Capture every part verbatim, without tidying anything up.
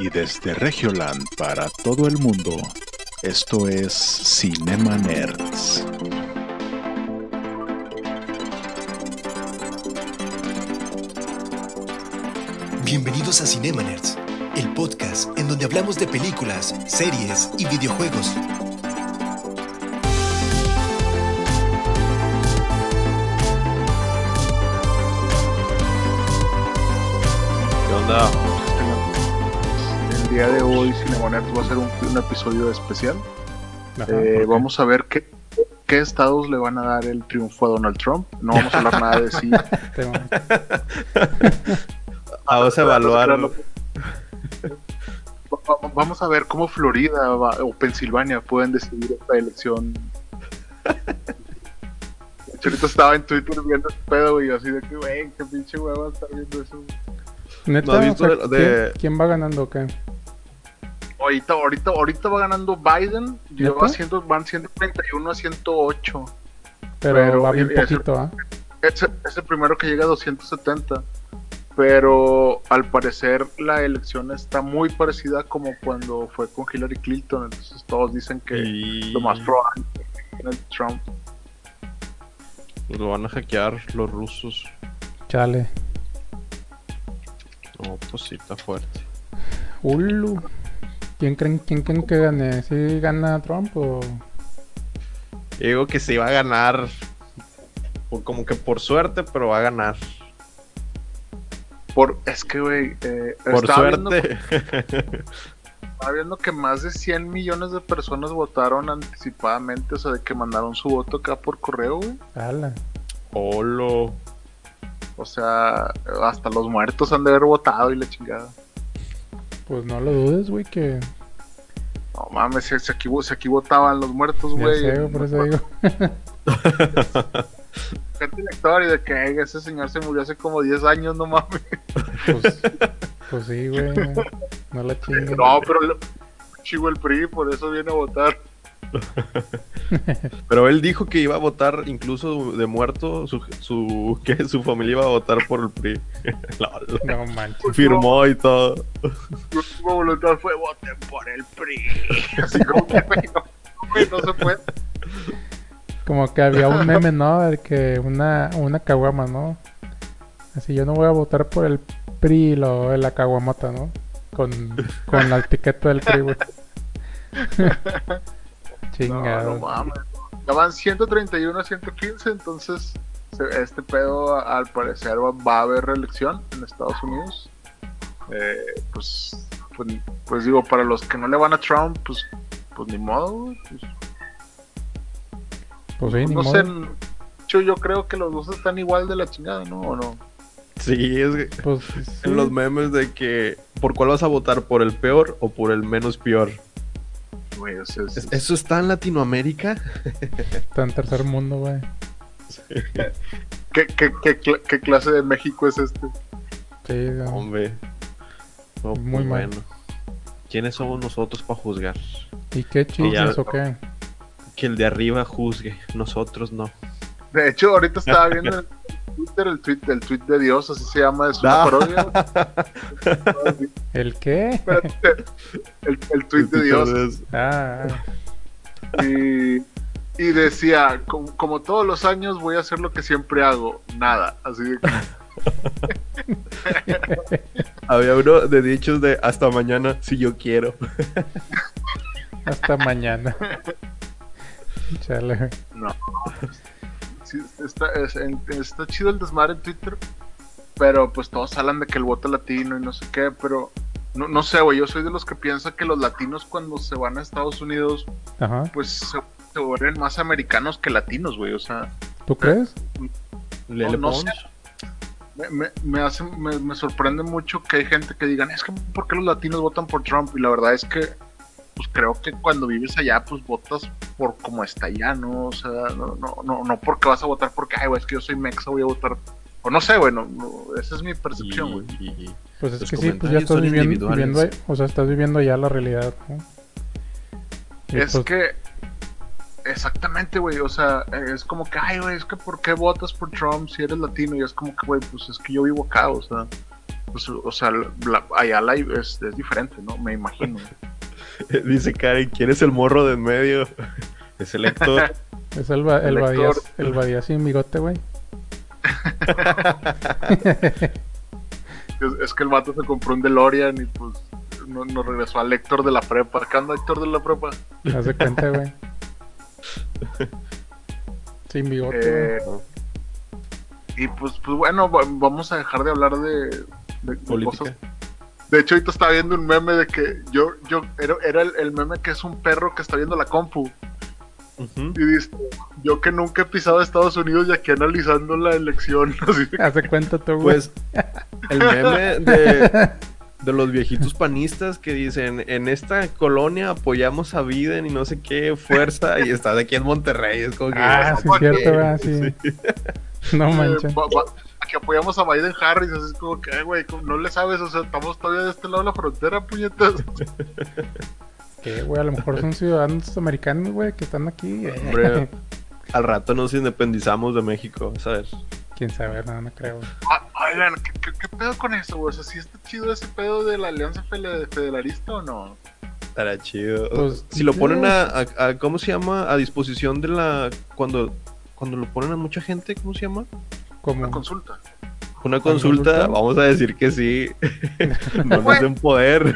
y desde Regioland para todo el mundo, esto es Cinema Nerds. Bienvenidos a Cinema Nerds, el podcast en donde hablamos de películas, series y videojuegos. ¿Qué onda? El día de hoy Cinema Nerds va a ser un, un episodio especial. Ajá, eh, okay. Vamos a ver qué, qué estados le van a dar el triunfo a Donald Trump. No vamos a hablar nada de sí. Vamos a evaluar. Vamos a ver cómo Florida va, o Pensilvania pueden decidir esta elección. Ahorita estaba en Twitter viendo este pedo, y así de que, güey, qué pinche hueva estar viendo eso. Neta, ¿No o sea, de... ¿quién, ¿quién va ganando qué? Ahorita, ahorita, ahorita va ganando Biden. Lleva ciento, van ciento treinta y uno a ciento ocho. Pero, pero va bien poquito, ¿ah? ¿eh? Es, es el primero que llega a doscientos setenta. Pero al parecer la elección está muy parecida como cuando fue con Hillary Clinton. Entonces todos dicen que y... lo más probable es Trump. Lo van a hackear los rusos. Chale. No, pues sí, está fuerte. Ulu. ¿Quién creen, quién creen que gane? ¿Sí gana Trump o...? Digo que sí va a ganar. Como que por suerte, pero va a ganar. Por, es que, güey, eh, por suerte. Viendo, estaba viendo que más de cien millones de personas votaron anticipadamente, o sea, de que mandaron su voto acá por correo, güey. ¡Hala! ¡Holo! O sea, hasta los muertos han de haber votado y la chingada. Pues no lo dudes, güey, que... No mames, si, si, aquí, si aquí votaban los muertos, güey. Ya sé, por eso digo. Gente elector y de que ese señor se murió hace como diez años, no mames. Pues, pues sí, güey. No, no la chingue. No, pero lo, chivo el P R I, por eso viene a votar. Pero él dijo que iba a votar incluso de muerto, su su que su familia iba a votar por el P R I. No manches. Firmó y todo. Su última voluntad fue voten por el P R I. Así como que no, no, no se puede. Como que había un meme, ¿no? De que una, una caguama, ¿no? Así, yo no voy a votar por el P R I, lo, la caguamota, ¿no? Con, con la etiqueta del P R I, güey. Chingado. No, no mames. Ya van ciento treinta y uno a ciento quince, entonces este pedo al parecer va, va a haber reelección en Estados Unidos. Eh, pues, pues, pues digo, para los que no le van a Trump, pues, pues ni modo, pues. Pues sí, no ni sé, modo. yo, yo creo que los dos están igual de la chingada, ¿no? ¿O no? Sí, es que pues, sí. En los memes de que ¿por cuál vas a votar? ¿Por el peor o por el menos peor? Güey, o sea, es, es... ¿Eso está en Latinoamérica? Está en tercer mundo, güey. Sí. ¿Qué, qué, qué, qué clase de México es este? Sí, no. Hombre. No, muy pues, mal. Bueno. ¿Quiénes somos nosotros para juzgar? ¿Y qué chismes o qué? Que el de arriba juzgue, nosotros no. De hecho, ahorita estaba viendo en Twitter el tweet, el tweet de Dios, así se llama, es una parodia. ¿El qué? El, el tweet de Dios. Ah. Y, y decía, como, como todos los años voy a hacer lo que siempre hago, nada, así de que... Había uno de dichos de hasta mañana si yo quiero. Hasta mañana. Chale. No. Sí, está, es, está chido el desmadre en Twitter, pero pues todos hablan de que el voto latino y no sé qué, pero no, no sé, güey, yo soy de los que piensa que los latinos cuando se van a Estados Unidos, Ajá. pues se, se vuelven más americanos que latinos, güey, o sea... ¿Tú crees? No, no, no sé. Me, me, me, hace, me, me sorprende mucho que hay gente que digan, es que ¿por qué los latinos votan por Trump? Y la verdad es que pues creo que cuando vives allá, pues votas por como está allá, ¿no? O sea, no, no, no, no porque vas a votar porque, ay, güey, es que yo soy mexa, voy a votar. O no sé, güey, no, no, esa es mi percepción, güey. Pues es que sí, pues ya estás viviendo, viviendo, o sea, estás viviendo ya la realidad, ¿no? Y es pues... que, exactamente, güey, o sea, es como que, ay, güey, es que ¿por qué votas por Trump si eres latino? Y es como que, güey, pues es que yo vivo acá, o sea, pues, o sea, la, allá la, es, es diferente, ¿no? Me imagino. Dice Karen, ¿quién es el morro de en medio? Es el Héctor. Es el, ba- el, El Badía, Héctor. el Badía sin bigote, güey. Es, es que el vato se compró un DeLorean y pues no, no regresó al Héctor de la prepa. ¿Qué anda Héctor de la prepa? Haz de cuenta, güey. Sin bigote, Eh, güey. y pues, pues bueno, va- vamos a dejar de hablar de, de- de Política. cosas. De hecho, ahorita estaba viendo un meme de que yo, yo era, era el, el meme que es un perro que está viendo la compu. Ujú. Y dice, yo que nunca he pisado Estados Unidos y aquí analizando la elección. Así de- Haz de cuenta tú, güey. Pues el meme de, de los viejitos panistas que dicen, en esta colonia apoyamos a Biden y no sé qué, fuerza, y estás aquí en Monterrey, es como que... Ah, sí, es cierto, güey, sí. No eh, manches. va- va- aquí apoyamos a Biden Harris. Así es como que, "Ay, güey, ¿cómo no le sabes? O sea, estamos todavía de este lado de la frontera, puñetas. Que, güey, a lo mejor son ciudadanos americanos, güey, que están aquí. eh. Hombre, al rato nos independizamos de México, ¿sabes? Quién sabe, no, no creo. güey. Ah, Oigan, ¿qué, qué, qué pedo con eso, güey? O sea, ¿sí está chido ese pedo de la alianza fele- federalista o no? Estará chido. Pues, si lo ponen sí. a, a- a- ¿cómo se llama? A disposición de la... Cuando, cuando lo ponen a mucha gente, ¿cómo se llama? Como... Una consulta. Una consulta, consulta? vamos a decir que sí. No nos den poder.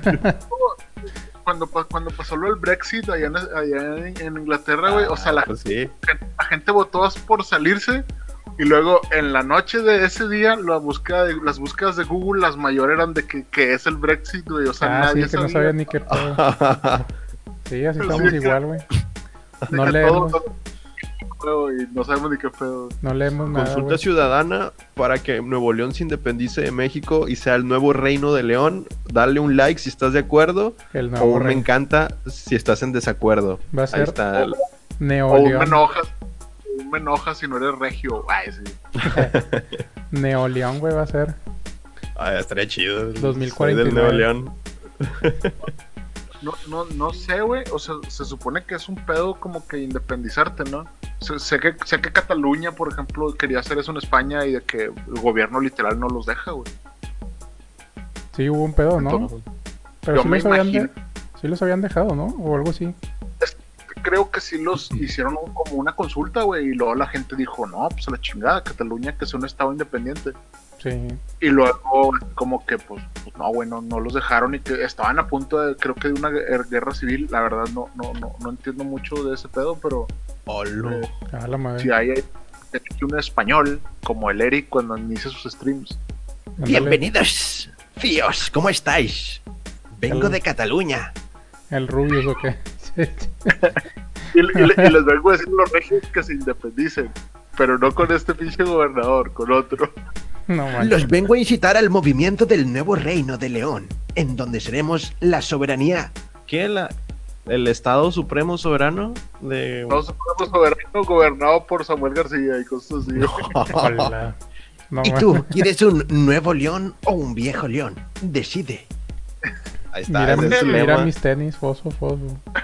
Cuando, pa- cuando pasó lo del Brexit allá en, allá en, en Inglaterra, güey, o sea, la, Pues sí. gen- la gente votó por salirse y luego en la noche de ese día la búsqueda de, las búsquedas de Google, las mayores eran de que, que es el Brexit, güey, o sea, Ah, sí, nadie que no sabía ni qué pedo. Sí, así Sí, estamos que- igual, güey. de No que leemos, todo- todo- y no sabemos ni qué pedo. no leemos nada, Consulta güey. ciudadana para que Nuevo León se independice de México y sea el nuevo reino de León. Dale un like si estás de acuerdo El o nuevo un me rey. encanta si estás en desacuerdo. Va a Ahí ser está. el- Neo O un me León. enojas, un me enojas si no eres regio. Ay, sí. Neo León, güey, va a ser. Ah, estaría chido. dos mil Soy cuarenta y del nueve. Nuevo León. No, no, no sé, güey. O sea, se supone que es un pedo como que independizarte, ¿no? Sé, sé que, sé que Cataluña, por ejemplo, quería hacer eso en España y de que el gobierno literal no los deja, güey. Sí, hubo un pedo, ¿no? Entonces, Pero yo sí me los, habían de- imagino- sí los habían dejado, ¿no? O algo así. Creo que sí los hicieron un- como una consulta, güey, y luego la gente dijo, no, pues a la chingada, Cataluña que es un estado independiente. Sí. Y luego como que, pues, pues no, güey, no, no los dejaron y que estaban a punto de, creo que de una guer- guerra civil. La verdad no, no, no, no entiendo mucho de ese pedo, pero Hola. eh, A la madre. si hay, hay un español como el Eric cuando inicia sus streams. Ándale. Bienvenidos, fíos, ¿cómo estáis? Vengo El- de Cataluña. El Rubius, ¿o qué? Sí. Y, y- y les vengo a decir a los regios que se independicen, pero no con este pinche gobernador, con otro. No manches. Los vengo a incitar al movimiento del nuevo reino de León, en donde seremos la soberanía. ¿Qué? La, ¿El Estado Supremo Soberano? De... No somos soberano gobernado por Samuel García y cosas así. Hola. No ¿Y manches. tú, quieres un nuevo león o un viejo león? Decide. Ahí está, Mira, ese mis, es el mira lema. mis tenis, fosfo, fosfo.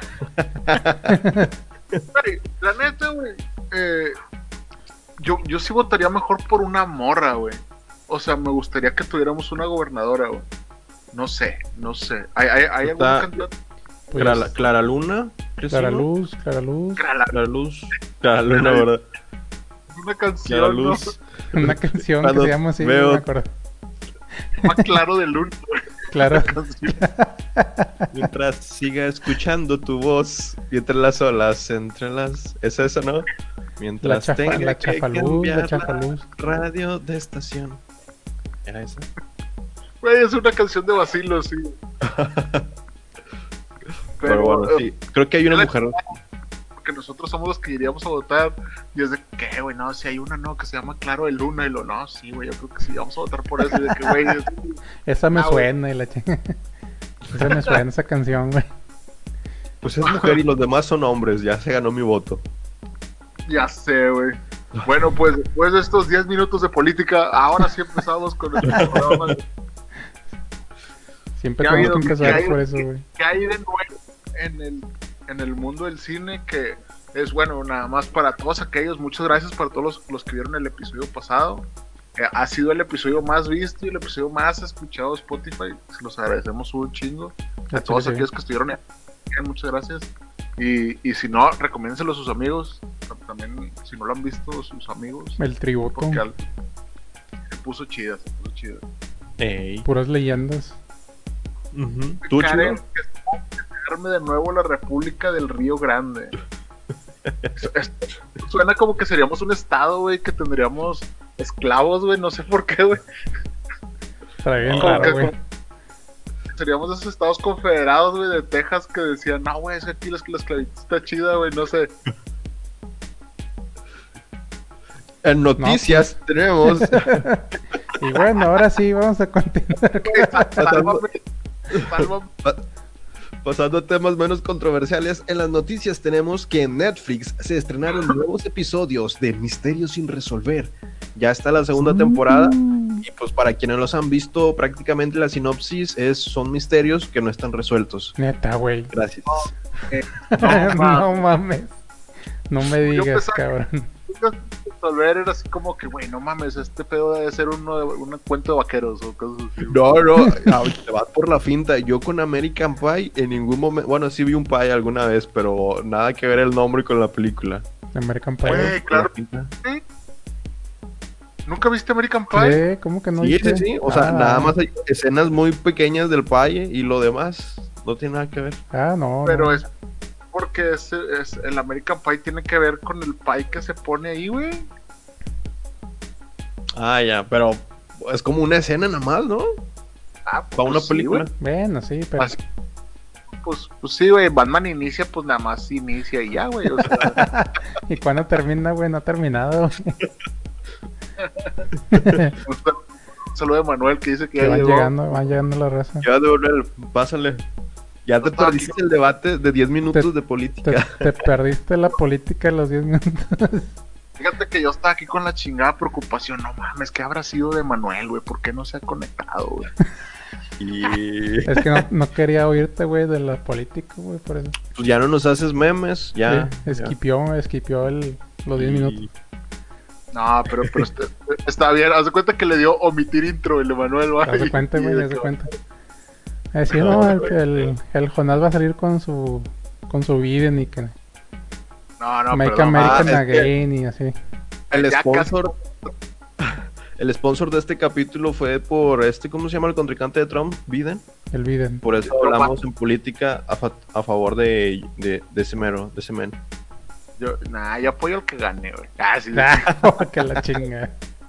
Güey, la neta, güey, eh, yo, yo sí votaría mejor por una morra, güey. O sea, me gustaría que tuviéramos una gobernadora, güey. No sé, no sé. ¿Hay, hay, hay Está- alguna candidata? Pues, Clara, Clara Luna. ¿qué Clara sí, no? Luz, Clara Luz. Clara- Clara Luz. Clara Luna, ¿verdad? Una Clara canción, ¿no? Luz. Una canción que Cuando se llama así, veo- no me acuerdo. Más claro de luna. Claro. Canción. Mientras siga escuchando tu voz y entre las olas, entre las... ¿Es eso, no? La, Mientras chafa, tenga la que chafaluz, cambiar la chafaluz. radio de estación. ¿Era esa? Güey, es una canción de vacilo, sí. Pero, bueno, eh, sí. Creo que hay una mujer... porque nosotros somos los que iríamos a votar. Y es de que, güey, no, si hay una, no, que se llama Claro de Luna. Y lo, no, sí, güey, yo creo que sí, vamos a votar por eso. Y de que, güey, es- Esa me Ah, güey. suena y la ch- Esa me suena esa canción, güey. Pues es mujer y los demás son hombres. Ya se ganó mi voto. ya sé, güey. Bueno, pues después de estos diez minutos de política, ahora sí empezamos con el programa. Siempre Ya tengo ha que habido- empezar ya hay- por eso, güey. ¿Qué hay de nuevo en el, en el mundo del cine? Que es bueno, nada más para todos aquellos. Muchas gracias para todos los, los que vieron el episodio pasado. Eh, ha sido el episodio más visto y el episodio más escuchado de Spotify. Se los agradecemos un chingo. A Sí, todos sí. aquellos que estuvieron ahí, muchas gracias. Y, y si no, recomiéndenselo a sus amigos. También, si no lo han visto, sus amigos. El tributo. Porque al- se puso chida, se puso chida. Ey. Puras leyendas. Ujú. ¿Tú, Karen, chido? que es crearme de nuevo la República del Río Grande. Es- es- suena como que seríamos un estado, güey, que tendríamos esclavos, güey, no sé por qué, güey. Está bien Como que raro, güey. como- seríamos esos estados confederados, güey, de Texas que decían, no, güey, es que aquí la, la esclavitud está chida, güey, no sé. En noticias tenemos. Y bueno, ahora sí, vamos a continuar. Güey, sá- sálvame, sálvame. Pa- Pasando a temas menos controversiales, en las noticias tenemos que en Netflix se estrenaron nuevos episodios de Misterios sin resolver. Ya está la segunda temporada y pues para quienes los han visto, prácticamente la sinopsis es son misterios que no están resueltos. Neta, güey. Gracias. No, ma. No mames. No me digas, pensaba- cabrón. Resolver era así como que, güey, no mames, este pedo debe ser uno de, un cuento de vaqueros o cosas así. No, no, ah, te vas por la finta. Yo con American Pie en ningún momento, bueno, sí vi un Pie alguna vez, pero nada que ver el nombre con la película. American Güey, Pie. claro. Por la finta. ¿Nunca viste American Pie? Sí, ¿cómo que no Sí, sí, viste? sí. O sea, Ah, nada más hay escenas muy pequeñas del Pie y lo demás no tiene nada que ver. Ah, no. Pero no. es porque es, es- el American Pie tiene que ver con el pie que se pone ahí, güey. Ah, ya, pero es como una escena nada más, ¿no? Ah, Para una sí, película. güey. Bueno, sí, pero. Así- Pues, pues sí, güey, Batman inicia, pues nada más inicia y ya, güey. O sea, ¿Y cuándo termina, güey? No ha terminado. un saludo de Manuel que dice que Que ya van llegó. llegando, van llegando la raza. Ya devolver, pásale. Ya te No, perdiste aquí- el debate de diez minutos Te- de Te, política. te perdiste la política de los diez minutos. Fíjate que yo estaba aquí con la chingada preocupación. No mames, ¿qué habrá sido de Manuel, güey? ¿Por qué no se ha conectado, güey? Y Es que no, no quería oírte, güey, de la política, güey, por eso. pues ya no nos haces memes, ya. Sí, ya. esquipió, esquipió el, los diez Y- minutos. No, pero, pero este- está bien. Haz de cuenta que le dio omitir intro el de Manuel, güey. Haz de cuenta, Y güey, de haz de que- cuenta. Eh, sí, no, el, el, el Jonás va a salir con su con su Biden y que No, no, Make perdón. American Ah, es que- Again y así. El Ya sponsor. El sponsor de este capítulo fue por este, ¿cómo se llama el contrincante de Trump? Biden. El Biden. Por eso Pero hablamos en política a, fa- a favor de, de, de ese mero, de ese men. Yo, nah, yo apoyo al que gane, güey. Ah, sí. Ah, que la chinga.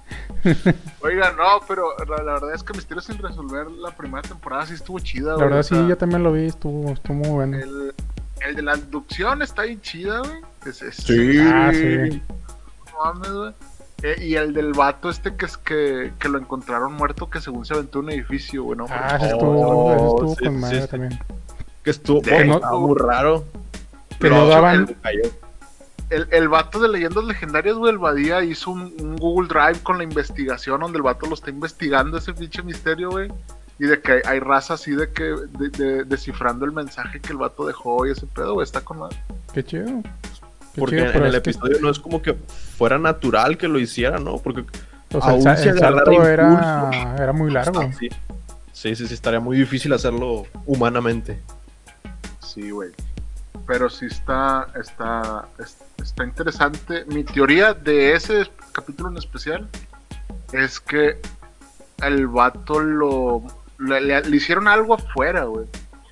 Oiga, no, pero la, la verdad es que Misterios sin resolver la primera temporada sí estuvo chida, La güey. verdad o sí, sea, yo también lo vi, estuvo, estuvo muy bueno. el, el de la abducción está bien chida, güey. Es, es- Ah, sí. no mames, güey. Eh, y el del vato este que es que, que lo encontraron muerto que según se aventó un edificio, güey, ¿no? Ah, ese Oh, estuvo, ese estuvo sí, con sí, madre sí. también. Que estuvo Que no- estaba muy raro. Que Pero no el- daban, El, el vato de Leyendas Legendarias, güey, el Badía hizo un, un Google Drive con la investigación donde el vato lo está investigando ese pinche misterio, güey. Y de que hay, hay raza así de que de, de- descifrando el mensaje que el vato dejó y ese pedo, güey, está con la... qué chido. Qué Porque chido, en pero el es que, episodio no es como que fuera natural que lo hiciera, ¿no? Porque o sea, el, aún sa- si el agarrara salto era, impulso, era muy largo. Ah, sí. sí, sí, sí, estaría muy difícil hacerlo humanamente. Sí, güey. Pero sí está, está, es- está interesante. Mi teoría de ese capítulo en especial es que el vato lo... Le, le- le hicieron algo afuera, güey.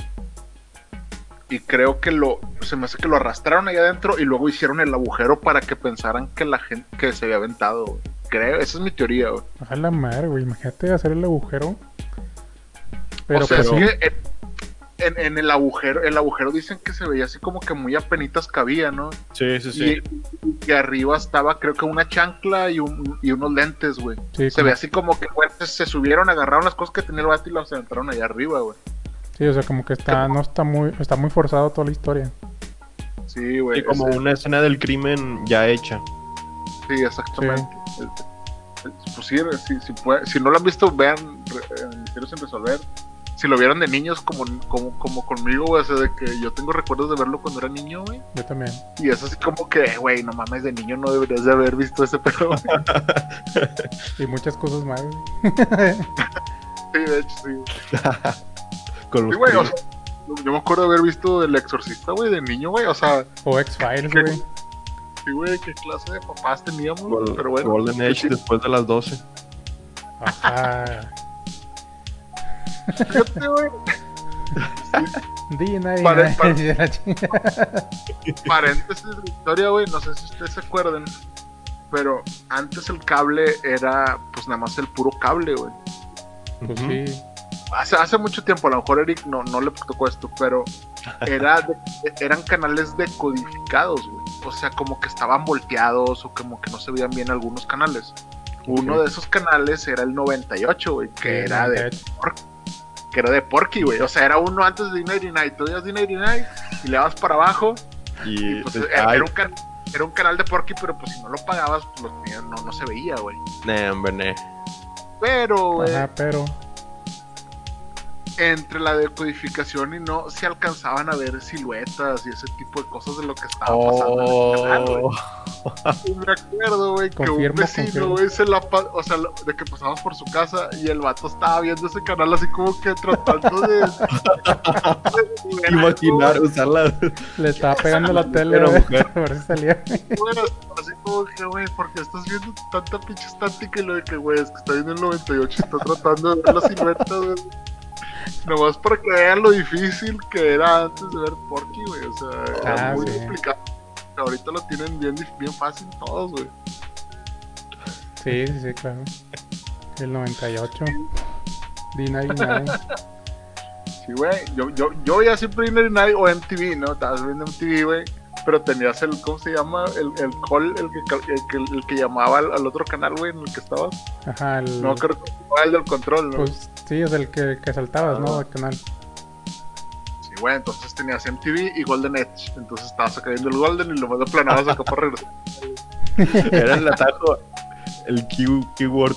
Y creo que lo... Se me hace que lo arrastraron ahí adentro y luego hicieron el agujero para que pensaran que la gente... Que se había aventado, güey. Creo, esa es mi teoría, güey. A la madre, güey. Imagínate hacer el agujero. Pero o sea, pues es sí. que en, en, en el agujero, el agujero dicen que se veía así como que muy apenitas cabía, ¿no? Sí, sí, Y, y arriba estaba creo que una chancla y, un, y unos lentes, güey. Sí, Se como- ve así como que güey, se subieron, agarraron las cosas que tenía el vato y las aventaron allá arriba, güey. Sí, o sea, como que está, no está muy, está muy forzado toda la historia. Sí, güey. Sí, como ese- una escena del crimen ya hecha. Sí, exactamente. El- el- Pues sí, si, si, puede- si no lo han visto, vean eh, Misterios sin resolver. si lo vieron de niños como, como, como conmigo, güey, o sea, de que yo tengo recuerdos de verlo cuando era niño, güey. Yo también. Y es así como que, güey, no mames, de niño no deberías de haber visto ese pedo, güey. Y muchas cosas más, güey. Sí, de hecho, sí. Con los Sí, güey, o primos. sea, yo me acuerdo de haber visto El Exorcista, güey, de niño, güey, o sea, O X-Files, ¿Qué? güey. sí, güey, qué clase de papás teníamos, Gol- pero bueno. Golden Age sí, después de las doce. Ajá. fíjate, güey, D nueve Pare- pare- nueve. paréntesis de la historia, güey, no sé si ustedes se acuerdan, pero antes el cable era, pues, nada más el puro cable, güey. Pues Ujú. sí. Hace, hace mucho tiempo, a lo mejor Eric no, no le tocó esto, pero era de- eran canales decodificados, güey. O sea, como que estaban volteados o como que no se veían bien algunos canales. Uno Ok. de esos canales era el noventa y ocho, güey, que Sí, era de noventa y ocho. que era de Porky, güey. O sea, era uno antes de D noventa y nueve. Tú veías D noventa y nueve y le dabas para abajo Y, y pues pues, era, ay, era un can- era un canal de Porky, pero pues si no lo pagabas, pues lo tenías- no, no se veía, güey. nah, hombre, nah. Pero, güey, Ajá, pero. entre la decodificación y no se alcanzaban a ver siluetas y ese tipo de cosas de lo que estaba pasando en el canal, güey. Oh. Y me acuerdo, güey, que un Confirmo, vecino, confirmo. güey, se la pa- o sea, lo- de que pasamos por su casa y el vato estaba viendo ese canal así como que tratando de, de- de- Imaginar usarla. Le estaba pegando la tele, Era güey. mujer. A ver si salía. Bueno, así como que, güey, porque estás viendo tanta pinche estática y lo de que, güey, es que está viendo el noventa y ocho y está tratando de ver la silueta, güey. Nomás para que vean lo difícil que era antes de ver Porky, güey. O sea, era Ah, muy sí. complicado. Ahorita lo tienen bien, dif- bien fácil todos, güey. Sí, sí, sí, claro. El noventa y ocho. D noventa y nueve. Sí, güey. Yo, yo, yo veía siempre D noventa y nueve o M T V, ¿no? Estabas viendo M T V, güey. Pero tenías el, ¿cómo se llama? El, el call, el que, el que, el que llamaba al, al otro canal, güey, en el que estabas. Ajá, el. No, creo que era el del control, ¿no? Pues sí, es el que, que saltabas, ¿no? Ah. El canal. Sí, güey, entonces tenías M T V y Golden Edge. Entonces estabas acá viendo el Golden y lo más aplanabas acá para regresar. Era el atajo, el key, keyword.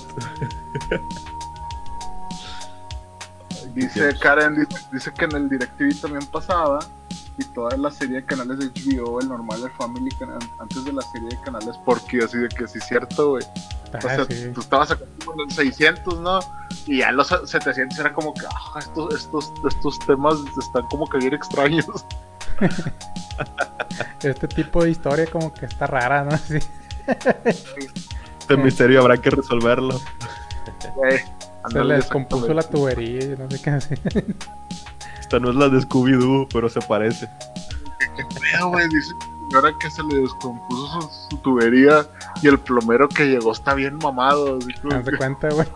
Dice Karen, dice, dice que en el DirecTV también pasaba. Y toda la serie de canales de H B O, el normal, el Family, can- antes de la serie de canales Porky, así de que sí es cierto, güey. Ah, O sea, sí. tú estabas acá con los seiscientos, ¿no? Y ya los setecientos era como que, ah, estos, estos, estos temas están como que bien extraños. Este tipo de historia como que está rara, ¿no? Sí. Este misterio habrá que resolverlo. Güey, Se ándale, le descompuso la exactamente. tubería y no sé qué hacer. Esta no es la de Scooby-Doo, pero se parece. ¿Qué pedo, güey? Dice la señora que se le descompuso su, su tubería y el plomero que llegó está bien mamado. Así como Haz de que- cuenta, güey.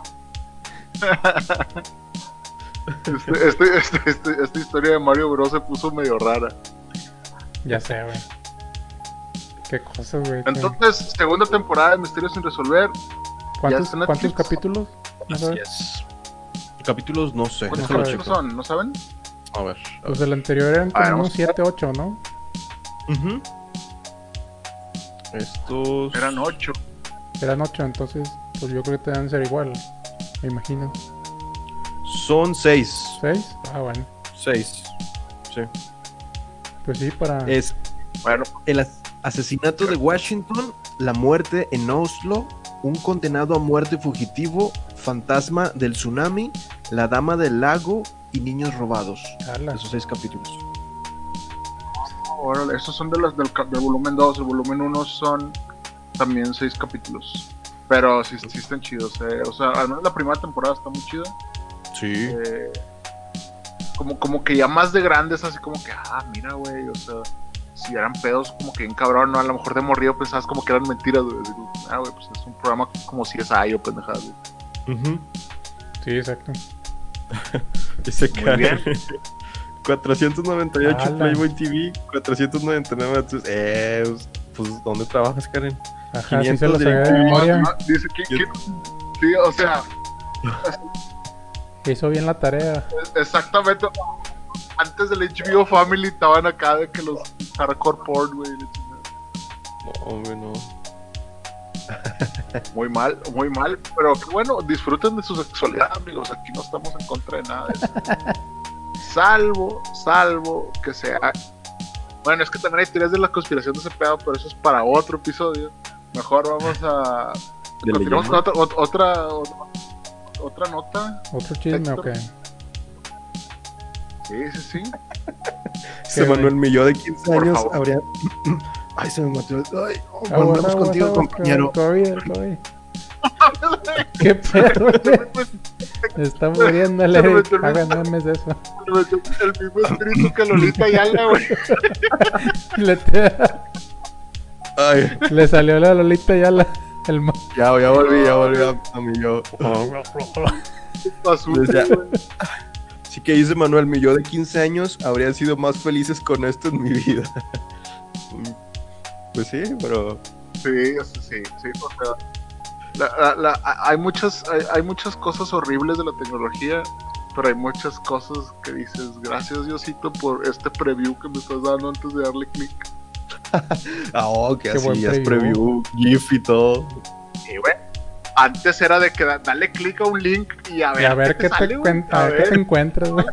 este, este, este, este- esta historia de Mario Bros se puso medio rara. Ya sé, güey. Qué cosas, güey. que- Entonces, segunda temporada de Misterios sin resolver. ¿Cuántos, está en ¿cuántos Netflix. capítulos? ¿No Así sabes? es. Capítulos, no sé. ¿Cuántos no déjalo capítulos checo. son? ¿No saben? A ver. a Pues ver. el anterior eran A ver, como vamos unos siete, ocho, ¿no? Ujú. Estos. Eran ocho. Eran ocho, entonces pues yo creo que te deben ser igual. Me imagino. Son seis. ¿Seis? Ah, bueno. Seis. Sí. Pues sí, para... Es Bueno, el as- asesinato de Washington, la muerte en Oslo, un condenado a muerte fugitivo, fantasma del tsunami, la dama del lago y niños robados. Ala. Esos seis capítulos. órale, estos son de los del, ca- del volumen dos. El volumen uno son también seis capítulos. Pero sí, sí están chidos. Eh. O sea, al menos la primera temporada está muy chida. Sí. Eh, como, como que ya más de grandes, así como que, ah, mira, güey, o sea, si eran pedos, como que en cabrón, ¿no? A lo mejor de morrido pensabas como que eran mentiras, güey. Así como, ah, güey, pues es un programa como si es I o pendejadas, güey. Ujú. Sí, exacto. Dice Muy Karen. bien. cuatrocientos noventa y ocho Ala. Playboy T V, cuatrocientos noventa y nueve. Entonces, eh, pues, ¿dónde trabajas, Karen? Ajá, sí se quinientos lo sabía de directivos. memoria. Ah, dice que, que- sí, o sea, Hizo bien la tarea. exactamente. Antes del H B O Family estaban acá de que los hardcore porn, güey. la chingada. No, hombre, no. Muy mal, muy mal, pero que bueno, disfruten de su sexualidad, amigos, aquí no estamos en contra de nada de eso. Salvo, salvo que sea... Bueno, es que también hay teorías de la conspiración de ese pedo, pero eso es para otro episodio. Mejor vamos a... Continuamos con otra, otra, otra, otra nota. ¿Otro chisme o qué? Sí, sí, sí. Se Manuel Milló de quince Por años favor. habría... Ay, se me mató. Ay, oh, Aguas, volvemos aguas, contigo, aguas, compañero. COVID, COVID. ¿Qué pedo, güey? Está muriendo el Eric. Hagan memes de eso. El mismo espíritu que Lolita Ayala, güey. Le, te- Ay, le salió la Lolita ya la... El mo- ya, ya volví, ya volví a, a Milló. Azul, Pues ya. güey. Sí que dice Manuel, mi yo de quince años habrían sido más felices con esto en mi vida. Pues sí, pero... Sí, sí, sí, sí, o sea, la, la, la, hay muchas, hay, hay muchas cosas horribles de la tecnología, pero hay muchas cosas que dices, gracias Diosito por este preview que me estás dando antes de darle clic. Ah, oh, que Qué así, buen ya es preview. preview, GIF y todo. Y güey, antes era de que da, dale clic a un link y a ver, Y a ver qué qué te te, sale, güey. cuen- a ver qué te encuentras, güey.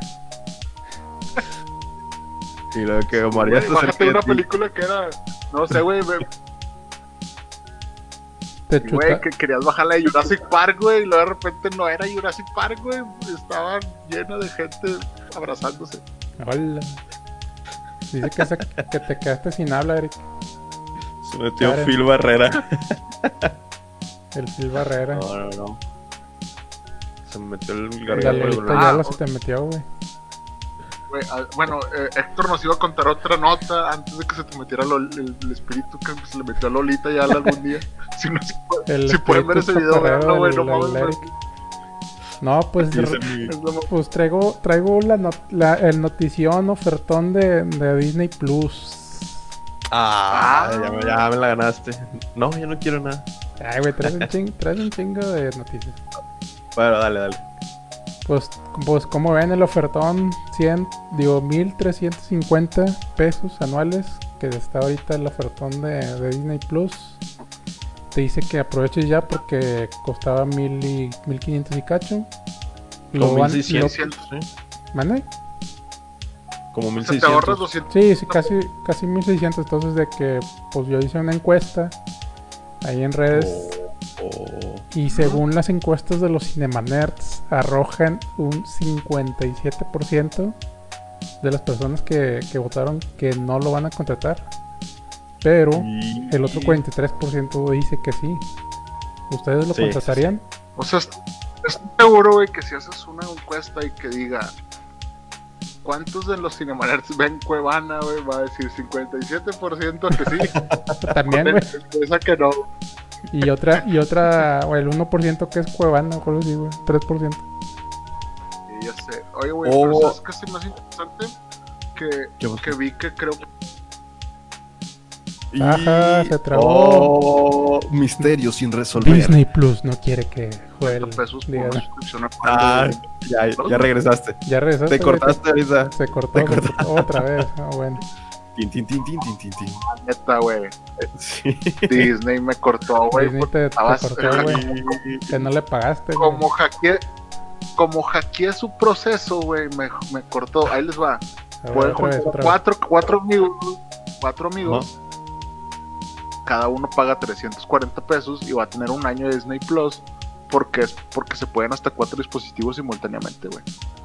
Y lo que María Güey, se bájate acerca de una ti. película que era, no sé, güey, güey, Te güey, chuta. que querías bajar la de Jurassic Park, güey, y luego de repente no era Jurassic Park, güey, estaba llena de gente abrazándose. Hola. Dice que, se- que te quedaste sin habla, Eric. Se metió Karen. Phil Barrera. El Phil Barrera. No, no, no. Se me metió el La garganta. Lolita Ah, ya oh. se te metió, güey. Güey, ah, bueno, eh, Héctor nos iba a contar otra nota antes de que se te metiera lo- el, el espíritu que se le metió a Lolita ya algún día. Si, no, si, El si pueden ver ese espíritu video, véanlo, güey, no chocarrero del- mames. del Eric. No, pues, Dice r- mi- Es lo- pues traigo, traigo la not- la- el notición ofertón de, de Disney Plus. Ah, Ah. ya, me- ya me la ganaste. No, yo no quiero nada. Ay, güey, traes un, ching- traes un chingo de noticias. Bueno, dale, dale. Pues, pues como ven el ofertón, cien, digo, mil trescientos cincuenta pesos anuales, que está ahorita el ofertón de, de Disney Plus. Te dice que aproveches ya porque costaba mil y mil quinientos y cacho. Como van- mil seiscientos, ¿sí? ¿Mande? Como O mil sea, te ahorras seiscientos. doscientos. Sí, sí, casi, casi mil seiscientos. Entonces de que, pues yo hice una encuesta ahí en redes. Oh, oh. Y según las encuestas de los Cinemanerds, arrojan un cincuenta y siete por ciento de las personas que, que votaron que no lo van a contratar. Pero Y- el otro cuarenta y tres por ciento dice que sí. ¿Ustedes lo Sí, contratarían? O sea, est- estoy seguro, güey, que si haces una encuesta y que diga ¿cuántos de los Cinemanerds ven Cuevana, güey? Va a decir cincuenta y siete por ciento que sí. También, güey. Esa que no. Y otra, y otra, o el uno por ciento que es Cuevana, o algo así, güey. tres por ciento. Sí, ya sé. Oye, güey, Oh. pero ¿sabes qué es más interesante? Que, ¿Qué pasó? que vi que creo Y- Ajá, se trabó. Oh, misterio sin resolver. Disney Plus no quiere que juegue el... pesos por diga- suscripción a Ah, ya, ya regresaste. Ya regresaste. Te güey, cortaste ahorita. Se cortó, Te se cortaste. cortó otra vez. Ah, bueno. Tin, tin, tin, tin, tin, tin, tin. neta, güey. Sí. Disney me cortó, güey. Disney porque te, te estabas- cortó, güey. Que no le pagaste, güey. Como hackeé, como hackeé su proceso, güey, me, me cortó. Ahí les va. A ver, Pueden otra vez, juntar otra vez. cuatro, cuatro amigos, cuatro amigos. Cada uno paga trescientos cuarenta pesos y va a tener un año de Disney Plus porque es porque se pueden hasta cuatro dispositivos simultáneamente, güey.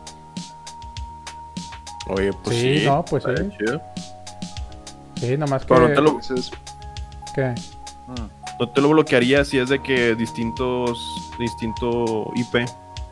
Oye, pues Sí, sí. no, pues sí. Está chido. Sí, nomás que... Pero no te lo, Entonces, ¿Qué? mm, no te lo bloquearía si es de que distintos, distinto I P.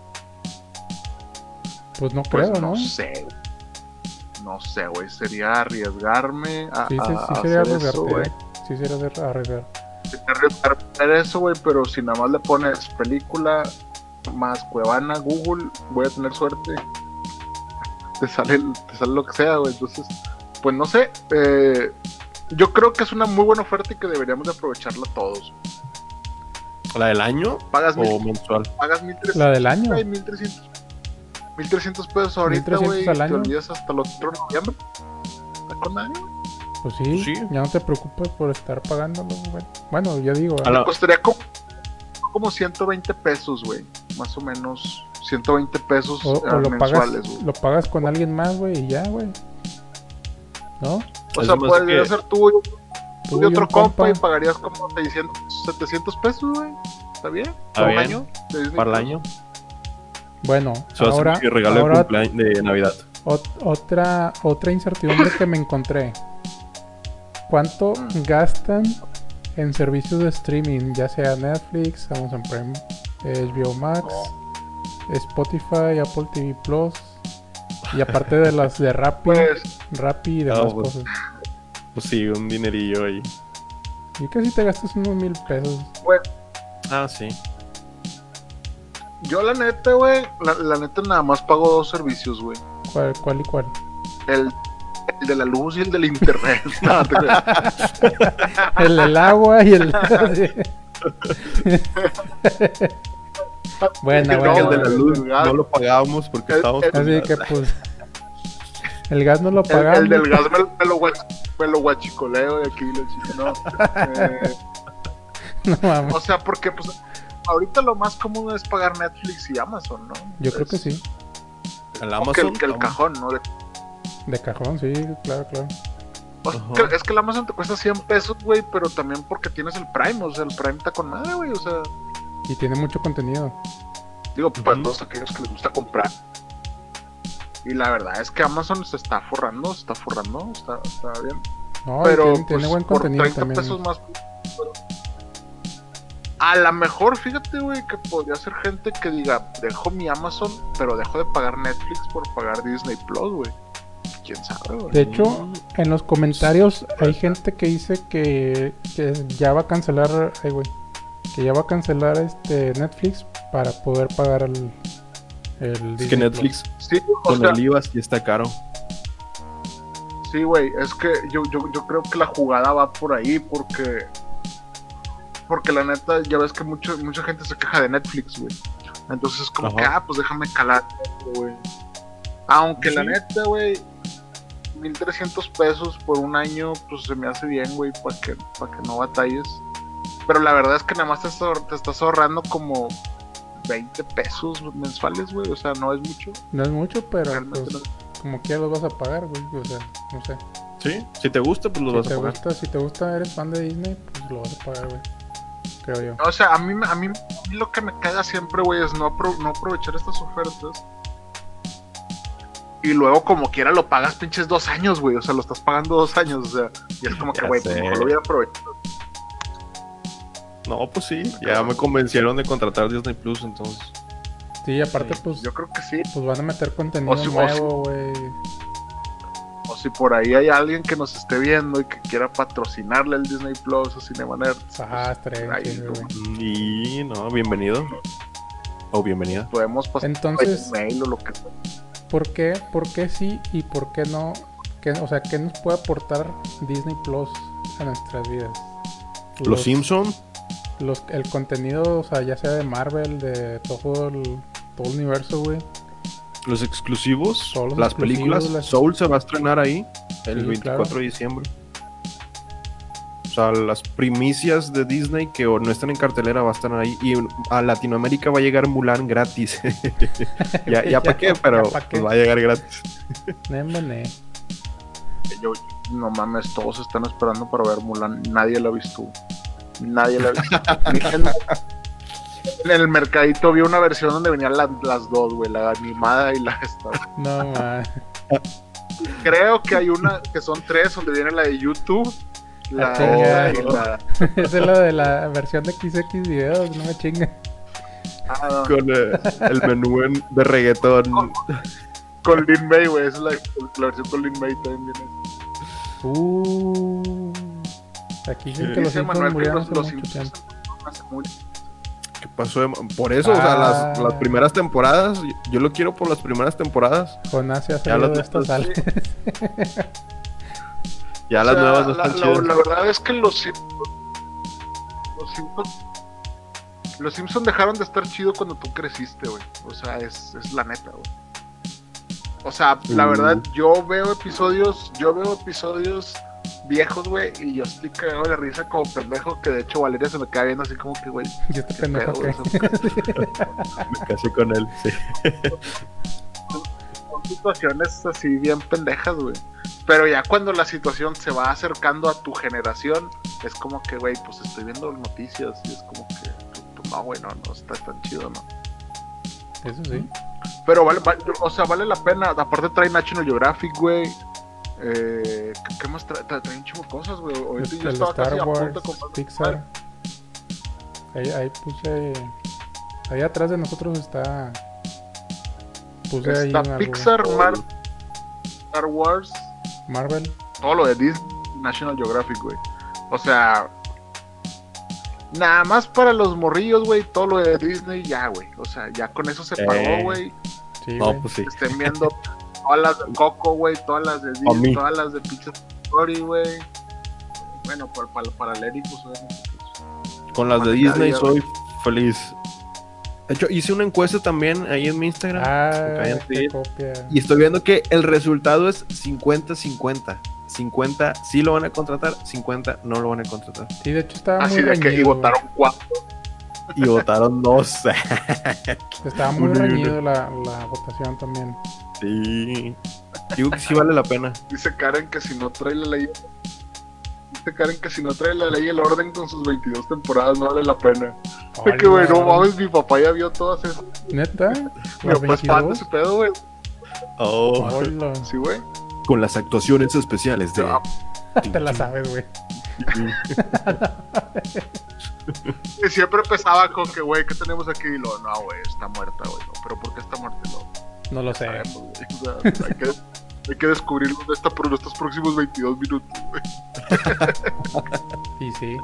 Pues no pues creo, no, ¿no? sé. No sé, güey. Sería arriesgarme a, Sí, sí, a sí sería hacer eso, arriesgarte. güey. ¿eh? Sí sería de- arriesgar. Sería arriesgarme a hacer eso, güey, pero si nada más le pones película más Cuevana, Google, voy a tener suerte. Te sale, te sale lo que sea, güey. Entonces, pues no sé. Eh, yo creo que es una muy buena oferta y que deberíamos de aprovecharla todos. ¿La del año Pagas o mil, mensual? pagas mil trescientos. La del año. Ay, mil trescientos. mil trescientos pesos ahorita, mil trescientos güey. al Te año. olvidas hasta el otro noviembre. Está con nadie, güey. Pues sí, Sí. ya no te preocupas por estar pagándolo, güey. Bueno, yo digo, A ¿eh? la- Costaría como, como ciento veinte pesos, güey. Más o menos ciento veinte pesos o, eh, o lo pagas, mensuales, güey. lo pagas con alguien más, güey, y ya, güey. ¿No? O Eso sea, me hace puedes que- hacer tú y, Tú tú y otro un compa y pagarías como seiscientos, setecientos pesos, güey. ¿Está bien? Está ¿Por un bien. año? de Disney Para el Plus. año. Bueno, Eso va a ser ahora, mi regalo de ahora cumpleaños de Navidad. ot- otra, otra incertidumbre que me encontré. ¿Cuánto Mm. gastan en servicios de streaming? Ya sea Netflix, Amazon Prime, H B O Max, Spotify, Apple T V Plus. Y aparte de las de Rappi, Pues, Rappi y Ah, demás pues. cosas. Pues sí, un dinerillo ahí. Y casi te gastas unos mil pesos. güey, Ah, sí. yo la neta, güey, la, la neta nada más pago dos servicios, güey. ¿Cuál, cuál y cuál? El, el de la luz y el del internet. No, te creas. El del agua y el... Buena, No, buena. el de la el luz del gas. no lo pagábamos porque El- estábamos el- con Así la- que pues... El gas no lo El, pagamos. el del gas me, me lo, guach- me lo guachicoleo de aquí, lo chico, ¿no? Eh, No mames. o sea, porque pues ahorita lo más común es pagar Netflix y Amazon, ¿no? Yo creo que Es- sí. el que Amazon. el, que el cajón, ¿no? De- De cajón, sí, claro, claro. o sea, Ajá. que- es que el Amazon te cuesta cien pesos, güey, pero también porque tienes el Prime, o sea, el Prime está con madre, güey, o sea, Y tiene mucho contenido. digo, para Ujú. todos aquellos que les gusta comprar. Y la verdad es que Amazon se está forrando, se está forrando, está, está bien. No, y Pero tiene, tiene pues, buen por contenido treinta también. pesos más. pero- A lo mejor, fíjate, güey, que podría ser gente que diga, dejo mi Amazon, pero dejo de pagar Netflix por pagar Disney Plus, güey. Quién sabe, güey. De hecho, en los comentarios hay gente que dice que, que ya va a cancelar, ay, güey, que ya va a cancelar este Netflix para poder pagar el, el Es que Disney Netflix Sí, o con sea, el I V A sí está caro. sí, güey, es que yo, yo, yo creo que la jugada va por ahí porque. Porque la neta, ya ves que mucho, mucha gente se queja de Netflix, güey. Entonces es como Ajá. que, ah, pues déjame calar, güey. Aunque la Sí. neta, güey, mil trescientos pesos por un año, pues se me hace bien, güey, para que, pa' que no batalles. Pero la verdad es que nada más te, estás- te estás ahorrando como veinte pesos mensuales, güey. O sea, no es mucho. Plus. No es mucho, pero Realmente pues, no. como quiera los vas a pagar, güey. O sea, no sé. Sí, si te gusta, pues los Si vas te, a pagar. gusta, si te gusta, eres fan de Disney, pues lo vas a pagar, güey. Creo yo. O sea, a mí, a mí, a mí lo que me caga siempre, güey, es no, apro- no aprovechar estas ofertas. Y luego, como quiera, lo pagas pinches dos años, güey. O sea, lo estás pagando dos años. O sea, y es como que, Ya güey, pues sé. mejor lo hubiera aprovechado. No, pues sí, ya me convencieron de contratar Disney Plus, entonces. Sí, aparte, pues, Yo creo que sí. pues van a meter contenido O si- o nuevo, güey. O si por ahí hay alguien que nos esté viendo y que quiera patrocinarle el Disney Plus o Cinema Nerds, Ajá, estaría bien ahí, chido, güey. Y no, bienvenido. O bienvenida. podemos pasar Entonces- un mail o lo que sea. ¿Por qué? ¿Por qué sí y por qué no? ¿Qué, o sea, ¿qué nos puede aportar Disney Plus a nuestras vidas? Los Simpson, los- el contenido, o sea, ya sea de Marvel, de todo el, todo el universo, güey. los exclusivos, Todos los las exclusivos, películas. las- Soul se va a estrenar ahí el Sí, veinticuatro claro. de diciembre. O sea, las primicias de Disney que o no están en cartelera va a estar ahí. Y a Latinoamérica va a llegar Mulan gratis. ya, ya para qué, pero ya pa' qué. pues va a llegar gratis. Némbone. Yo, no mames, todos están esperando para ver Mulan. Nadie la ha visto. Nadie la ha visto. en, en el mercadito vi una versión donde venían la- las dos, güey, la animada y la esta. No, man. Creo que hay una que son tres, donde viene la de YouTube, la Ah, chinga. esta y la. Esa es la de la versión de equis equis videos, no me chinga. Ah, no, Con eh, el menú en- de reggaetón. con Lin May, güey. Esa es la, la versión con Lin May también viene. Uh. Aquí dicen que los Dice Simpsons Manuel que murieron los, hace los mucho Simpsons tiempo. hace mucho. ¿Qué pasó? de- Por eso, o sea, las, Ah. las primeras temporadas. yo- Yo lo quiero por las primeras temporadas. Jonás se ha Ya salido las- de estas las- sales. Ya O las sea, nuevas no la, están la- chidas. la verdad es que los Simpsons, los Simpsons, los Simpsons dejaron de estar chido cuando tú creciste, güey. O sea, es, es la neta, güey. O sea, la Uh. verdad, yo veo episodios, yo veo episodios viejos, güey, y yo estoy cagado de risa como pendejo, que de hecho Valeria se me queda viendo así como que, güey, Yo te pendejo pedo, que. güey, Me casé con él, sí. son situaciones así bien pendejas, güey. Pero ya cuando la situación se va acercando a tu generación, es como que, güey, pues estoy viendo noticias y es como que, pues no, güey, no, no está tan chido, ¿no? Eso sí. Pero vale, vale, o sea, vale la pena. Aparte trae National Geographic, güey. Eh, ¿qué, ¿Qué más trae? Trae, trae un chingo de cosas, güey. Ahorita El yo estaba casi Star a punto Wars, de comprar. Pixar. Ahí, ahí puse. Ahí atrás de nosotros está. Puse ahí Está algo. Pixar, Mar Star Wars, Marvel. todo lo de Disney, National Geographic, güey. O sea, nada más para los morrillos, güey, todo lo de Disney, ya, güey. O sea, ya con eso se pagó, Eh. güey. Sí, No, güey. pues sí. Estén viendo todas las de Coco, güey, todas las de A Disney, mí. todas las de Pixar Story, güey. Bueno, para, para, para Lenny, pues, obviamente, pues, Con las de Bueno, Disney ya, soy feliz. De hecho, hice una encuesta también ahí en mi Instagram. Ah, Me caían qué bien. copia. Y estoy viendo que el resultado es cincuenta cincuenta. cincuenta sí lo van a contratar, cincuenta no lo van a contratar. Sí, de hecho estaba así muy de que y reñido. votaron cuatro. Y votaron dos. Estaba muy Uno y uno. reñido la, la votación también. Sí. Digo que sí vale la pena. Dice Karen que si no trae la ley. Dice Karen que si no trae la ley el orden con sus veintidós temporadas no vale la pena. Es que, güey, no Hola. mames, mi papá ya vio todas esas. ¿Neta? Mi ¿Las papá es fan de veintidós? ese pedo, güey. Oh. Hola. Sí, güey. Con las actuaciones especiales de. Ah, Te la sabes, güey. Y siempre empezaba con que, güey, ¿qué tenemos aquí? Y lo, no, güey, está muerta, güey. No, pero ¿por qué está muerta? Lo, No lo sé. sabemos, güey. O sea, hay que, hay que descubrirlo de esta, por estos próximos veintidós minutos, güey. Y sí.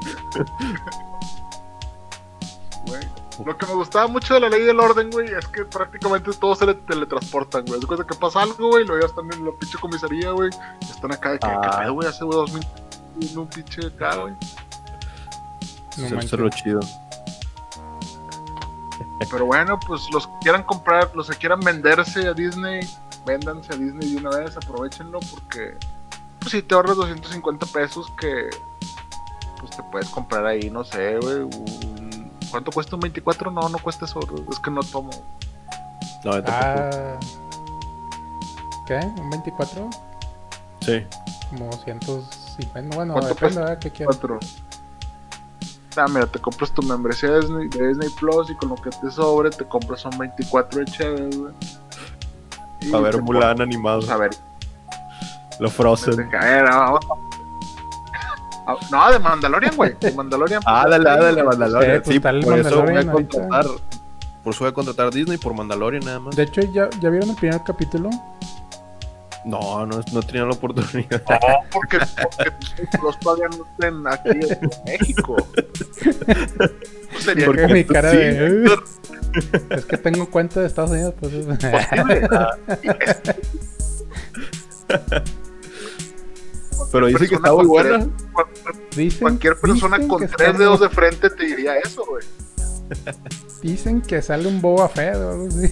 Güey. Lo que me gustaba mucho de la ley del orden, güey, es que prácticamente todos se le teletransportan, güey. Después de que pasa algo, güey, lo ya están en la pinche comisaría, güey. Están acá de que, Ah. ¿qué pedo, güey? Hace dos mil en un pinche acá, güey. No Eso manches. es lo chido. Pero bueno, pues los que quieran comprar, los que quieran venderse a Disney, véndanse a Disney de una vez, aprovechenlo porque pues si te ahorras doscientos cincuenta pesos que pues te puedes comprar ahí, no sé, güey, un... ¿Cuánto cuesta un veinticuatro? No, no cuesta eso, es que no tomo. No, yo tampoco. Ah. ¿Qué? ¿Un veinticuatro? Sí. Como doscientos cincuenta. Bueno, ¿Cuánto depende, cuesta? ¿verdad? ¿Qué quieras? Cuatro. Ah, mira, te compras tu membresía de Disney, de Disney Plus y con lo que te sobre te compras un veinticuatro de chévere, güey. Y A ver, te Mulan pones- animado. A ver, Lo Frozen. a ver, vamos. Ah, no, de Mandalorian, güey. De Mandalorian. Ah, dale, dale, Mandalorian. Sí, pues, Sí, tal el por eso voy a Mandalorian ahorita. contratar. Por eso voy a contratar Disney por Mandalorian nada más. De hecho, ¿ya, ¿ya vieron el primer capítulo? No, no, no tenía la oportunidad. No, porque, porque los todavía no estén aquí en México. Pues sería Porque Porque mi tú cara sí, de... Héctor. Es que tengo cuenta de Estados Unidos, pues... es- posible. Pero dice que Persona está muy con buena. tres- cual- Dicen, Cualquier persona dicen con que tres está- dedos de frente te diría eso, güey. Dicen que sale un Boba Fett o algo así.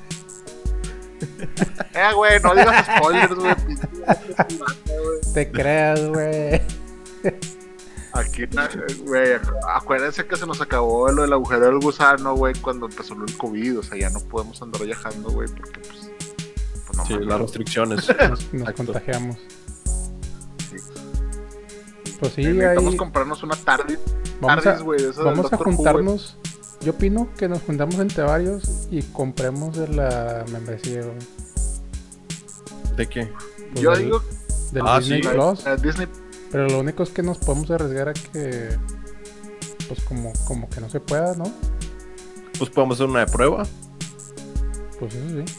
Eh, güey, no digas spoilers, güey. pinche güey. Te creas, güey. Aquí, na- güey, acuérdense que se nos acabó lo del agujero del gusano, güey, cuando empezó el COVID. O sea, ya no podemos andar viajando, güey, porque pues. Pues no Sí, mames. las restricciones. Nos, nos Exacto. contagiamos. Sí. Pues sí, Necesitamos ahí comprarnos una TARDIS, vamos TARDIS, a, güey, de esas del vamos a Doctor Who, güey. juntarnos. Yo opino que nos juntamos entre varios y compremos de la membresía, güey. ¿De qué? Pues Yo del, digo, del Ah, Disney sí. Plus. eh, Disney, Pero lo único es que nos podemos arriesgar a que... Pues como, como que no se pueda, ¿no? Pues podemos hacer una de prueba. Pues eso sí.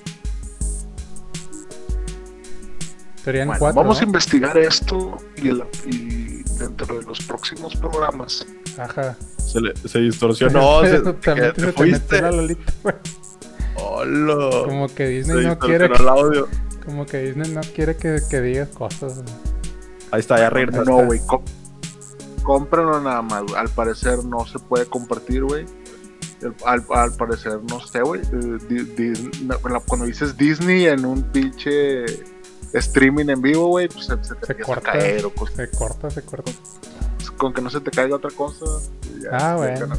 Serían bueno, cuatro, vamos a ¿no? investigar esto y, el- y dentro de los próximos programas. Ajá. Se, le, se distorsionó. se, También te se te fuiste. metió la Lolita, güey. Hola. Como que Se Disney no quiere... distorsionó el audio. Como que Disney no quiere que, que digas cosas, güey. Ahí está, ya regresaste. No, güey, com- cómprenlo nada más, güey. Al parecer no se puede compartir, güey. El- Al, al parecer, no sé, güey. eh, di- di- no, cuando dices Disney en un pinche streaming en vivo, güey, pues se, se te Se empieza corta, a caer o cosas. se corta, se corta. Con que no se te caiga otra cosa. Ya, Ah, ya bueno. ganas.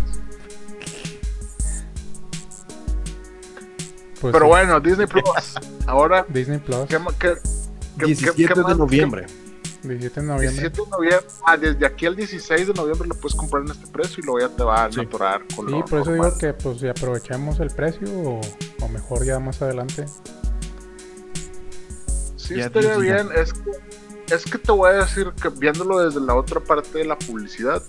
Pues Pero sí, bueno, Disney Plus. Ahora, Disney Plus, ¿qué, ma- qué, qué- diecisiete qué- qué de más- noviembre. diecisiete de noviembre. diecisiete de noviembre. Ah, desde aquí al dieciséis de noviembre lo puedes comprar en este precio y luego ya te va a Sí. naturar con Sí, lo por eso normal. digo que pues si aprovechamos el precio o, o mejor ya más adelante. Sí, Ya estaría diez bien. Es que, es que te voy a decir que viéndolo desde la otra parte de la publicidad,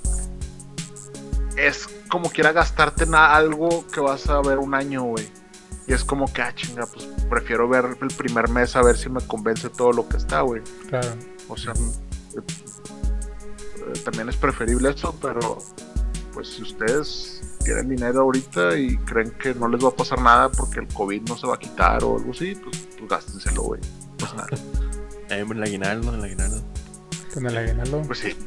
es como quiera gastarte en algo que vas a ver un año, güey. Y es como que, ah, chinga, pues prefiero ver el primer mes a ver si me convence todo lo que está, güey. Claro. O sea, eh, eh, también es preferible eso, pero pues si ustedes tienen dinero ahorita y creen que no les va a pasar nada porque el COVID no se va a quitar o algo así, pues, pues gástenselo, güey. Pues nada. Eh, el aguinaldo, el aguinaldo. Con el aguinaldo. Pues sí.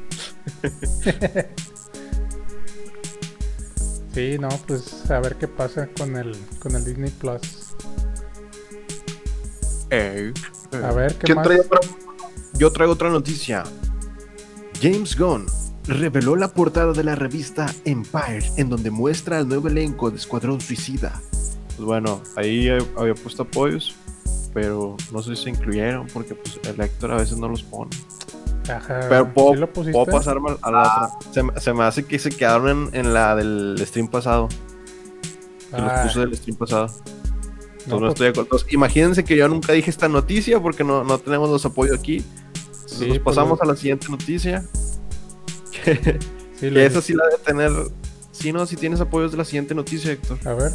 Sí, no, pues a ver qué pasa con el con el Disney Plus. Eh, eh. A ver qué ¿Quién más. traía para Yo traigo otra noticia. James Gunn reveló la portada de la revista Empire, en donde muestra al nuevo elenco de Escuadrón Suicida. Pues bueno, ahí eh, había puesto apoyos, pero no sé si se incluyeron porque pues el lector a veces no los pone. Ajá. Pero puedo, ¿Sí lo pusiste? puedo pasarme a la otra. Se, me- se me hace que se quedaron en, en la del stream pasado. Que los Ah, puse del stream pasado. Entonces no, no, pues, estoy de acuerdo. Entonces, imagínense que yo nunca dije esta noticia porque no, no tenemos los apoyos aquí. Entonces Sí, nos pues, pasamos lo- a la siguiente noticia. Que, sí, que lo- esa sí la debe tener. Sí, no, si tienes apoyos de la siguiente noticia, Héctor. A ver,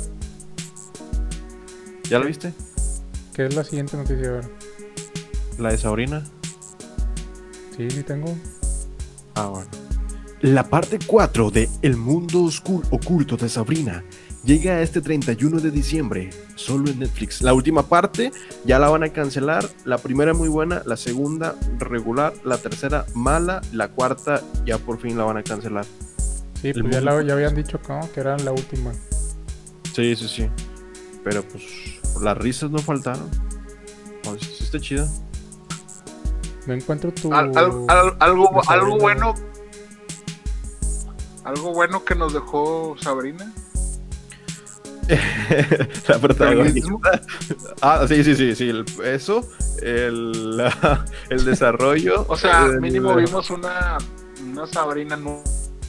¿Ya la viste? ¿qué es la siguiente noticia? A ver. La de Sabrina. Sí, sí tengo. Ah, bueno. La parte cuatro de El Mundo Oscuro Oculto de Sabrina llega este treinta y uno de diciembre, solo en Netflix. La última parte ya la van a cancelar. La primera muy buena, la segunda regular, la tercera mala, la cuarta ya por fin la van a cancelar. Sí, El pues ya, mundo- la- ya habían dicho que, no, que era la última. Sí, sí, sí. Pero pues las risas no faltaron. Pues, sí está chida. No encuentro tu... Al- al- al- algo, tu Sabrina. algo bueno? Algo bueno que nos dejó Sabrina. La ¿Feminismo? protagonista. Ah, sí, sí, sí, sí. el- eso, el, la- el desarrollo. O sea, el- mínimo vimos una, una Sabrina no.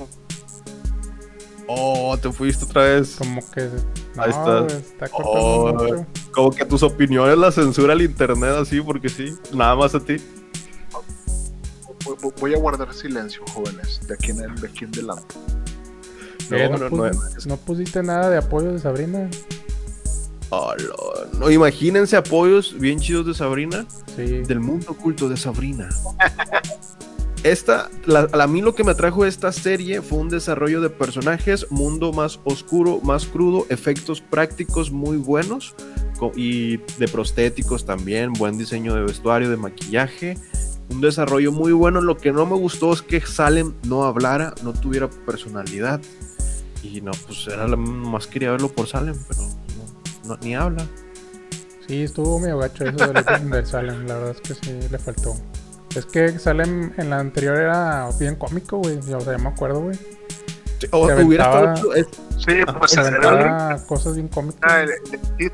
Oh, te fuiste otra vez. Como que... No, Ahí está. está cortando Oh, mucho. Como que tus opiniones las censura el internet así, porque sí. Nada más a ti. Voy- Voy a guardar silencio, jóvenes, de aquí en, el, de aquí en adelante. Eh, No, no, no, no, pus- es- no pusiste nada de apoyo de Sabrina. Oh, no, no, imagínense apoyos bien chidos de Sabrina. Sí. Del mundo oculto de Sabrina. Esta, la, a mí lo que me trajo esta serie fue un desarrollo de personajes, mundo más oscuro, más crudo, efectos prácticos muy buenos co- y de prostéticos también, buen diseño de vestuario, de maquillaje, un desarrollo muy bueno. Lo que no me gustó es que Salem no hablara, no tuviera personalidad y no, pues era la, más quería verlo por Salem, pero no, no- ni habla. Sí, estuvo medio gacho eso del, del Salem. La verdad es que sí, le faltó. Es que Salem en la anterior era bien cómico, güey. O sea, ya me acuerdo, güey. Sí, o Se hubiera aventaba- estado chido, es- Sí, pues Se era el- aventaba cosas bien cómicas. era el- el-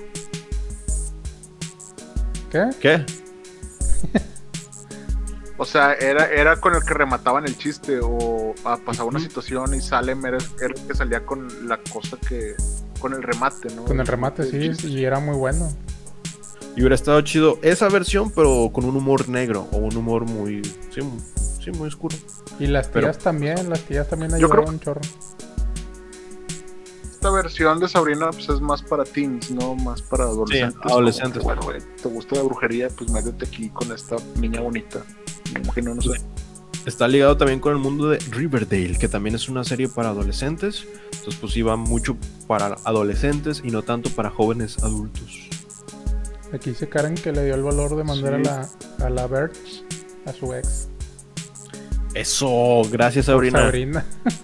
¿Qué? ¿Qué? o sea, era, era con el que remataban el chiste o ah, pasaba una situación y Salem era, era el que salía con la cosa que... con el remate, ¿no? Con el remate, sí, chiste. y era muy bueno. Y hubiera estado chido esa versión, pero con un humor negro o un humor muy, sí, mu- sí, muy oscuro. Y las Pero- tías también, las tías también Yo creo- ayudaron un chorro. Esta versión de Sabrina pues es más para teens, ¿no? Más para adolescentes. adolescentes. Como que, bueno, güey, te gusta la brujería, pues métete aquí con esta niña bonita. Me imagino, no sé. Está ligado también con el mundo de Riverdale, que también es una serie para adolescentes. Entonces pues iba mucho para adolescentes y no tanto para jóvenes adultos. Aquí dice Karen que le dio el valor de mandar Sí. a la a la Birch, a su ex. Eso, gracias Sabrina. Sabrina.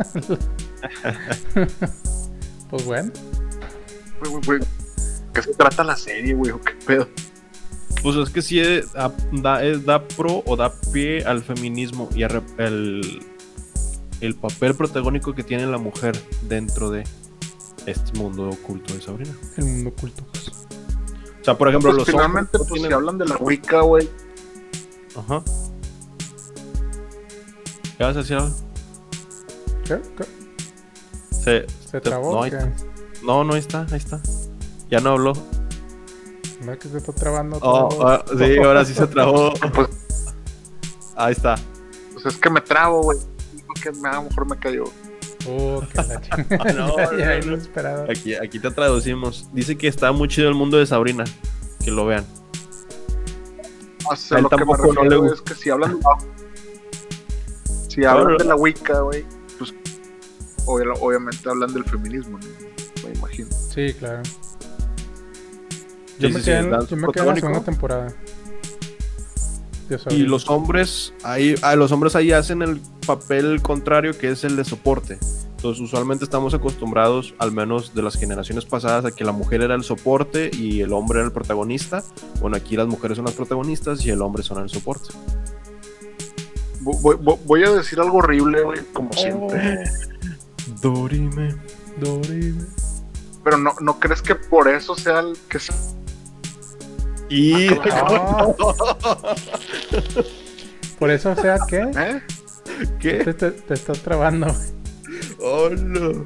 Pues bueno. Güey, güey, güey, ¿qué se trata la serie, güey? ¿O qué pedo? Pues es que sí es, da, es, da pro o da pie al feminismo y a el, el papel protagónico que tiene la mujer dentro de este mundo oculto de Sabrina. El mundo oculto. O sea, por ejemplo, pues los finalmente, hombres pues tienen... si hablan de la Wicca, güey. Ajá. ¿Qué vas a decir algo? ¿Qué? ¿Qué? Se, ¿Se trabó? No, ahí está. No, no, ahí está, ahí está. Ya no habló. No es que se está trabando. Oh, oh, sí, ahora sí se trabó. Pues, ahí está. Pues es que me trabo, güey. Que a lo mejor me cayó. Oh, que la chingada. No, ya no, no esperaba. Aquí, aquí te traducimos. Dice que está muy chido el mundo de Sabrina. Que lo vean. O sea, lo que me refiero no le... es que si hablan si hablan de la Wicca, güey, pues ob- obviamente hablan del feminismo, ¿no? Me imagino. Sí, claro. Yo Sí, me sí, quedé, sí, en, yo me quedé en la segunda temporada. Y los hombres ahí, ah, los hombres ahí hacen el papel contrario, que es el de soporte. Entonces usualmente estamos acostumbrados, al menos de las generaciones pasadas, a que la mujer era el soporte y el hombre era el protagonista. Bueno, aquí las mujeres son las protagonistas y el hombre son el soporte. Voy, voy, voy a decir algo horrible, güey, como oh. siempre. Dorime, Dorime. Pero no, ¿no crees que por eso sea el que se... Y... Oh. ¿Por eso sea qué? ¿Eh? ¿Qué? Te, te, te estás trabando. Oh, no.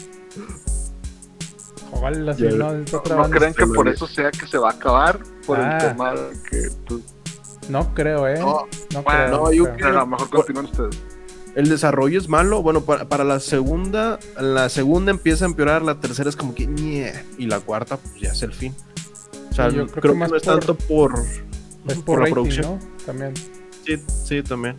Ojalá, si no, no, no creen que por eso sea que se va a acabar por ah. el tema de que pues... no creo, eh no, no bueno, creo, no, yo creo. Pero a lo mejor continúen ustedes. El desarrollo es malo. Bueno, para, para la segunda, la segunda empieza a empeorar, la tercera es como que ñe, y la cuarta pues ya es el fin. O sea, yo creo, creo que, que no es tanto por es por, por rating, la producción, ¿no? También. Sí, sí, también.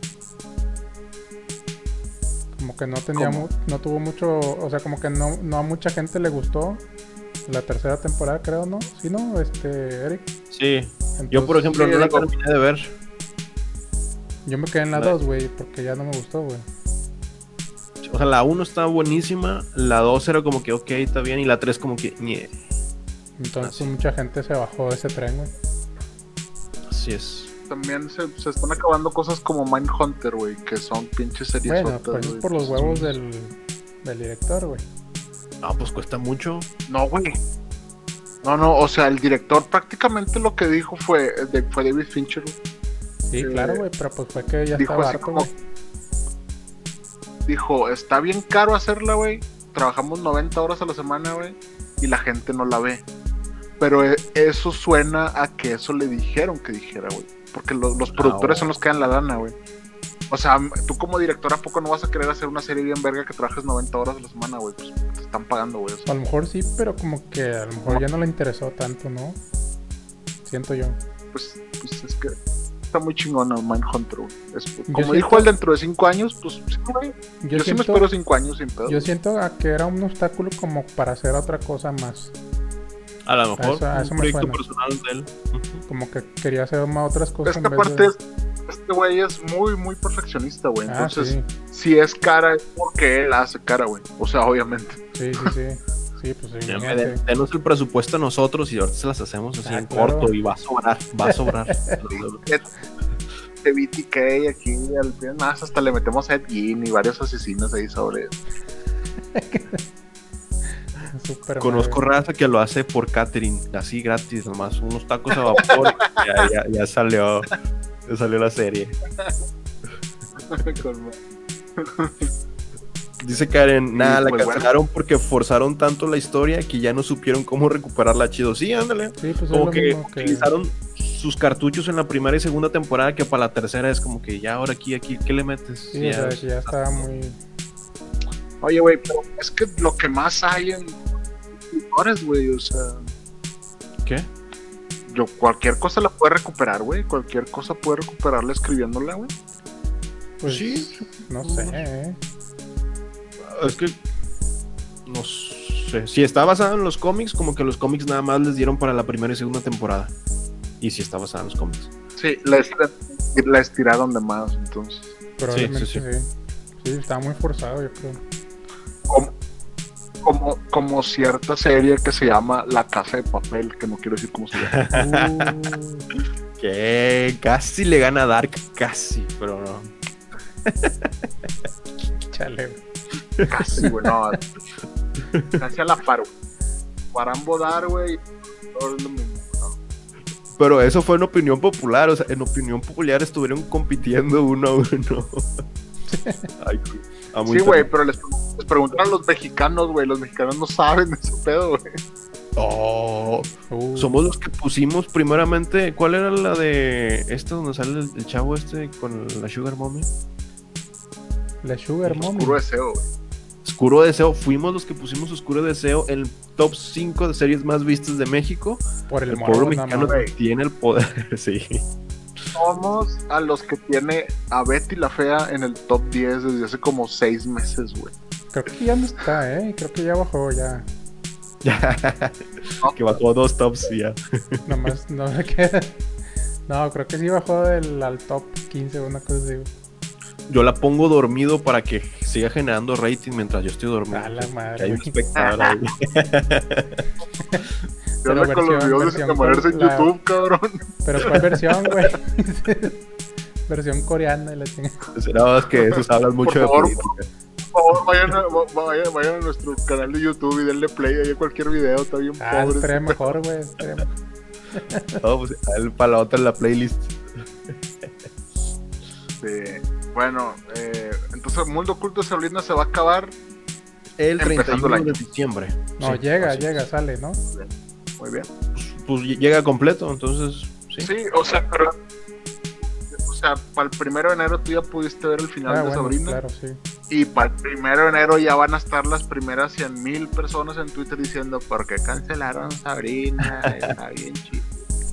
Como que no tenía mu- no tuvo mucho, o sea, como que no, no a mucha gente le gustó la tercera temporada, creo, ¿no? Sí, ¿no? Este, Eric. Sí. Entonces, yo, por ejemplo, sí, no la terminé de ver. Yo me quedé en la dos, güey, porque ya no me gustó, güey. O sea, la uno estaba buenísima, la dos era como que ok, está bien, y la tres como que ñe. Entonces Así. mucha gente se bajó de ese tren, güey. Así es. También se, se están acabando cosas como Mindhunter, güey, que son pinches series. Bueno, sotas, pues es por los huevos del, del director, güey. Ah, pues cuesta mucho. No, güey. No, no, o sea, el director prácticamente lo que dijo fue, de, fue David Fincher, güey. Sí, eh, claro, güey, pero pues fue que ya dijo estaba así harto, como, dijo, está bien caro hacerla, güey. Trabajamos noventa horas a la semana, güey, y la gente no la ve. Pero eso suena a que eso le dijeron que dijera, güey. Porque lo, los productores ah, son los que dan la lana, güey. O sea, tú como director, ¿a poco no vas a querer hacer una serie bien verga que trabajes noventa horas a la semana, güey? Pues te están pagando, güey. O sea. A lo mejor sí, pero como que a lo mejor ya no le interesó tanto, ¿no? Siento yo. Pues, pues es que está muy chingona Mindhunter, güey. Es, como siento, dijo él, dentro de cinco años, pues sí, güey. Yo, yo siento, sí me espero cinco años sin pedo. Yo siento a que era un obstáculo como para hacer otra cosa más. A lo mejor, a eso, a eso un proyecto personal de él. Como que quería hacer más otras cosas. Esta en parte vez de... es, este güey es muy, muy perfeccionista, güey. Ah, Entonces, sí. si es cara, es porque él hace cara, güey. O sea, obviamente. Sí, sí, sí. Sí, pues sí. Denos el presupuesto a nosotros y ahorita se las hacemos así ah, en claro. corto y va a sobrar, va a sobrar. De B T K aquí, al final más hasta le metemos a Ed Gein y varios asesinos ahí sobre él. Super Conozco madre. Raza que lo hace por catering, así gratis, nomás unos tacos a vapor y ya, ya, ya salió, ya salió la serie. Dice Karen, nada, sí, pues la cancelaron bueno. porque forzaron tanto la historia que ya no supieron cómo recuperarla chido. Sí, ándale. Sí, pues como es que, que utilizaron sus cartuchos en la primera y segunda temporada, que para la tercera es como que ya ahora aquí, aquí, ¿qué le metes? Sí, ya, o sea, que ya estaba muy... Oye, güey, pero es que lo que más hay en horas, güey, o sea... ¿Qué? Yo, cualquier cosa la puede recuperar, güey. Cualquier cosa puede recuperarla escribiéndola, güey. Pues sí. No sé, ¿eh? Es que... No sé. Si está basado en los cómics, como que los cómics nada más les dieron para la primera y segunda temporada. Y si está basado en los cómics. Sí, la, estir- la estiraron de más, entonces. Probablemente sí, sí, sí. Sí, sí estaba muy forzado, yo creo. Como, como, como cierta serie que se llama La Casa de Papel, que no quiero decir cómo se llama. Uh, que casi le gana a Dark, casi, pero no. Chale. Casi, güey, no. Casi a la paro. Para ambos dar, güey, todo es lo mismo, ¿no? Pero eso fue en opinión popular, o sea, en opinión popular estuvieron compitiendo uno a uno. Ay, a sí, güey, pero les, les preguntan a los mexicanos, güey, los mexicanos no saben de ese pedo, güey. Oh, Uh. somos los que pusimos primeramente, ¿cuál era la de esta donde sale el, el chavo este con la Sugar Mommy? La Sugar Mommy. Oscuro Deseo, güey. Oscuro Deseo, fuimos los que pusimos Oscuro Deseo en el top cinco de series más vistas de México. Por el, El morbo, pueblo nada mexicano más. tiene el poder, sí. Somos a los que tiene a Betty la Fea en el top diez desde hace como seis meses, güey. Creo que ya no está, ¿eh? Creo que ya bajó, ya. Que bajó dos tops y ya. Nomás no me queda. No, creo que sí bajó del, al top quince o una cosa así. Yo la pongo dormido para que siga generando rating mientras yo estoy dormido. A la madre. Que hay un espectador ahí. Yo ando con los videos de ponerse en la... YouTube, cabrón. Pero ¿cuál versión, güey? Versión coreana y la chingada. No, es que esos hablan mucho Por de favor, política. Por favor, vayan a, vayan, vayan a nuestro canal de YouTube y denle play ahí a cualquier video, está bien Ah, pobre. estaría mejor, güey. Estaría mejor. No, pues el para la otra en la playlist. Sí. Bueno, eh, entonces Mundo Oculto de Sabrina se va a acabar. El treinta y Empezando uno el de año. diciembre. No, Sí, llega, así. llega, sale, ¿no? Muy bien. Pues, pues llega completo, entonces sí. Sí, o sea, pero. O sea, para el primero de enero tú ya pudiste ver el final Ah, de bueno, Sabrina. claro, sí. Y para el primero de enero ya van a estar las primeras cien mil personas en Twitter diciendo ¿por qué cancelaron Sabrina? Está bien chido.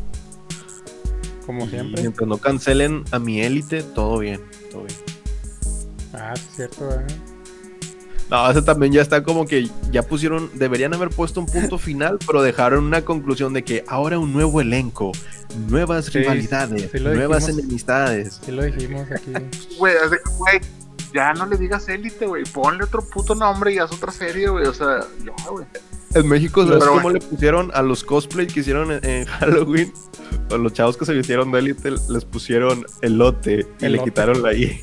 Como Y siempre. mientras no cancelen a mi élite, todo bien, todo bien. Ah, sí, es cierto, ¿eh? No, ese también ya está como que ya pusieron, deberían haber puesto un punto final, pero dejaron una conclusión de que ahora un nuevo elenco, nuevas Sí, rivalidades, sí lo nuevas dijimos. enemistades. Sí lo dijimos aquí. Güey, es de- güey, ya no le digas élite, güey. Ponle otro puto nombre y haz otra serie, güey. O sea, ya, güey. En México, ¿sabes Pero cómo bueno. le pusieron a los cosplay que hicieron en, en Halloween? A los chavos que se vistieron de élite les pusieron elote y le Elote. quitaron la I.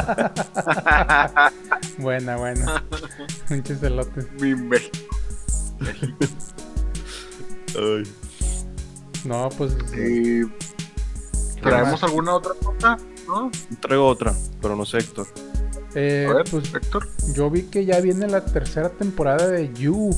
Buena, buena. Pinches elotes. Mi México. Ay. No, pues. Y... ¿Traemos alguna otra cosa? ¿No? Traigo otra, pero no sé, Héctor. Eh, A ver, pues Héctor. yo vi que ya viene la tercera temporada de You.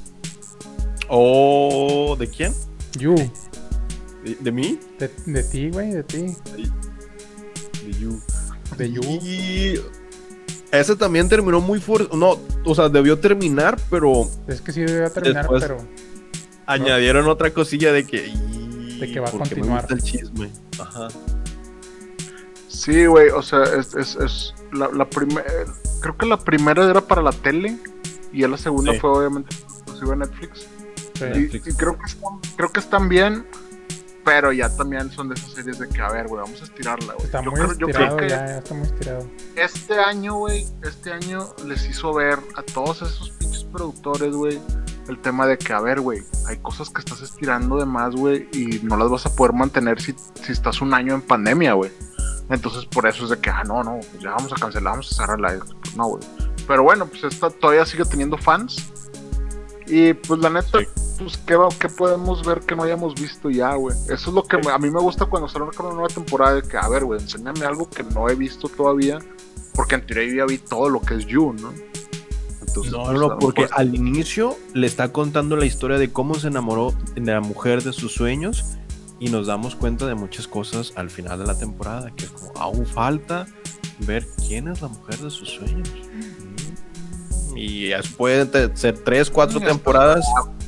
Oh, ¿de quién? You. ¿De, de mí? De, de ti, güey, de ti. De You. De You. Y ese también terminó muy fuerte. No, o sea, debió terminar, pero Es que sí debió terminar, Después- pero. añadieron otra cosilla de que. y- De que va a porque me continuar. gusta el chisme. Ajá. Sí, güey, o sea, es, es, es la, la primera, creo que la primera era para la tele y ya la segunda Sí. fue obviamente exclusiva de Netflix. Sí. Y, Netflix. y creo que están, creo que están bien, pero ya también son de esas series de que, a ver, güey, vamos a estirarla, güey. Está Yo muy creo- yo creo estirado que ya, ya está muy estirado. este año, güey, este año les hizo ver a todos esos pinches productores, güey, el tema de que, a ver, güey, hay cosas que estás estirando de más, güey, y no las vas a poder mantener si, si estás un año en pandemia, güey. Entonces, por eso es de que, ah, no, no, pues ya vamos a cancelar, vamos a cerrarla. Pues no, güey. Pero bueno, pues esta todavía sigue teniendo fans. Y pues la neta, Sí. pues ¿qué, va- qué podemos ver que no hayamos visto ya, güey? Eso es lo que me- a mí me gusta cuando sale una nueva temporada, de que, a ver, güey, enséñame algo que no he visto todavía. Porque en teoría yo ya vi todo lo que es You, ¿no? Entonces, No, pues, a no, lo porque mejor- al inicio le está contando la historia de cómo se enamoró de la mujer de sus sueños y nos damos cuenta de muchas cosas al final de la temporada, que es como, aún falta ver quién es la mujer de sus sueños. Mm. Y ya pueden te- ser tres, cuatro Sí, temporadas.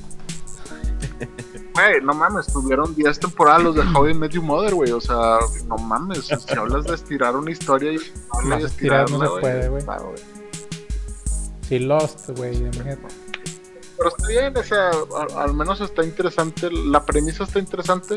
Güey, no mames, tuvieron diez temporadas los de How I Met Your Mother, güey. O sea, no mames, si hablas de estirar una historia y Más y estirar no se estirarla, puede, güey. claro, güey. Sí, Lost, güey, imagínate. Pero está bien, o sea, al, al menos está interesante, la premisa está interesante.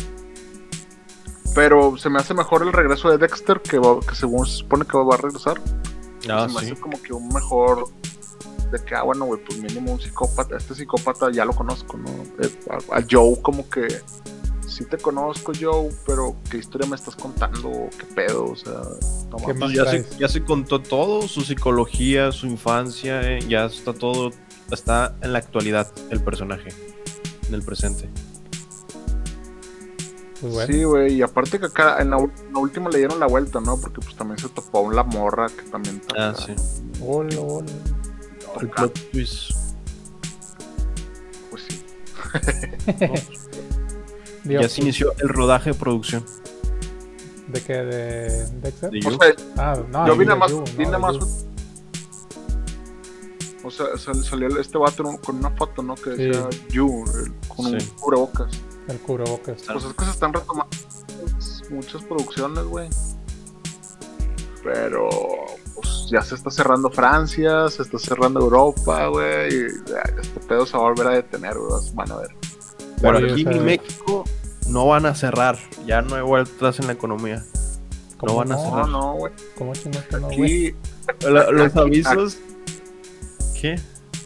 Pero se me hace mejor el regreso de Dexter, que, va- que según se supone que va a regresar. Ah, se me sí. hace como que un mejor de que, ah, bueno, güey, pues mínimo un psicópata, este psicópata ya lo conozco, ¿no? Eh, a, a Joe como que, sí te conozco, Joe, pero ¿qué historia me estás contando? ¿Qué pedo? O sea, no ¿Qué mames. más Ya se, traes? ya se contó todo, su psicología, su infancia, eh, ya está todo, está en la actualidad el personaje, en el presente. Pues bueno, Sí, güey, y aparte que acá en la, ul- en la última le dieron la vuelta, ¿no? Porque pues también se topó a la morra que también está... Ah, sí. hola, hola. El plot twist. Pues sí. Digo, Ya pues, se inició el rodaje de producción. ¿de qué? ¿De Dexter? De O You. sea, Ah, no, yo vi de nada más, You, vi no, nada de más You. O sea, sal- salió este vato con una foto, ¿no? Que decía You, el- con un Sí. cubrebocas. El cubrebocas. Pues es que se están retomando muchas, muchas producciones, güey. Pero pues ya se está cerrando Francia, se está cerrando Europa, güey. Y ya, este pedo se va a volver a detener, güey. Van a ver. Pero Sí, aquí o sea, en México no van a cerrar. Ya no hay vueltas en la economía. ¿Cómo no van a No, cerrar. no, güey. ¿Cómo chingados que no, güey? Aquí. La- los aquí- avisos. ¿Qué?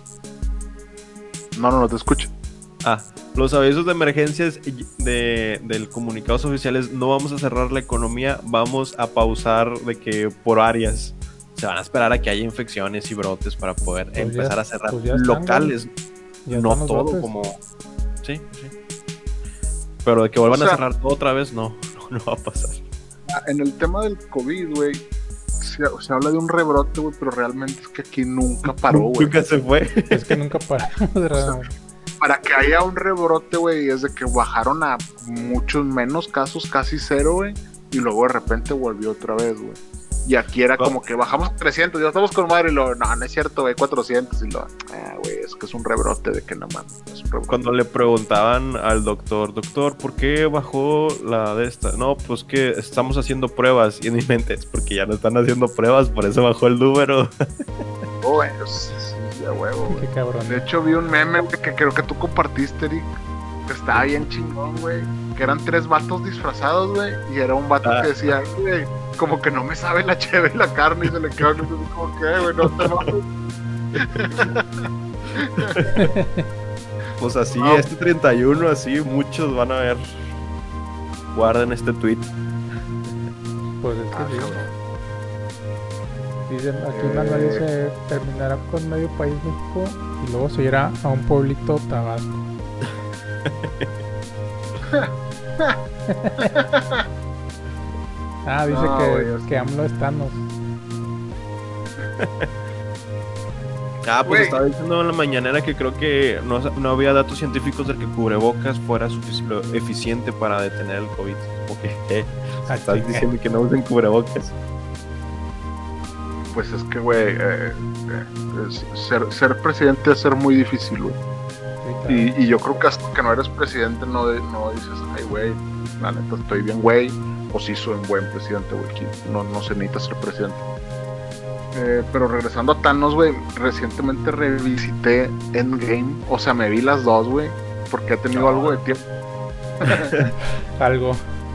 No, no, no te escucho. Ah, los avisos de emergencias de, del comunicados oficiales, no vamos a cerrar la economía, vamos a pausar de que por áreas. Se van a esperar a que haya infecciones y brotes para poder Pues ya- empezar a cerrar pues ya están, locales, Ya no están los todo brotes. como... Sí, sí. Pero de que vuelvan O sea- a cerrar todo otra vez, no, no, no va a pasar. En el tema del COVID, güey, se, se habla de un rebrote, güey, pero realmente es que aquí nunca paró, güey. Nunca se fue. Es que nunca paramos de sea, Para que haya un rebrote, güey, es de que bajaron a muchos menos casos, casi cero, güey, y luego de repente volvió otra vez, güey. Y aquí era como que bajamos trescientos, ya estamos con madre, y lo, no, no es cierto, güey, cuatrocientos, y lo, ah, güey, es que es un rebrote de que no mames, es un rebrote. Cuando le preguntaban al doctor, doctor, ¿por qué bajó la de esta? No, pues que estamos haciendo pruebas. Y en mi mente es porque ya no están haciendo pruebas, por eso bajó el número. Oh, güey, sí, sí, de huevo, güey. Qué cabrón. De hecho, vi un meme, güey, que creo que tú compartiste, Eric, que estaba bien chingón, güey, que eran tres vatos disfrazados, güey, y era un vato Ah. que decía, güey, como que no me sabe la cheve y la carne, y se le quedó así como que, güey, no te mames. Pues así, Wow. este treinta y uno, así, muchos van a ver. Guarden este tweet. Pues es que Ah, sí. cabrón. Dicen, aquí Eh. Manuel dice, terminará con medio país México y luego se irá a un pueblito Tabasco. Ah, dice No, que, güey, o sea- que AMLO es Thanos. Ah, pues Güey. estaba diciendo en la mañanera que creo que no, no había datos científicos de que cubrebocas fuera sufici- lo eficiente para detener el COVID. Como que, eh, Ah, estás chinga. diciendo que no usen cubrebocas. Pues es que, güey, eh, eh, es- ser, ser presidente es ser muy difícil, güey. Sí, claro. Y, y yo creo que hasta que no eres presidente no, de- no dices, ay, güey, la neta estoy bien, güey, o sí soy un buen presidente, güey, que no, no se necesita ser presidente. Eh, pero regresando a Thanos, güey, recientemente revisité Endgame, o sea, me vi las dos, güey, porque he tenido Ah. algo de tiempo. Algo.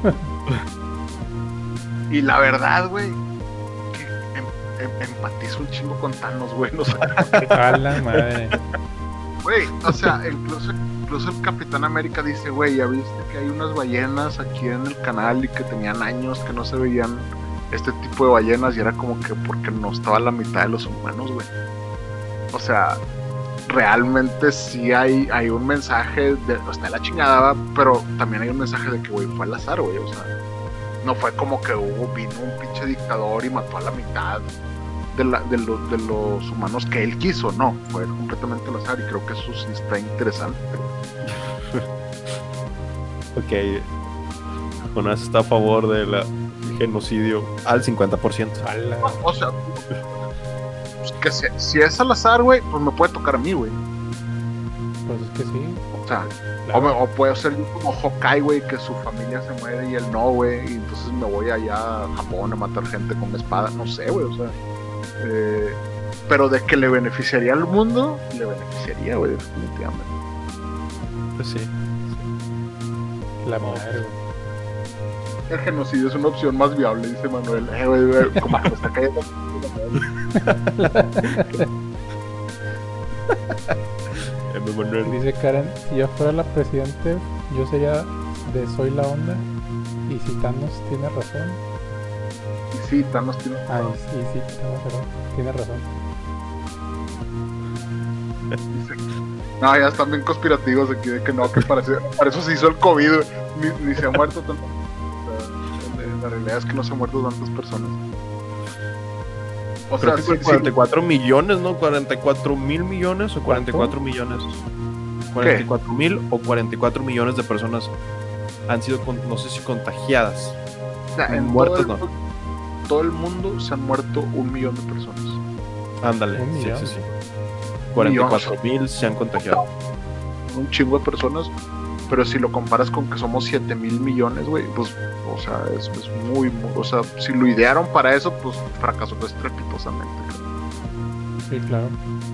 Y la verdad, güey, que em- em- empatizo un chingo con Thanos, güey, no sé. A la madre. Güey, o sea, incluso, incluso el Capitán América dice, güey, ya viste que hay unas ballenas aquí en el canal y que tenían años que no se veían este tipo de ballenas y era como que porque no estaba la mitad de los humanos, güey. O sea, realmente sí hay, hay un mensaje de, o sea, de la chingada, pero también hay un mensaje de que, güey, fue al azar, güey, o sea, no fue como que hubo, vino un pinche dictador y mató a la mitad de, la, de, los, de los humanos que él quiso, no, fue completamente al azar y creo que eso sí está interesante. Ok. Jonás está a favor del genocidio al cincuenta por ciento. A la- O sea, pues que si, si es al azar, güey, pues me puede tocar a mí, güey. Pues es que sí. O sea, claro. o, me- o puedo ser yo como Hawkeye, güey, que su familia se muere y él no, güey, y entonces me voy allá a Japón a matar gente con espada, no sé, güey, o sea. eh, pero de que le beneficiaría al mundo, le beneficiaría, güey, definitivamente. Pues sí. La madre, güey. El genocidio es una opción más viable, dice Manuel. Eh, güey, güey, como que me está cayendo. Dice Karen, si yo fuera la presidente, yo sería de Soy la Onda. Y si Thanos tiene razón. Y sí, Thanos tiene razón. Ah, y, y sí, Thanos perdón, tiene razón. No, ya están bien conspirativos aquí de que no, que parece, para eso se hizo el COVID, ni, ni se ha muerto tanto. La realidad es que no se han muerto tantas personas. O sea, sí, cuarenta y cuatro sí. millones, ¿no? cuarenta y cuatro mil millones o cuarenta y cuatro millones. cuarenta y cuatro mil o cuarenta y cuatro millones de personas han sido, no sé si contagiadas. O sea, en muertos, todo el, no. Todo el mundo se han muerto un millón de personas. Ándale, sí, sí, sí. cuarenta y cuatro mil se han contagiado. Un chingo de personas, pero si lo comparas con que somos siete mil millones, güey, pues, o sea, es, es muy, muy, o sea, si lo idearon para eso, pues fracasó estrepitosamente. Sí, claro.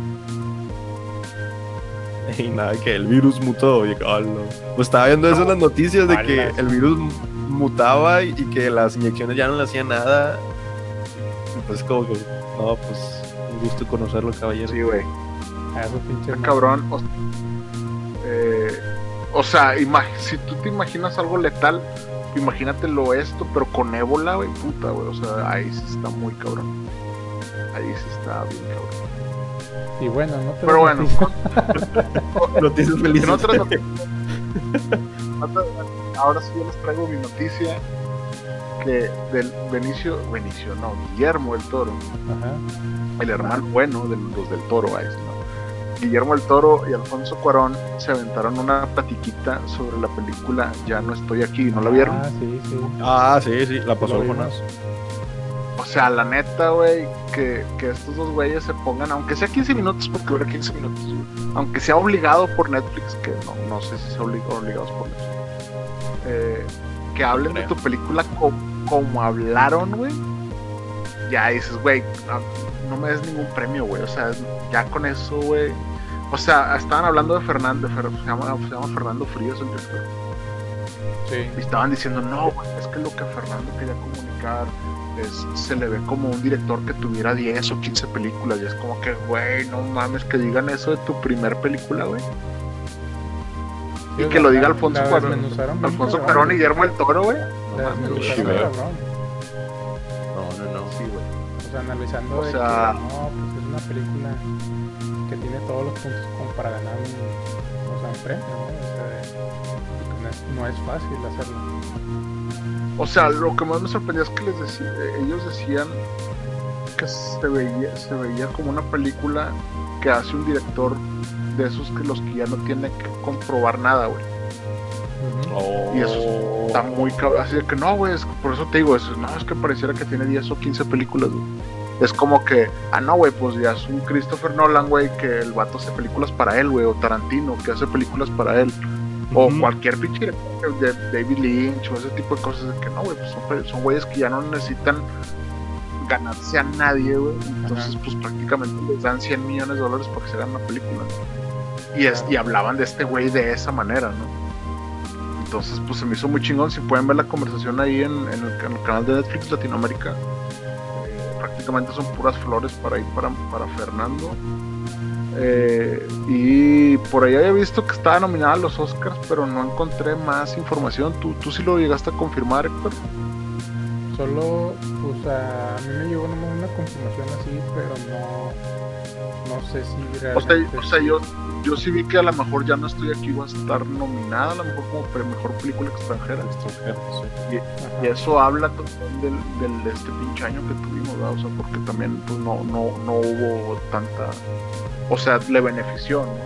Y nada, que el virus mutó. Y, oh, no. Pues estaba viendo eso en las noticias de que el virus mutaba y, y que las inyecciones ya no le hacían nada. Entonces, como que, no, pues, un gusto conocerlo, caballero. Sí, güey. Ah, eso pinche. Está cabrón. O, eh, o sea, si tú te imaginas algo letal, imagínatelo esto, pero con ébola, güey, puta, güey. O sea, ahí sí está muy cabrón. Ahí sí está bien cabrón. Y bueno, no te Pero bueno, noticias felices. Otras noticias. Ahora sí yo les traigo mi noticia que del Benicio, Benicio, no, Guillermo del Toro, ajá, el hermano bueno de los del Toro, ahí, ¿no? Guillermo del Toro y Alfonso Cuarón se aventaron una platiquita sobre la película Ya no estoy aquí, ¿no la vieron? Ah, sí, sí. Ah, sí, sí, la pasó Jonás. O sea, la neta, güey, que, que estos dos güeyes se pongan, aunque sea quince minutos, porque dura quince minutos, güey, aunque sea obligado por Netflix, que no, no sé si sea obligado, obligados por Netflix, eh, que hablen de tu película como, como hablaron, güey, ya dices, güey, no, no me des ningún premio, güey, o sea, ya con eso, güey, o sea, estaban hablando de Fernando, Fer, se, llama, se llama Fernando Frías, el director, sí, y estaban diciendo, no, güey, es que lo que Fernando quería comunicar es, se le ve como un director que tuviera diez o quince películas, y es como que, güey, no mames, que digan eso de tu primer película, güey. Sí, y que lo diga Alfonso Cuarón, Alfonso Cuarón y Guillermo del Toro, güey. No, no, no, no, sí, güey. O sea, analizando o de sea, que, no, pues es una película que tiene todos los puntos como para ganar un, o sea, un premio, ¿no? O sea, no es, no es fácil hacerlo. O sea, lo que más me sorprendió es que les decía, ellos decían que se veía, se veía como una película que hace un director de esos que los que ya no tienen que comprobar nada, güey. Oh. Y eso está muy cabrón. Así de que no, güey, por eso te digo, eso, no, es que pareciera que tiene diez o quince películas, güey. Es como que, ah, no, güey, pues ya es un Christopher Nolan, güey, que el vato hace películas para él, güey, o Tarantino, que hace películas para él. O uh-huh. cualquier pinche de David Lynch o ese tipo de cosas, de que no, güey, pues son, son güeyes que ya no necesitan ganarse a nadie, güey. Entonces, uh-huh. pues prácticamente les dan cien millones de dólares para que se hagan una película, ¿no? Y, es, y hablaban de este güey de esa manera, ¿no? Entonces, pues se me hizo muy chingón. Si pueden ver la conversación ahí en, en, el, en el canal de Netflix Latinoamérica, eh, prácticamente son puras flores para ir para, para Fernando. Eh, y por ahí había visto que estaba nominada a los Oscars, pero no encontré más información. ¿Tú, tú sí lo llegaste a confirmar, Héctor? Solo, pues a, a mí me llegó nomás una confirmación así, pero no, no sé si realmente... O sea, o sea yo, yo sí vi que a lo mejor Ya no estoy aquí va a estar nominada, a lo mejor como mejor película extranjera. extranjera sí. y, y eso habla del, del de este pinche año que tuvimos, ¿verdad? O sea, porque también pues, no, no, no hubo tanta... O sea, le benefició, ¿no?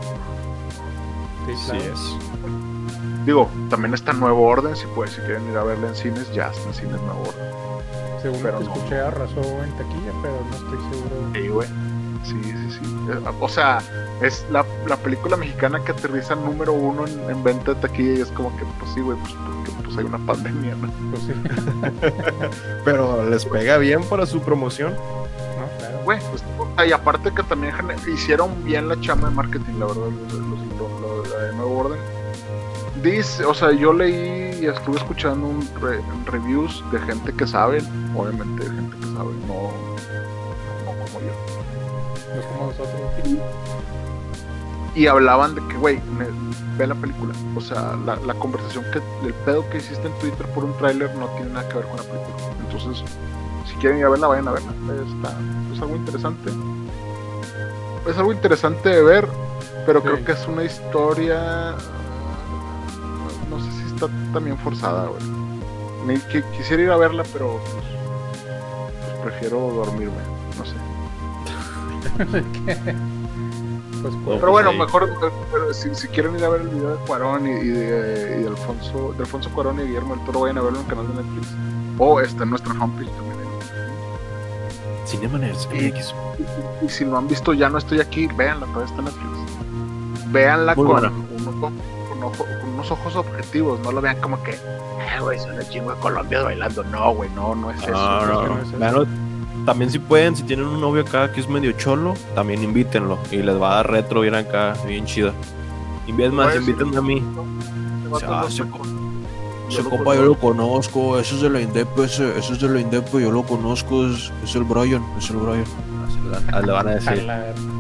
Sí, claro. Sí es. Digo, también está Nuevo Orden, si pueden, si quieren ir a verla en cines, ya está en cines Nuevo Orden. Según pero lo que no. escuché, arrasó en taquilla, pero no estoy seguro. Sí, güey. Sí, sí, sí. O sea, es la, la película mexicana que aterriza número uno en, en venta de taquilla y es como que, pues sí, güey, pues porque pues hay una pandemia, ¿no? Pues sí. Pero les pega bien para su promoción. No, claro. Güey, pues, y aparte que también hicieron bien la chamba de marketing, la verdad, los, los, los, los, la de Nuevo Orden. Dice, o sea, yo leí y estuve escuchando un re, reviews de gente que sabe, obviamente de gente que sabe, no, no como yo. No como nosotros. Y hablaban de que, güey, ve la película. O sea, la, la conversación, que el pedo que hiciste en Twitter por un tráiler no tiene nada que ver con la película. Entonces, si quieren ir a verla, vayan a verla. Está, es algo interesante. Es algo interesante de ver, pero sí. Creo que es una historia... No sé si está también forzada, güey. Me, que, quisiera ir a verla, pero pues, pues prefiero dormirme. No sé. Pues, pero bueno, mejor pero si, si quieren ir a ver el video de Cuarón y, y, de, y de Alfonso de Alfonso Cuarón y Guillermo del Toro, vayan a verlo en el canal de Netflix o está en nuestra fanpage también. Cinema Nerds y, X. Y, y si no han visto Ya no estoy aquí, véanla, todavía está en Netflix. Véanla con, uno, con, ojo, con unos ojos objetivos, no lo vean como que, eh, güey, son el chingo de Colombia bailando. No, güey, no, no es eso. No, no, no, no es eso. Claro. También si pueden, si tienen un novio acá que es medio cholo, también invítenlo y les va a dar retro bien acá, bien chida. Y es más, invítenme a mí. O sea, ese, ese compa yo lo conozco, eso es de la Indepe, ese, eso es de la Indepe, yo lo conozco, es, es el Brian, es el Brian. Así le van a decir.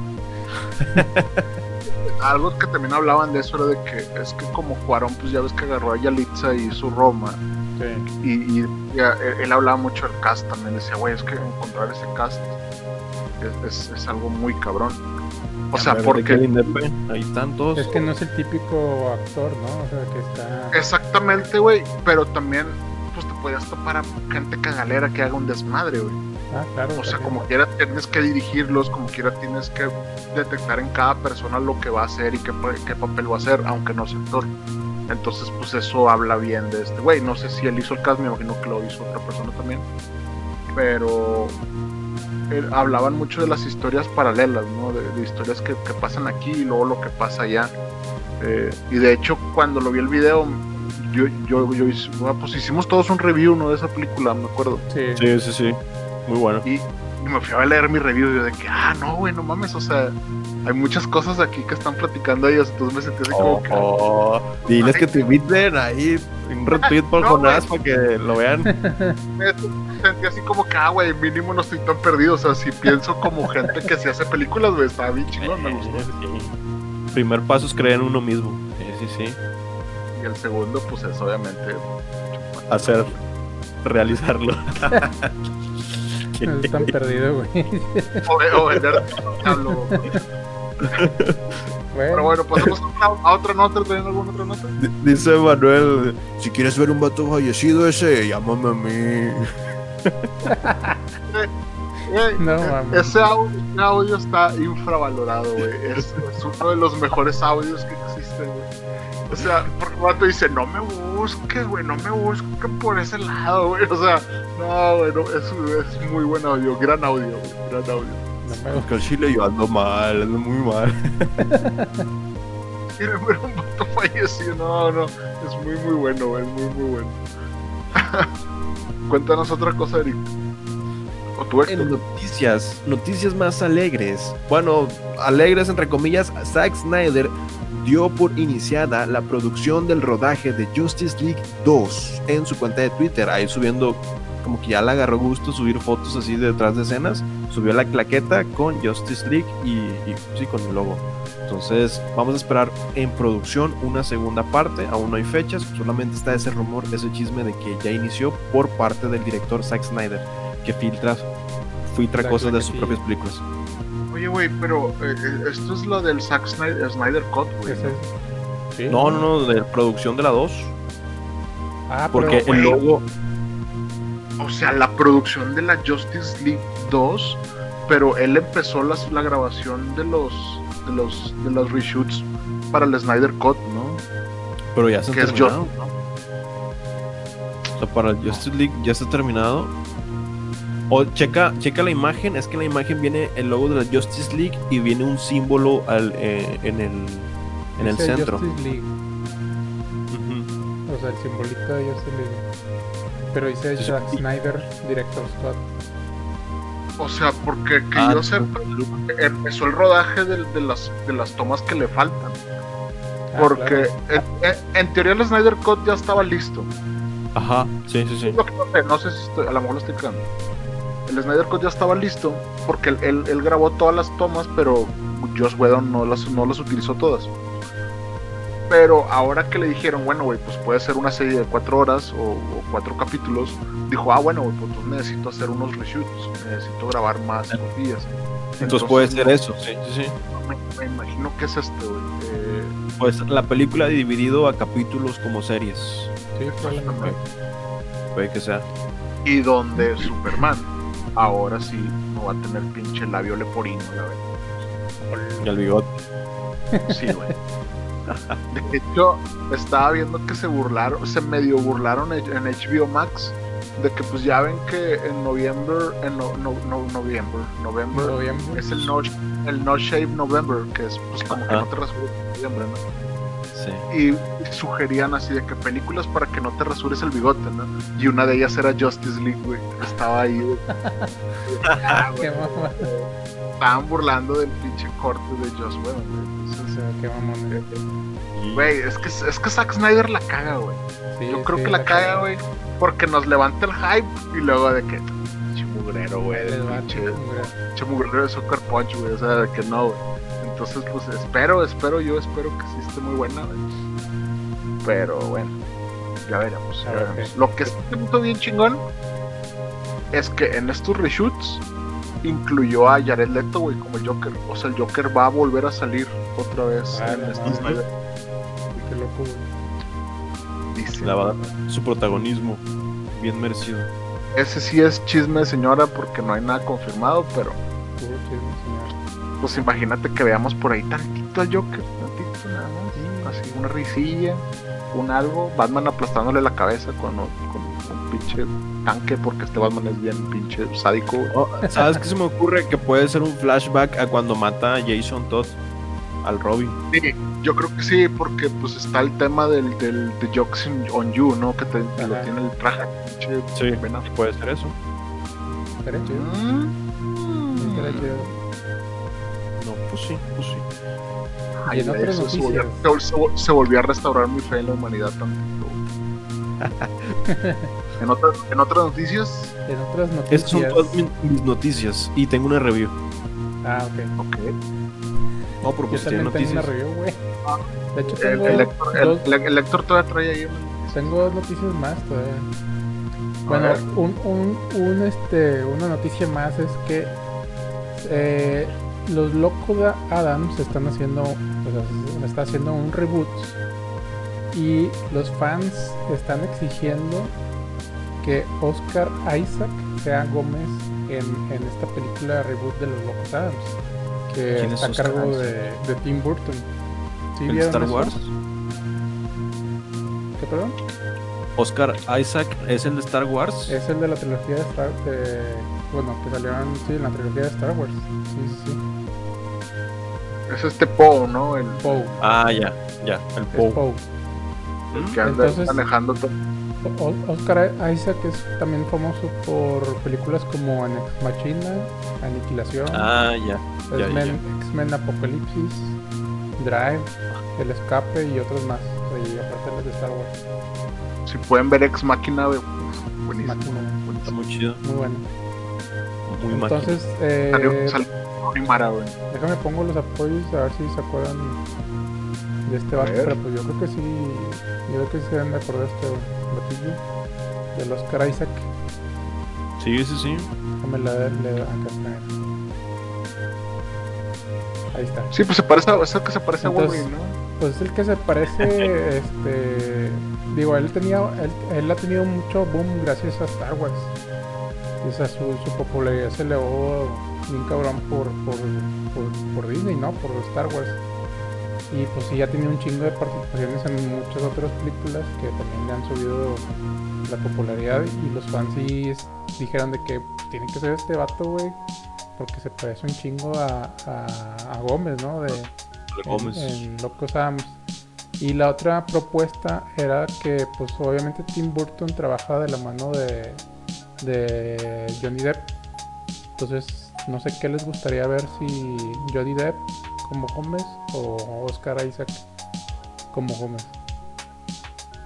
Algo que también hablaban de eso era de que es que como Cuarón, pues ya ves que agarró a Yalitza y su Roma. Sí. Y, y ya, él, él hablaba mucho del cast también, decía, güey, es que encontrar ese cast es, es, es algo muy cabrón. O sea, porque ahí están todos. Es que no es el típico actor, ¿no? O sea, que está... Exactamente, güey, pero también pues te podías topar a gente cagalera que haga un desmadre, güey. Ah, claro. O sea, también. como quiera tienes que dirigirlos, como quiera tienes que detectar en cada persona lo que va a hacer y qué, qué papel va a hacer, aunque no sea actor. Entonces, pues eso habla bien de este güey. No sé si él hizo el cast, me imagino que lo hizo otra persona también. Pero eh, hablaban mucho de las historias paralelas, ¿no? De, de historias que, que pasan aquí y luego lo que pasa allá. Eh, y de hecho, cuando lo vi el video, yo, yo, yo hice, pues hicimos todos un review, ¿no? De esa película, me acuerdo. Sí, sí, sí. sí. Muy bueno. Y, y me fui a leer mi review y yo de que, ah, no, güey, no mames, o sea, hay muchas cosas aquí que están platicando ellos, entonces me sentí así oh, como que... Oh, diles que te inviten ahí, un retweet por no, Jonás para que lo vean. Me sentí así como que, ah, güey, mínimo no estoy tan perdido, o sea, si pienso como gente que se hace películas, güey, está bien chingón, me gustó. Sí. Primer paso es creer en uno mismo, sí, sí, sí. Y el segundo, pues es obviamente... hacer, realizarlo. No están perdidos, güey. O, o vender diablo. Bueno. Pero bueno, pasamos a, a otra nota. ¿Tienen alguna otra nota? D- dice Manuel: si quieres ver un vato fallecido ese, llámame a mí. eh, eh, No, eh, ese, audio, ese audio está infravalorado, güey. Es, es uno de los mejores audios que existen, güey. O sea, porque el vato dice, no me busques, güey, no me busques por ese lado, güey. O sea, no, güey, no, es, es muy buen audio, gran audio, güey, gran audio. No me... Porque Chile yo ando mal, ando muy mal. Quieren ver un vato fallecido, no, no, es muy, muy bueno, güey, es muy, muy bueno. Cuéntanos otra cosa, Eric. O tú, Héctor. En noticias, noticias más alegres. Bueno, alegres entre comillas, Zack Snyder dio por iniciada la producción del rodaje de Justice League dos en su cuenta de Twitter, ahí subiendo, como que ya le agarró gusto subir fotos así de detrás de escenas, subió la claqueta con Justice League y, y sí, con el logo. Entonces vamos a esperar en producción una segunda parte, aún no hay fechas, solamente está ese rumor, ese chisme de que ya inició por parte del director Zack Snyder, que filtra, filtra la cosas de sus propias películas. Oye, güey, pero eh, esto es lo del Zack Snyder, Snyder Cut, güey. ¿Sí? No, no, no, de producción de la dos. Ah, porque pero, el wey, logo... O sea, la producción de la Justice League dos, pero él empezó las, la grabación de los, de los de los reshoots para el Snyder Cut, ¿no? Pero ya se ha que terminado, es yo, ¿no? O sea, para el Justice League ya está terminado. O checa, checa la imagen, es que en la imagen viene el logo de la Justice League y viene un símbolo al, eh, en el, en el centro. Justice League. Uh-huh. O sea, el simbolito de Justice League. Pero dice Sí, Zack sí. Snyder, Director Scott. O sea, porque que Ah, yo sepa, empezó el rodaje de, de, las, de las tomas que le faltan. Ah, Porque claro. en, en- en teoría el Snyder Cut ya estaba listo. Ajá, sí, sí, sí. Lo que no sé, no sé si estoy, a lo mejor lo estoy creando. el Snyder Cut ya estaba listo, porque él, él, él grabó todas las tomas, pero Joss Whedon no las, no las utilizó todas. Pero ahora que le dijeron, bueno, güey, pues puede ser una serie de cuatro horas o, o cuatro capítulos, dijo, ah, bueno, güey, pues entonces necesito hacer unos reshoots, necesito grabar más días. Entonces, Entonces puede ser eso, sí, sí, sí. Me, me imagino que es este, güey. Eh, Pues la película dividido a capítulos como series. Sí, probablemente. Puede que sea. y donde Superman ahora sí no va a tener pinche labio leporino, la verdad. Y el bigote. Sí, güey. De hecho, estaba viendo que se burlaron, se medio burlaron en H B O Max de que pues ya ven que en noviembre, en no, no, no, noviembre, November, Noviembre. es el no, el no Shave November, que es pues como Ajá. que no te rasures en noviembre, ¿no? Sí. Y sugerían así de que películas para que no te rasures el bigote, ¿no? Y una de ellas era Justice League, güey. Estaba ahí, güey. Ah, güey. Qué mamón. Estaban burlando del pinche corte de Joss Whedon, güey. O Entonces, sea, qué mamón. güey, es que, es que Zack Snyder la caga, güey. Sí, Yo creo sí, que la caga, güey, porque nos levanta el hype y luego de que pinche mugrero, güey, Les va a pinche, chingar. pinche mugrero de Sucker Punch, güey, o sea, de que no, güey. Entonces, pues espero, espero, yo espero que sí esté muy buena, güey. Pero bueno, ya veremos, ya A ver, veremos. ¿qué? Lo que está muy bien chingón es que en estos reshoots incluyó a Jared Leto, güey, como el Joker. O sea, el Joker va a volver a salir otra vez Ah, en no este mames. Snyder. Sí, qué loco, güey. Dice. La va a dar su protagonismo. Bien merecido. Ese sí es chisme de señora porque no hay nada confirmado, pero Puro chisme, señor. pues imagínate que veamos por ahí tantito al Joker, tantito nada más, así una risilla, un algo, Batman aplastándole la cabeza con, con un pinche tanque porque este Batman es bien pinche sádico. Oh, ¿sabes qué se me ocurre? Que puede ser un flashback a cuando mata a Jason Todd al Robin. Sí, yo creo que sí, porque pues está el tema del, del de Jokes on You, ¿no? Que, te, que lo Ajá. tiene el traje, pinche Sí, Ben Affleck. puede ser eso. Estaría chido. Mm. Estaría chido. No, pues sí, pues sí. Y en Ay, otras eso, se, noticias. volvió, se, vol- se volvió a restaurar mi fe en la humanidad tantito. en, otras, en otras noticias, En otras Estas son noticias. todas mi- mis noticias. Y tengo una review. Ah, ok. ok. No, pero Yo pues tiene también tengo una noticias. review, güey. De hecho, El, tengo, el, Héctor, el, dos, el- el Héctor todavía trae ahí una- tengo dos noticias más todavía. A Bueno, ver. un, un, un, este, una noticia más es que eh, los Lockwood Adams están haciendo, o sea, se está haciendo un reboot y los fans están exigiendo que Oscar Isaac sea Gómez en, en esta película de reboot de los Lockwood Adams, que ¿Quién es está a Oscar cargo Isaac? de, de Tim Burton. ¿Sí ¿El vieron Star eso? Wars? ¿Qué, perdón? Oscar Isaac es el de Star Wars. Es el de la trilogía de Star de, bueno, que salieron sí, en la trilogía de Star Wars. Sí, sí, sí. Es este Poe, ¿no? El, Poe. Ah, ya, ya, el Es Poe. Poe. el que anda Entonces- manejando todo. O- Oscar Isaac es también famoso por películas como Ex Machina, Aniquilación, Ah, ya, ya, ya, X-Men, ya. X-Men Apocalipsis, Drive, El Escape y otros más. Y aparte los de Star Wars. Si pueden ver Ex Máquina, güey, buenísimo. Máquina, Está muy chido. muy bueno. Muy mágico. Entonces, eh, Salió, salió Rooney Mara, güey. déjame pongo los apoyos a ver si se acuerdan de este vato, ver. pero pues yo creo que sí, yo creo que sí se deben de acordar de este batillo, del Oscar Isaac. Sí, sí, sí. Déjame la le, acá está. Ahí está. Sí, pues se parece a, es el que se parece Entonces- a Wolverine, ¿no? Pues es el que se parece, este, digo, él tenía, él, él ha tenido mucho boom gracias a Star Wars. Y esa su, su popularidad se elevó bien cabrón por, por, por, por Disney, ¿no? Por Star Wars. Y pues sí, ya tenía un chingo de participaciones en muchas otras películas que también le han subido la popularidad. Y los fans sí es- dijeron de que tiene que ser este vato, güey, porque se parece un chingo a, a, a Gómez, ¿no? De, Gómez. en, en Locos Adams. Y la otra propuesta era que pues obviamente Tim Burton trabaja de la mano de, de Johnny Depp. Entonces no sé qué les gustaría ver, si Johnny Depp como Gómez o Oscar Isaac como Gómez.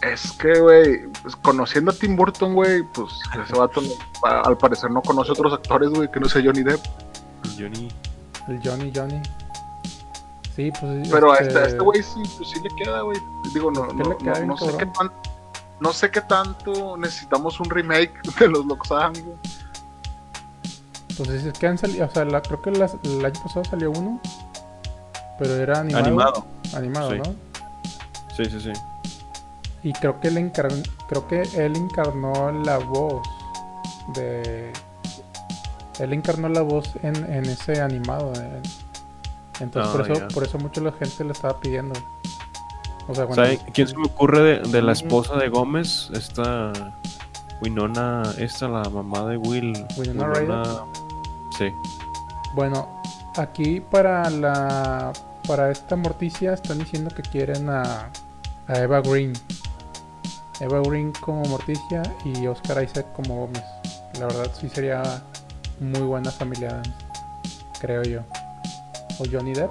Es que, güey, pues, conociendo a Tim Burton, güey, pues ese vato no- a- al parecer no conoce otros actores, güey, que no sea Johnny Depp. Johnny. El Johnny, Johnny. Sí, pues. Pero a este, este a este güey sí, pues sí le queda, güey. Digo, no, ¿Qué no, le queda no, bien, no sé qué cabrón? tan, no sé qué tanto necesitamos un remake de los Locos Adams, güey. Pues es que han salido. O sea, la- creo que las- el año pasado salió uno. Pero era animado. Animado. Animado, Sí. ¿no? Sí, sí, sí. Y creo que él encarnó, creo que él encarnó la voz de. Él encarnó la voz en, en ese animado. eh. Entonces Ah, por eso, ya. por eso mucho la gente le estaba pidiendo. O sea, cuando. ¿Saben quién se me ocurre de, de la Ujú. esposa de Gómez? Esta Winona, esta la mamá de Will. Winona Ryder. Sí. Bueno, aquí para la. Para esta Morticia están diciendo que quieren a, a Eva Green. Eva Green como Morticia y Oscar Isaac como Gómez. La verdad sí sería muy buena familia Addams, creo yo. O Johnny Depp.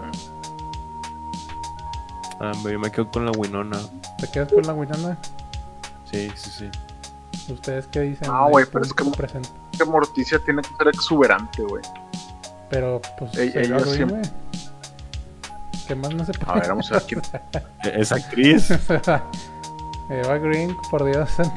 Ah, yo me quedo con la Winona. ¿Te quedas con la Winona? Sí, sí, sí. ¿Ustedes qué dicen? No, güey, pero es que- ¿Cómo presenta? Que Morticia tiene que ser exuberante, güey. Pero pues Ella- Eva ella Green, siempre- güey. ¿Qué más no se A ver, vamos a ver quién. E- Esa actriz. Eva Green, por Dios santo.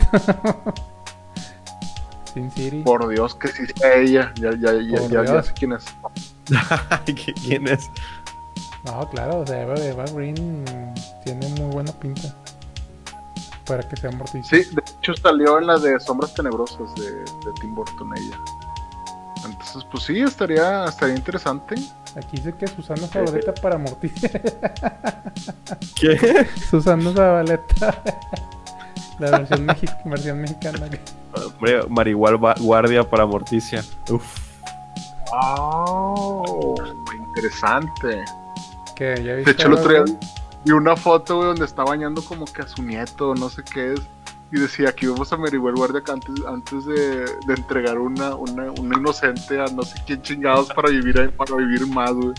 Sin City. Por Dios que sí sea ella. Ya, ya, ya, Por ya, ya Dios. sé quién es. ¿Quién es? No, claro, o sea, Eva, Eva Green tiene muy buena pinta para que sea Morticia. Sí, de hecho salió en la de Sombras Tenebrosas de, de Tim Burton ella. Entonces, pues sí, estaría, estaría interesante. Aquí dice que Susana Zabaleta para Morticia. ¿Qué? Susana Zabaleta. La versión, mexi versión mexicana. Hombre, Marihual va- Guardia para Morticia. Uf. Oh, interesante. Que ya De viste. hecho, el Eva otro día Green? vi una foto, güey, donde está bañando como que a su nieto, no sé qué es. Y decía, aquí vamos a Maribel Guardia que antes, antes de, de entregar una, una, una inocente a no sé quién chingados para vivir, para vivir más, güey.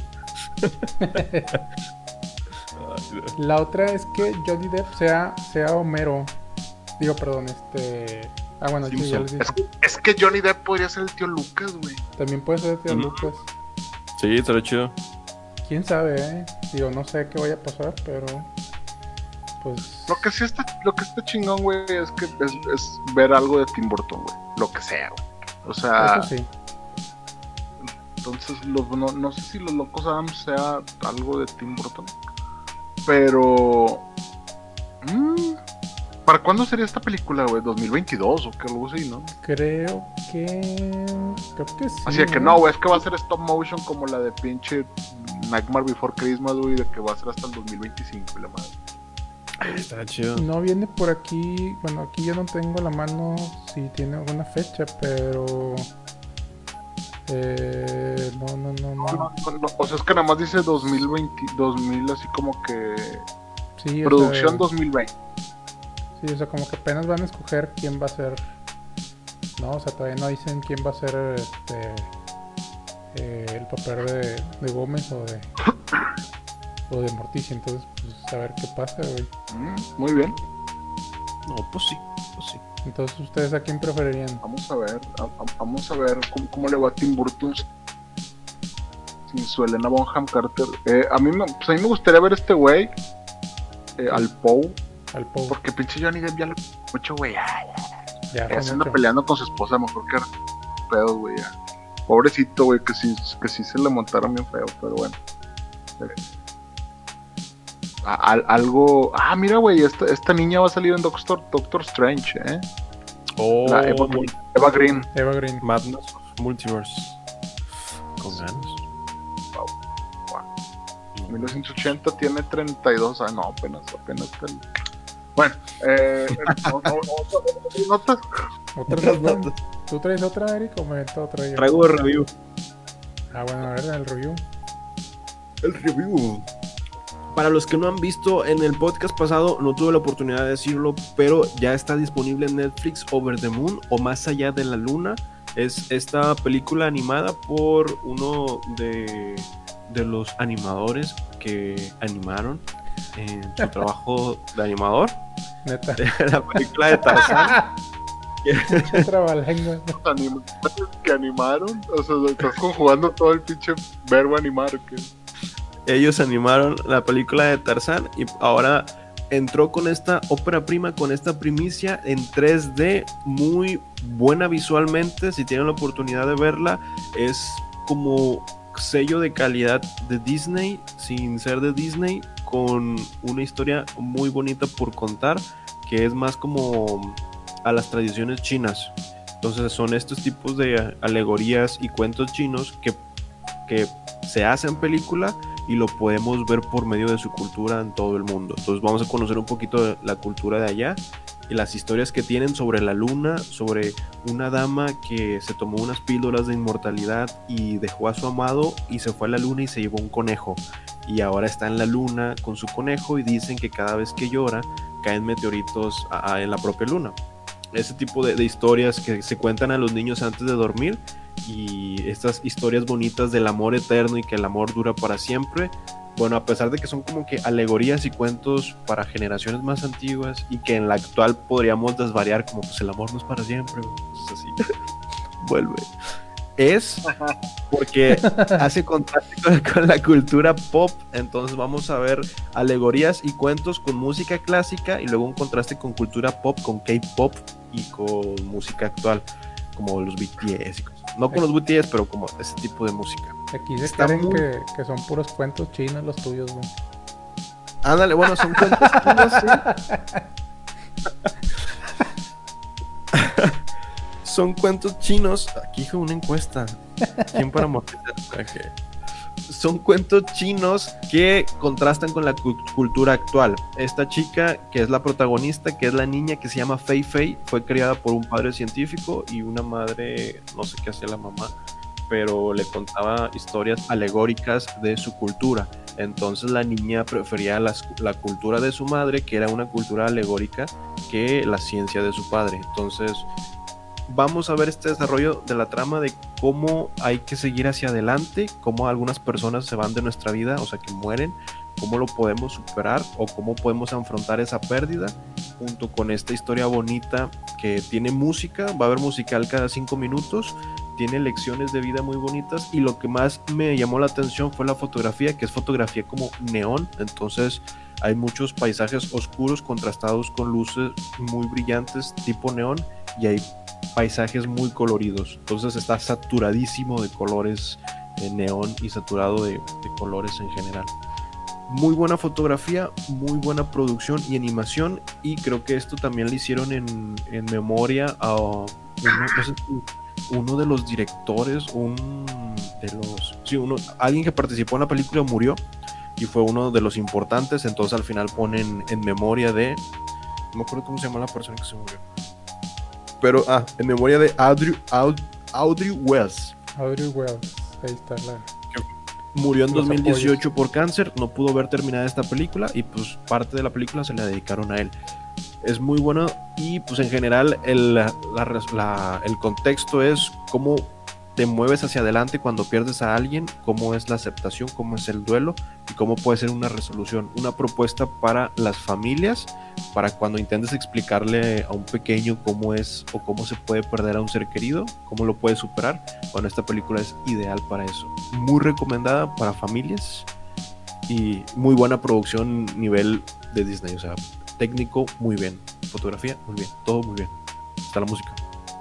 La otra es que Johnny Depp sea, sea Homero. Digo, perdón, este. Ah, bueno, sí, ya les dije. Es que, es que Johnny Depp podría ser el tío Lucas, güey. También puede ser tío Mm. Lucas. Sí, estaría chido. Quién sabe, eh. Digo, no sé qué vaya a pasar, pero. Pues. Lo que sí está, lo que está chingón, güey, es que es, es ver algo de Tim Burton, güey. Lo que sea, güey. O sea, Eso sí. entonces los, no, no sé si Los Locos Adams sea algo de Tim Burton. Pero... mm, ¿para cuándo sería esta película, güey? ¿dos mil veintidós o qué? Algo así, ¿no? Creo que. Creo que sí. Así de que no, güey, es que va a ser stop motion como la de pinche Nightmare Before Christmas, güey, de que va a ser hasta el dos mil veinticinco y la madre. Está chido. No viene por aquí. Bueno, aquí yo no tengo la mano si tiene alguna fecha, pero. Eh, no, no, no, No, no. no, no, no, o sea, es que nada más dice dos mil veinte, dos mil, así como que... Sí, o Producción sea, dos mil veinte. sí, o sea, como que apenas van a escoger quién va a ser. No, o sea, todavía no dicen quién va a ser este. eh, el papel de, de Gómez o de. o de Morticia. Entonces, pues a ver qué pasa, güey. Mm, muy bien. No, pues sí, pues sí. Entonces, ¿ustedes a quién preferirían? Vamos a ver, a- a- vamos a ver cómo, cómo le va a Tim Burton sin su Helena Bonham Carter. Eh, a mí me, pues a mí me gustaría ver este güey, eh, al Poe, Al Poe. porque pinche Johnny Depp ya lo mucho, güey. Ya, Ya, ya fue se anda mucho. peleando con su esposa, mejor que pedos, güey. Ya. Pobrecito, güey, que sí, que sí se le montaron bien feo, pero bueno. Eh, a- al- algo. Ah, mira, güey, esta, esta niña va a salir en Doctor, Doctor Strange, ¿eh? Oh, La Eva, Mul- Eva Green. Eva Green. Madness of Multiverse. Con ganas. mil novecientos ochenta tiene treinta y dos años, no, apenas, apenas. el- Bueno, eh, no- no- no- notas. ¿Otra nota? ¿Tú traes otra, Eric, o me avento otra yo? Traigo el review. Ah, bueno, a ver, el review. El review. Para los que no han visto en el podcast pasado, no tuve la oportunidad de decirlo, pero ya está disponible en Netflix Over the Moon o Más allá de la luna. Es esta película animada por uno de, de los animadores que animaron en su trabajo de animador. Neta. La película de Tarzán. Pinche trabalengua. Los animadores que animaron, o sea, estás conjugando todo el pinche verbo animar, ¿o qué? Ellos animaron la película de Tarzán y ahora entró con esta ópera prima, con esta primicia en tres D, muy buena visualmente. Si tienen la oportunidad de verla, es como sello de calidad de Disney, sin ser de Disney, con una historia muy bonita por contar, que es más como a las tradiciones chinas. Entonces son estos tipos de alegorías y cuentos chinos que, que se hacen película y lo podemos ver por medio de su cultura en todo el mundo. Entonces vamos a conocer un poquito de la cultura de allá y las historias que tienen sobre la luna, sobre una dama que se tomó unas píldoras de inmortalidad y dejó a su amado y se fue a la luna y se llevó un conejo. Y ahora está en la luna con su conejo y dicen que cada vez que llora caen meteoritos a, a, en la propia luna. Ese tipo de, de historias que se cuentan a los niños antes de dormir, y estas historias bonitas del amor eterno y que el amor dura para siempre. Bueno, a pesar de que son como que alegorías y cuentos para generaciones más antiguas y que en la actual podríamos desvariar como pues el amor no es para siempre, pues así vuelve. Es porque hace contraste con, con la cultura pop. Entonces vamos a ver alegorías y cuentos con música clásica y luego un contraste con cultura pop, con K-pop y con música actual, como los B T S y cosas. No con los B T S, pero como ese tipo de música. Aquí se Está creen muy- que, que son puros cuentos chinos los tuyos, güey. Ándale, bueno, son cuentos chinos, sí. Son cuentos chinos. Aquí hice una encuesta. ¿Quién para morir? Okay. Son cuentos chinos que contrastan con la cu- cultura actual. Esta chica, que es la protagonista, que es la niña que se llama Fei Fei, fue criada por un padre científico y una madre, no sé qué hacía la mamá, pero le contaba historias alegóricas de su cultura. Entonces la niña prefería las- la cultura de su madre, que era una cultura alegórica, que la ciencia de su padre. Entonces vamos a ver este desarrollo de la trama de cómo hay que seguir hacia adelante, cómo algunas personas se van de nuestra vida, o sea que mueren, cómo lo podemos superar o cómo podemos afrontar esa pérdida, junto con esta historia bonita que tiene música. Va a haber musical cada cinco minutos, tiene lecciones de vida muy bonitas, y lo que más me llamó la atención fue la fotografía, que es fotografía como neón. Entonces hay muchos paisajes oscuros contrastados con luces muy brillantes tipo neón, y hay paisajes muy coloridos. Entonces está saturadísimo de colores eh, neón y saturado de, de colores en general. Muy buena fotografía, muy buena producción y animación, y creo que esto también lo hicieron en, en memoria a uno, no sé si uno de los directores, un de los, sí, uno, alguien que participó en la película murió y fue uno de los importantes. Entonces al final ponen en memoria de, no me acuerdo cómo se llama la persona que se murió, pero ah, en memoria de Audrey, Aud- Audrey Wells. Audrey Wells, ahí está la... Murió en Los dos mil dieciocho por cáncer, no pudo ver terminada esta película y pues parte de la película se la dedicaron a él. Es muy bueno, y pues en general el, la, la, el contexto es cómo te mueves hacia adelante cuando pierdes a alguien, cómo es la aceptación, cómo es el duelo y cómo puede ser una resolución, una propuesta para las familias, para cuando intentes explicarle a un pequeño cómo es o cómo se puede perder a un ser querido, cómo lo puede superar. Bueno, esta película es ideal para eso, muy recomendada para familias y muy buena producción nivel de Disney, o sea, técnico muy bien, fotografía muy bien, todo muy bien, está la música.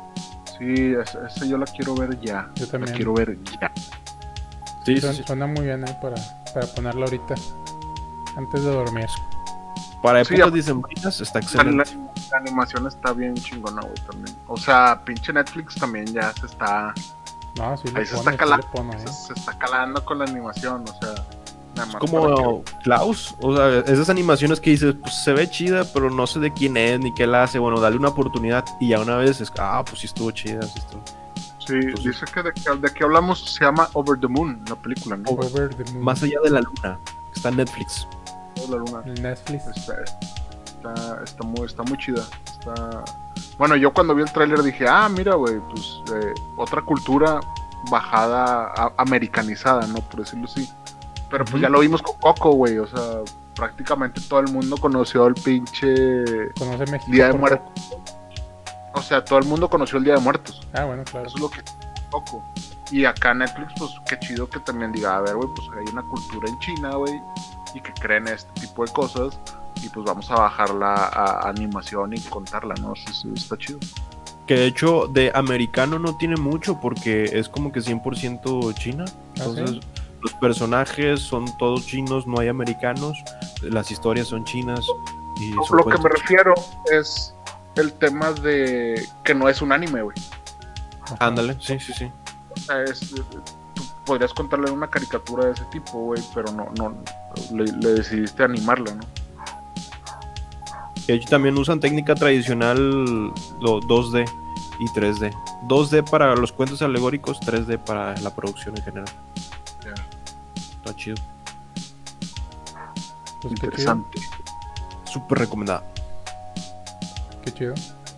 Sí, esa, esa yo la quiero ver ya. Yo también. La quiero ver ya. Sí, sí, Suena, sí. suena muy bien, eh, para, para ponerla ahorita, antes de dormir. Para Sí, épocas a- dicembrinas está La, excelente. la animación está bien chingona, güey, también. O sea, pinche Netflix también ya se está... No, sí le Ahí se pone, está sí calando. le pone, eh. Se, se está calando con la animación, o sea... Nada Es más para como Klaus, o sea, esas animaciones que dices, pues se ve chida, pero no sé de quién es ni qué la hace. Bueno, dale una oportunidad y ya una vez es, ah, pues sí estuvo chida, sí estuvo. que- Sí, dice que de, que de que hablamos se llama Over the Moon, la película, ¿no? Over the Moon. Más allá de la luna, está en Netflix. Over la luna. El Netflix. Está, está, está muy, está muy chida. Está... Bueno, yo cuando vi el tráiler dije, ah, mira, güey, pues eh, otra cultura bajada, a- americanizada, ¿no? Por decirlo así. Pero pues Ujú. ya lo vimos con Coco, güey, o sea, prácticamente todo el mundo conoció el pinche Conoce México. Día de por Muertos. poco. O sea, todo el mundo conoció el Día de Muertos. Ah, bueno, claro. Eso es lo que poco. Y acá Netflix, pues qué chido que también diga, a ver, güey, pues hay una cultura en China, güey, y que creen este tipo de cosas, y pues vamos a bajarla a animación y contarla, ¿no? Eso, eso está chido. Que de hecho de americano no tiene mucho porque es como que cien por ciento China. Entonces ¿sí? Los personajes son todos chinos, no hay americanos. Las historias son chinas. Y No, son lo que cuentos. me refiero es el tema de que no es un anime, güey. Ándale, sí, sí, sí. O sea, es, tú podrías contarle una caricatura de ese tipo, güey, pero no, no le, le decidiste animarlo, ¿no? De hecho también usan técnica tradicional lo dos D y tres D. dos D para los cuentos alegóricos, tres D para la producción en general. Ya. Está chido. Pues qué chido. Interesante. Súper recomendado. Qué chido.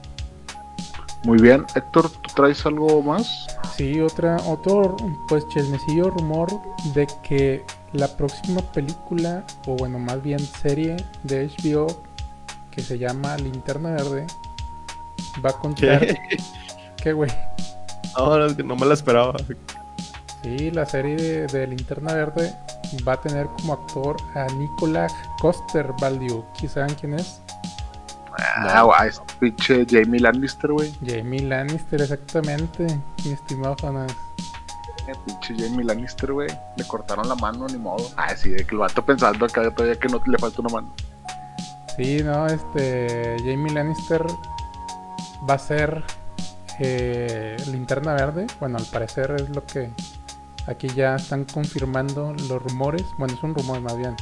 Muy bien, Héctor, ¿tú traes algo más? Sí, otra, otro pues chismecillo rumor de que la próxima película, o bueno, más bien serie de H B O que se llama Linterna Verde, va a contar... ¿Qué? ¿Qué, güey? No, no, es que no me la esperaba. Sí, la serie de, de Linterna Verde va a tener como actor a Nicolás Coster-Waldau. ¿Saben quién es? Ah, guay, es pinche Jamie Lannister, güey. Jamie Lannister, exactamente, mi estimado Jonas. Eh, Pinche Jamie Lannister, güey. Le cortaron la mano, ni modo. Ah, sí, de que el vato pensando acá todavía que no le falta una mano. Sí, no, este Jamie Lannister va a ser eh, Linterna Verde. Bueno, al parecer es lo que aquí ya están confirmando los rumores. Bueno, es un rumor más bien.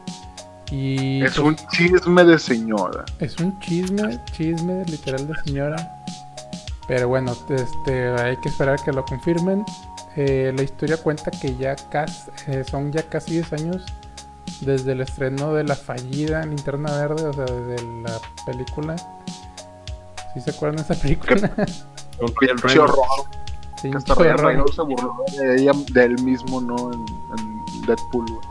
Y Es pues, un chisme de señora. es un chisme, chisme literal de señora. Pero bueno, este hay que esperar que lo confirmen. Eh, la historia cuenta que ya casi, eh, son ya casi diez años desde el estreno de la fallida Linterna Verde, o sea, desde la película. ¿Sí se acuerdan de esa película? Con Ryan Pinche Reynolds. horror. Sí, Que un hasta chorro. Ryan Reynolds se burló de ella, de él mismo, ¿no? En, en Deadpool, güey.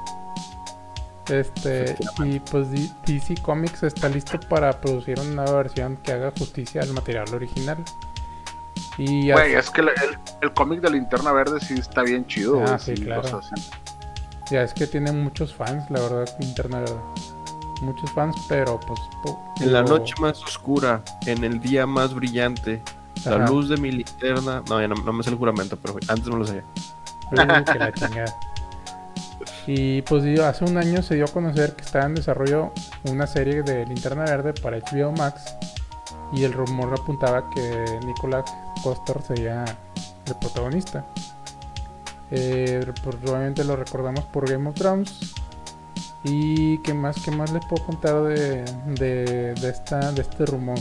Este, y pues D- DC Comics está listo para producir una nueva versión que haga justicia al material original. Y Güey, ya, es que el, el, el cómic de Linterna Verde sí está bien chido, Ah, güey. sí, claro. O sea, sí. ya es que tiene muchos fans, la verdad, Linterna Verde. Muchos fans, pero pues... po- En la digo, noche más oscura, en el día más brillante, la Ajá. luz de mi linterna. No, ya no, no me sé el juramento, pero antes me lo sabía. Uy, que la chingada. Y pues digo, hace un año se dio a conocer que estaba en desarrollo una serie de Linterna Verde para H B O Max. Y el rumor apuntaba que Nicolás Coster sería el protagonista. Eh, pues, obviamente lo recordamos por Game of Thrones. Y qué más, qué más les puedo contar de, de, de esta, de este rumor.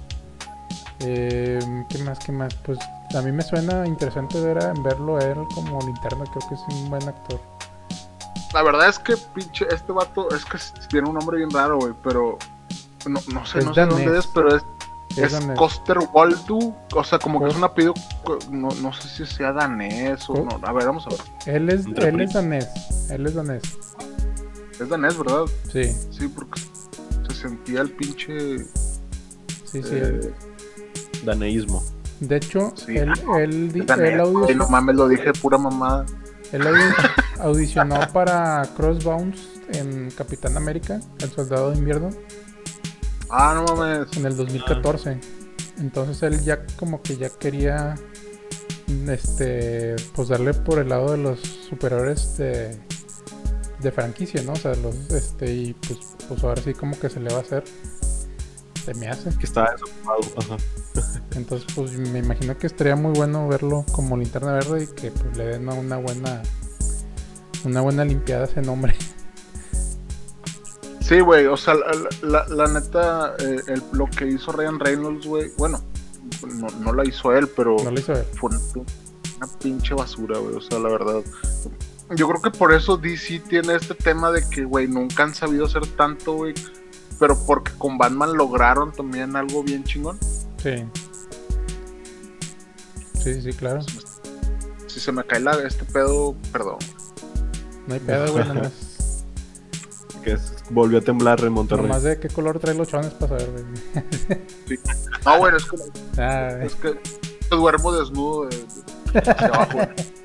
Eh, qué más, qué más. Pues a mí me suena interesante ver a, verlo a él como Linterna. Creo que es un buen actor. La verdad es que pinche este vato es que tiene un nombre bien raro, güey, pero no, no sé, Es no sé danés. dónde es, pero es, Es es danés. Coster-Waldau, o sea, como que Cos- es un apellido, no, no sé si sea danés o Co- no. A ver, vamos a ver. Él es, Entre él es primos. danés. Él es danés. Es danés, ¿verdad? Sí, Sí, porque se sentía el pinche... sí, sí. eh, Daneísmo. De hecho, sí, él, ah, él, di- es danés. él Ay, audicionó, no mames, lo dije pura mamada. él audi- audicionó para Crossbones en Capitán América, el Soldado de Invierno, Ah, no mames. en el dos mil catorce. Entonces él ya como que ya quería este pues darle por el lado de los superhéroes de, de franquicia, ¿no? O sea, los este y pues, pues ahora sí como que se le va a hacer. Se me hace. Que estaba desocupado. Ajá. Entonces pues me imagino que estaría muy bueno verlo como Linterna Verde y que pues le den una buena una buena limpiada a ese nombre. Sí, güey, o sea, la, la, la neta, eh, el, lo que hizo Ryan Reynolds, güey, bueno, no, no la hizo él, pero No lo hizo él. fue una, una pinche basura, güey, o sea, la verdad. Yo creo que por eso D C tiene este tema de que, güey, nunca han sabido hacer tanto, güey, pero porque con Batman lograron también algo bien chingón. Sí. Sí, sí, claro. Si se me cae la, este pedo, perdón. No hay pedo, güey, nomás. Que es Volvió a temblar en Monterrey. Nomás de qué color trae los chones para saber, güey. Sí. No, bueno, es que, Ah, es que duermo desnudo de, de hacia abajo.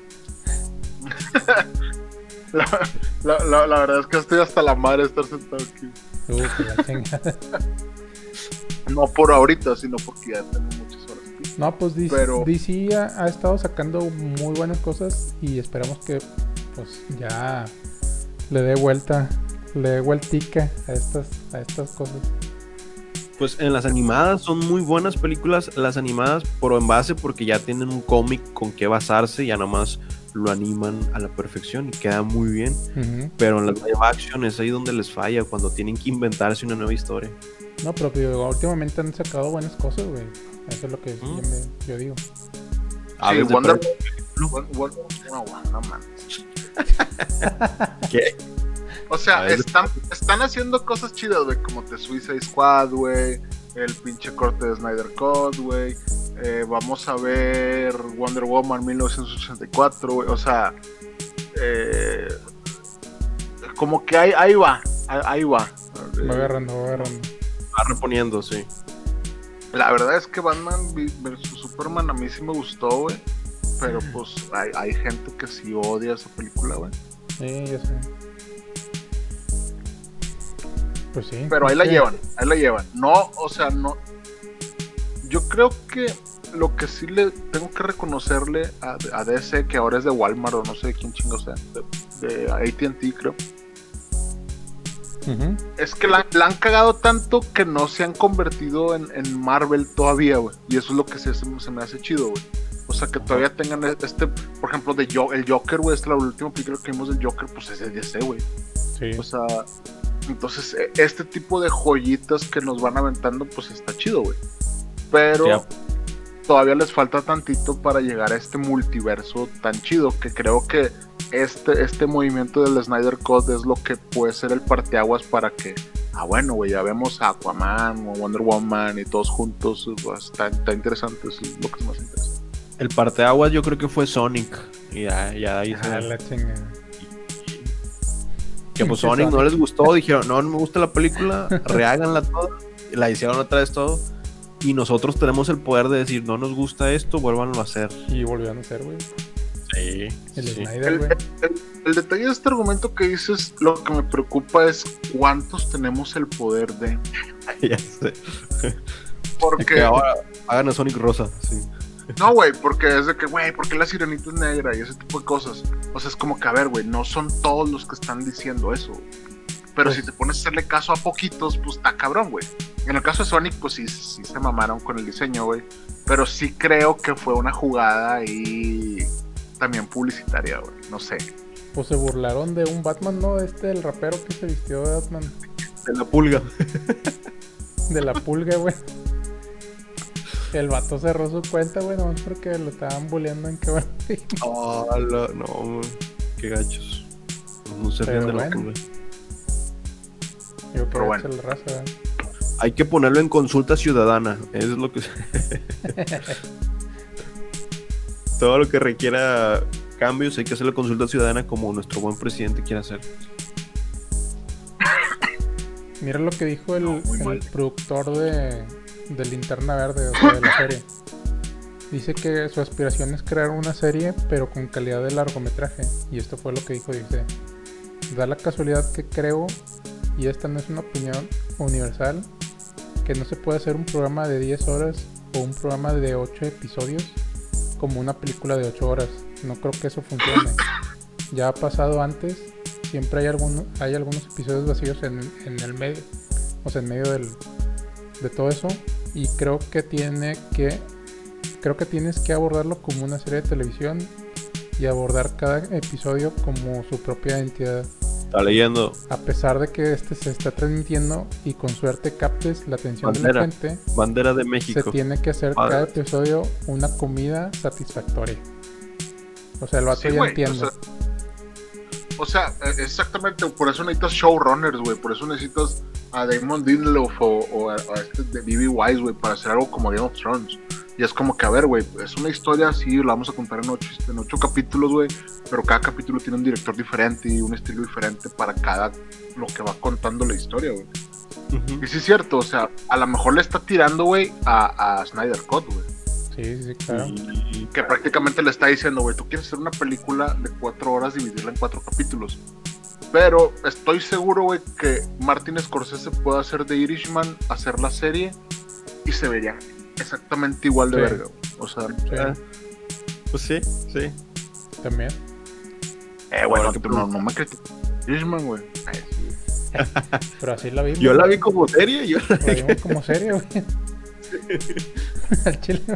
la, la, la, la verdad es que estoy hasta la madre de estar sentado aquí. uh, que la chingada. No por ahorita, sino porque ya tengo muchas horas aquí. No, pues D C, Pero- D C ha, ha estado sacando muy buenas cosas y esperamos que pues ya le dé vuelta, le dé vueltica a estas, a estas cosas. Pues en las animadas son muy buenas películas, las animadas, pero en base porque ya tienen un cómic con que basarse, ya nomás lo animan a la perfección y queda muy bien. Uh-huh. Pero en las live action es ahí donde les falla, cuando tienen que inventarse una nueva historia. No, pero digo, últimamente han sacado buenas cosas, güey. Eso es lo que Mm. yo, me- yo digo. Hablas de Wonder- per- Won- Won- no, no mames. ¿Qué? O A sea, ver. están, están haciendo cosas chidas, güey, como The Suicide Squad, güey, el pinche corte de Snyder Cut, güey. Eh, vamos a ver Wonder Woman mil novecientos ochenta y cuatro, güey. O sea, eh, como que ahí, ahí va, ahí, ahí va. Va agarrando, va agarrando. Va reponiendo, sí. La verdad es que Batman versus Superman a mí sí me gustó, güey. Pero pues hay, hay gente que sí odia esa película, güey. Sí, ya sé. Pues sí. Pero ahí la Sí. llevan, ahí la llevan. No, o sea, no. Yo creo que lo que sí le tengo que reconocerle a, a D C, que ahora es de Walmart o no sé de quién chingo sea, de, de A T and T creo, Ujú. es que la, la han cagado tanto que no se han convertido en, en Marvel todavía, güey. Y eso es lo que se, se me hace chido, güey. O sea, que todavía tengan este, por ejemplo, de Jo- el Joker, güey, esta es la última película que vimos del Joker, pues es de D C, güey. Sí. O sea, entonces e- este tipo de joyitas que nos van aventando, pues está chido, güey. Pero Sí, a- todavía les falta tantito para llegar a este multiverso tan chido, que creo que este, este movimiento del Snyder Cut es lo que puede ser el parteaguas para que, ah bueno, güey, ya vemos a Aquaman o Wonder Woman y todos juntos, pues, está, está interesante, eso es lo que es más interesante. El parteaguas yo creo que fue Sonic. Y ya, ya ahí se... Ah, la chingada. Que pues Sí, Sonic no Sonic. les gustó, dijeron, no, no me gusta la película, reháganla toda, la hicieron otra vez todo, y nosotros tenemos el poder de decir, no nos gusta esto, vuélvanlo a hacer. Y volvieron a ser, güey. Sí, El sí. Snyder, El, güey. el- el detalle de este argumento que dices, lo que me preocupa es cuántos tenemos el poder de... Ya sé. Porque... Que ahora hagan a Sonic rosa, sí. No, güey, porque es de que, güey, ¿por qué la sirenita es negra? Y ese tipo de cosas. O sea, es como que, a ver, güey, no son todos los que están diciendo eso, güey. Pero Pues- si te pones a hacerle caso a poquitos, pues está cabrón, güey. En el caso de Sonic, pues sí, sí se mamaron con el diseño, güey. Pero sí creo que fue una jugada ahí también publicitaria, güey. No sé. Pues se burlaron de un Batman, ¿no? Este, el rapero que se vistió de Batman. De la pulga. De la pulga, güey. El vato cerró su cuenta, güey, nomás porque lo estaban bulleando en que bueno. Oh, la- no, güey. Qué gachos. No se Pero rían de la bueno. pulga. Digo que Pero bueno. gacha la raza, ¿verdad? Hay que ponerlo en consulta ciudadana. Eso es lo que... Todo lo que requiera cambios hay que hacer la consulta ciudadana como nuestro buen presidente quiere hacer. Mira lo que dijo el, No, muy el mal. productor de, de Linterna Verde, o sea, de la serie. Dice que su aspiración es crear una serie, pero con calidad de largometraje. Y esto fue lo que dijo, dice: da la casualidad que creo, y esta no es una opinión universal, que no se puede hacer un programa de diez horas o un programa de ocho episodios como una película de ocho horas. No creo que eso funcione. Ya ha pasado antes. Siempre hay, alguno, hay algunos episodios vacíos en, en el medio, o sea, en medio del, de todo eso, y creo que tiene que creo que tienes que abordarlo como una serie de televisión y abordar cada episodio como su propia entidad, Está leyendo. a pesar de que este se está transmitiendo y con suerte captes la atención de la Bandera. gente. Bandera de Se México. tiene que hacer Padre. cada episodio una comida satisfactoria. O sea, el vato Sí, ya güey, entiende. o sea, O sea, eh, exactamente, por eso necesitas showrunners, güey. Por eso necesitas a Damon Lindelof o, o a, a este de B B. Wise, güey, para hacer algo como Game of Thrones. Y es como que, a ver, güey, es una historia así, la vamos a contar en ocho, en ocho capítulos, güey, pero cada capítulo tiene un director diferente y un estilo diferente para cada lo que va contando la historia, güey. Uh-huh. Y sí es cierto, o sea, a lo mejor le está tirando, güey, a, a Snyder Cut, güey. Sí, sí, claro. Y que prácticamente le está diciendo, güey, tú quieres hacer una película de cuatro horas, dividirla en cuatro capítulos. Pero estoy seguro, güey, que Martin Scorsese puede hacer The Irishman, hacer la serie y se vería exactamente igual de sí. verga, güey. O sea, sí. eh, pues sí, sí. También. Eh, bueno, bueno no, no me critiques. Irishman, güey. Pero así la vimos. Yo la vi como serie, yo la, la vimos como serie, güey. Al chile.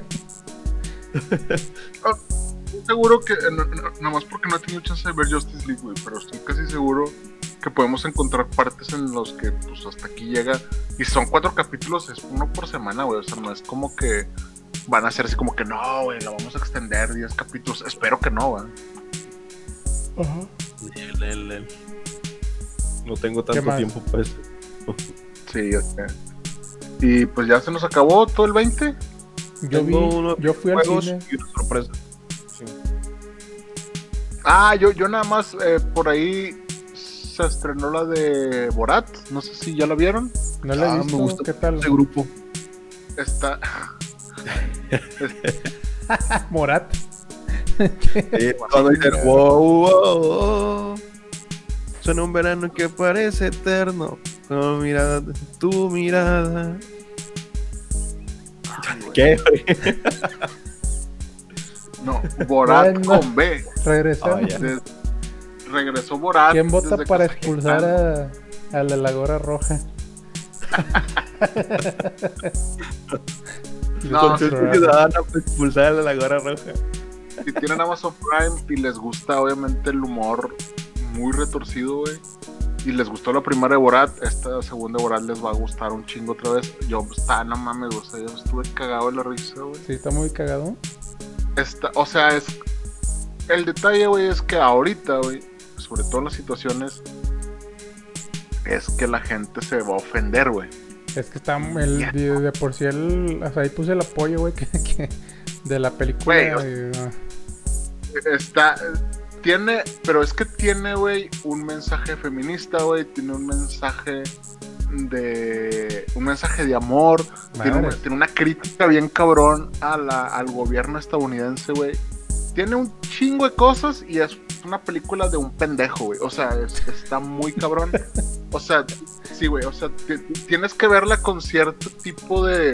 Oh, estoy seguro que, no, no, nada más porque no he tenido chance de ver Justice League, güey, pero estoy casi seguro que podemos encontrar partes en los que, pues, hasta aquí llega. Y son cuatro capítulos, es uno por semana, güey. O sea, no es como que van a ser así como que no, güey, la vamos a extender diez capítulos. Espero que no, güey. Ajá. El, el, el. No tengo tanto tiempo para esto. Sí, ya sé. Y pues ya se nos acabó todo el veinte. Yo vi, uno yo fui al cine. Y una sorpresa. Sí. Ah, yo, yo nada más eh, por ahí se estrenó la de Borat. No sé si ya la vieron. No la he ah, visto. Me gusta ¿Qué tal? Ese grupo. Está. Morat. Sí, cuando dicen wow, wow, wow. Suena un verano que parece eterno. Con mirada, tu mirada. ¿Qué? No, Borat bueno, con B. Regresó. Oh, de, regresó Borat. ¿Quién vota para expulsar a, a la Lagora Roja? No, ciudadana para expulsar a la Lagora Roja. Si tienen Amazon Prime y les gusta obviamente el humor muy retorcido, güey, y les gustó la primera de Borat, esta segunda de Borat les va a gustar un chingo otra vez. Yo, está, no mames, o sea, yo estuve cagado de la risa, güey. Sí, está muy cagado. Está, o sea, es... El detalle, güey, es que ahorita, güey, sobre todo en las situaciones, es que la gente se va a ofender, güey. Es que está el, yeah. de, de por sí el... O sea, ahí puse el apoyo, güey, que, que de la película. Güey, o sea, y, no. Está... Tiene, pero es que tiene, güey, un mensaje feminista, güey, tiene un mensaje de, un mensaje de amor, tiene, un, tiene una crítica bien cabrón a la, al gobierno estadounidense, güey. Tiene un chingo de cosas y es una película de un pendejo, güey. O sea, es, está muy cabrón. O sea, sí, güey, o sea, t- tienes que verla con cierto tipo de,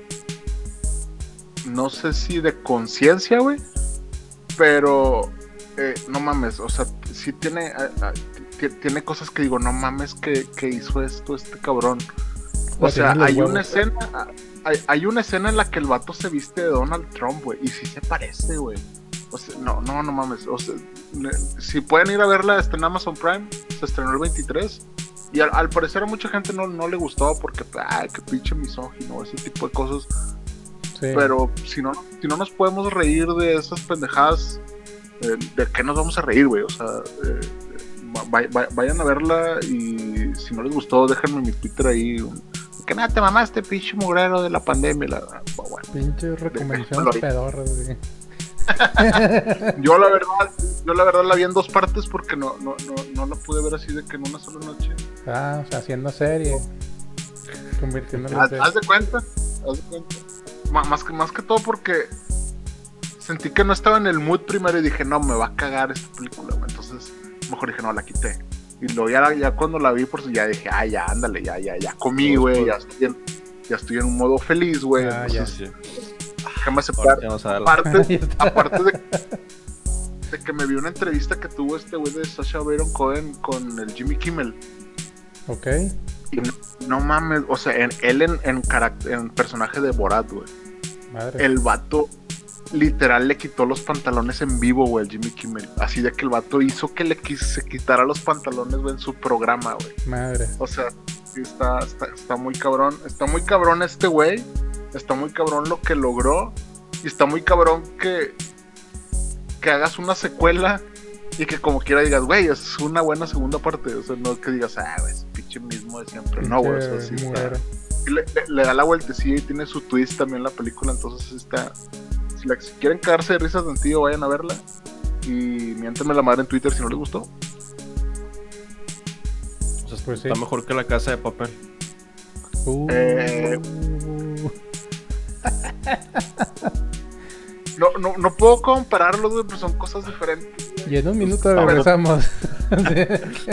no sé si de conciencia, güey, pero... Eh, no mames, o sea, sí tiene uh, uh, t- tiene cosas que digo, no mames que, que hizo esto este cabrón. O sea, hay una escena, hay, hay una escena en la que el vato se viste de Donald Trump, güey, y sí se parece, güey. O sea, no, no, no mames, o sea, si pueden ir a verla, está en Amazon Prime, se estrenó el veintitrés, y al, al parecer a mucha gente no, no le gustó porque, ay, qué pinche misógino, ese tipo de cosas. Sí. Pero si no, si no nos podemos reír de esas pendejadas, ¿de qué nos vamos a reír, güey? O sea, eh, vay, vay, vayan a verla y si no les gustó, déjenme mi Twitter ahí. Que nada, te mamaste, pinche mugrero de la pandemia. La, bueno, pinche recomendaciones pedorras, güey. Yo la verdad, yo la verdad la vi en dos partes porque no, no, no, no la pude ver así de que en una sola noche. Ah, o sea, haciendo serie. Convirtiéndola en serie. Haz de cuenta, haz de cuenta. M- más que, más que todo porque sentí que no estaba en el mood primero y dije, no, me va a cagar esta película, güey. Entonces, mejor dije, no, la quité. Y luego ya, ya cuando la vi, pues ya dije, ah, ya, ándale, ya, ya, ya comí, güey, ya estoy en, ya estoy en un modo feliz, güey. Ah, entonces, ya, ya. Déjame aceptar. Aparte, aparte de, de que me vi una entrevista que tuvo este güey de Sacha Baron Cohen con el Jimmy Kimmel. Ok. Y no, no mames, o sea, en, él en, en, caract- en personaje de Borat, güey. Madre. El vato literal le quitó los pantalones en vivo, güey, al Jimmy Kimmel. Así de que el vato hizo que le quis- se quitara los pantalones, güey, en su programa, güey. Madre. O sea, sí, está, está, está muy cabrón. Está muy cabrón este güey. Está muy cabrón lo que logró. Y está muy cabrón que, que hagas una secuela y que como quiera digas, güey, es una buena segunda parte. O sea, no que digas, ah, güey, es pinche mismo de siempre. Pinche no, güey, o sea, sí está, le, le, le da la vueltecilla y tiene su twist también la película, entonces está... Si, la, si quieren cagarse de risas de tío, vayan a verla. Y miéntenme la madre en Twitter si no les gustó. O sea, Pues sí. está mejor que La Casa de Papel. Uh. Eh. No, no, no puedo compararlos, güey, pero son cosas diferentes. Y en un minuto A ver. regresamos. La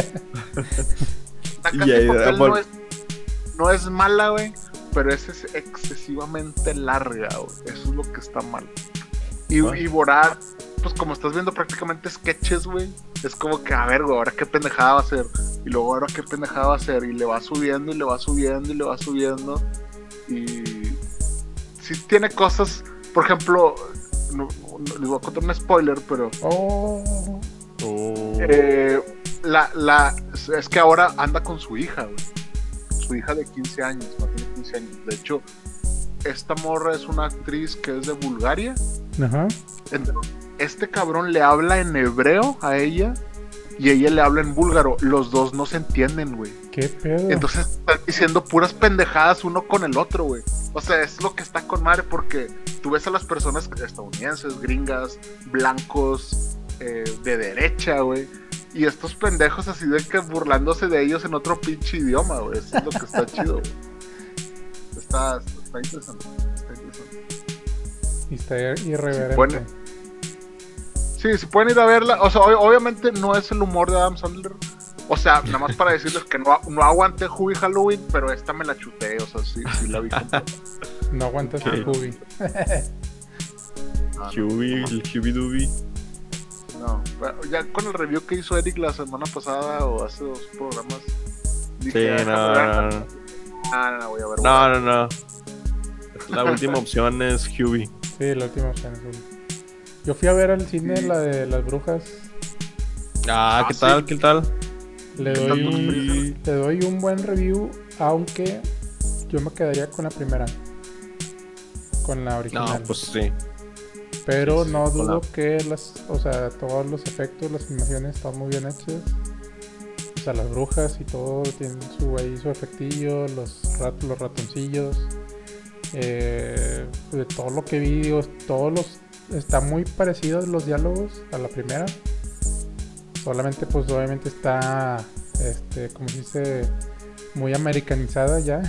Casa Y ahí, de Papel bueno. no es, no es mala, güey, pero es, es excesivamente larga, güey. Eso es lo que está mal. Y, Ah. y Borat, pues como estás viendo prácticamente sketches, güey, es como que, a ver, güey, ahora qué pendejada va a hacer. Y luego ahora qué pendejada va a hacer. Y le va subiendo y le va subiendo y le va subiendo. Y sí tiene cosas, por ejemplo, no, no- les voy a contar un spoiler, pero Oh. Oh. eh, la, la, es que ahora anda con su hija, güey. Su hija de quince años, no tiene quince años. De hecho, esta morra es una actriz que es de Bulgaria. Ajá. Entonces, este cabrón le habla en hebreo a ella y ella le habla en búlgaro. Los dos no se entienden, güey. ¿Qué pedo? Entonces están diciendo puras pendejadas uno con el otro, güey. O sea, es lo que está con madre porque tú ves a las personas estadounidenses, gringas, blancos, eh, de derecha, güey. Y estos pendejos así de que burlándose de ellos en otro pinche idioma, güey. Eso es lo que está chido, güey. Está, está interesante. Está interesante. Y está irreverente. Bueno. Sí, si pueden ir a verla. O sea, ob- obviamente no es el humor de Adam Sandler. O sea, nada más para decirles que no, no aguanté Hubie Halloween, pero esta me la chuté. O sea, sí, sí la vi completa. No aguantas el Hubi. Ah, Hubi, el Hubi Dubi. no, pero ya con el review que hizo Eric la semana pasada o hace dos programas. Sí, dije, no, "Ah, no, no. ah, no, voy a ver. No, no, no. La última opción es Hubi. Sí, la última opción es Hubi. Yo fui a ver al cine Sí. la de las brujas. Ah, ¿qué Ah, tal? sí. ¿Qué tal? Le ¿Qué tal tu doy, experiencia? le doy un buen review, aunque yo me quedaría con la primera. Con la original. No, pues sí. Pero sí, sí, no con dudo la- que las, o sea, todos los efectos, las animaciones están muy bien hechas. O sea, las brujas y todo tienen su ahí su efectillo, los rat, los ratoncillos. Eh, de todo lo que vi, digo, todos los está muy parecidos los diálogos a la primera. Solamente pues obviamente está este, como se dice, muy americanizada ya.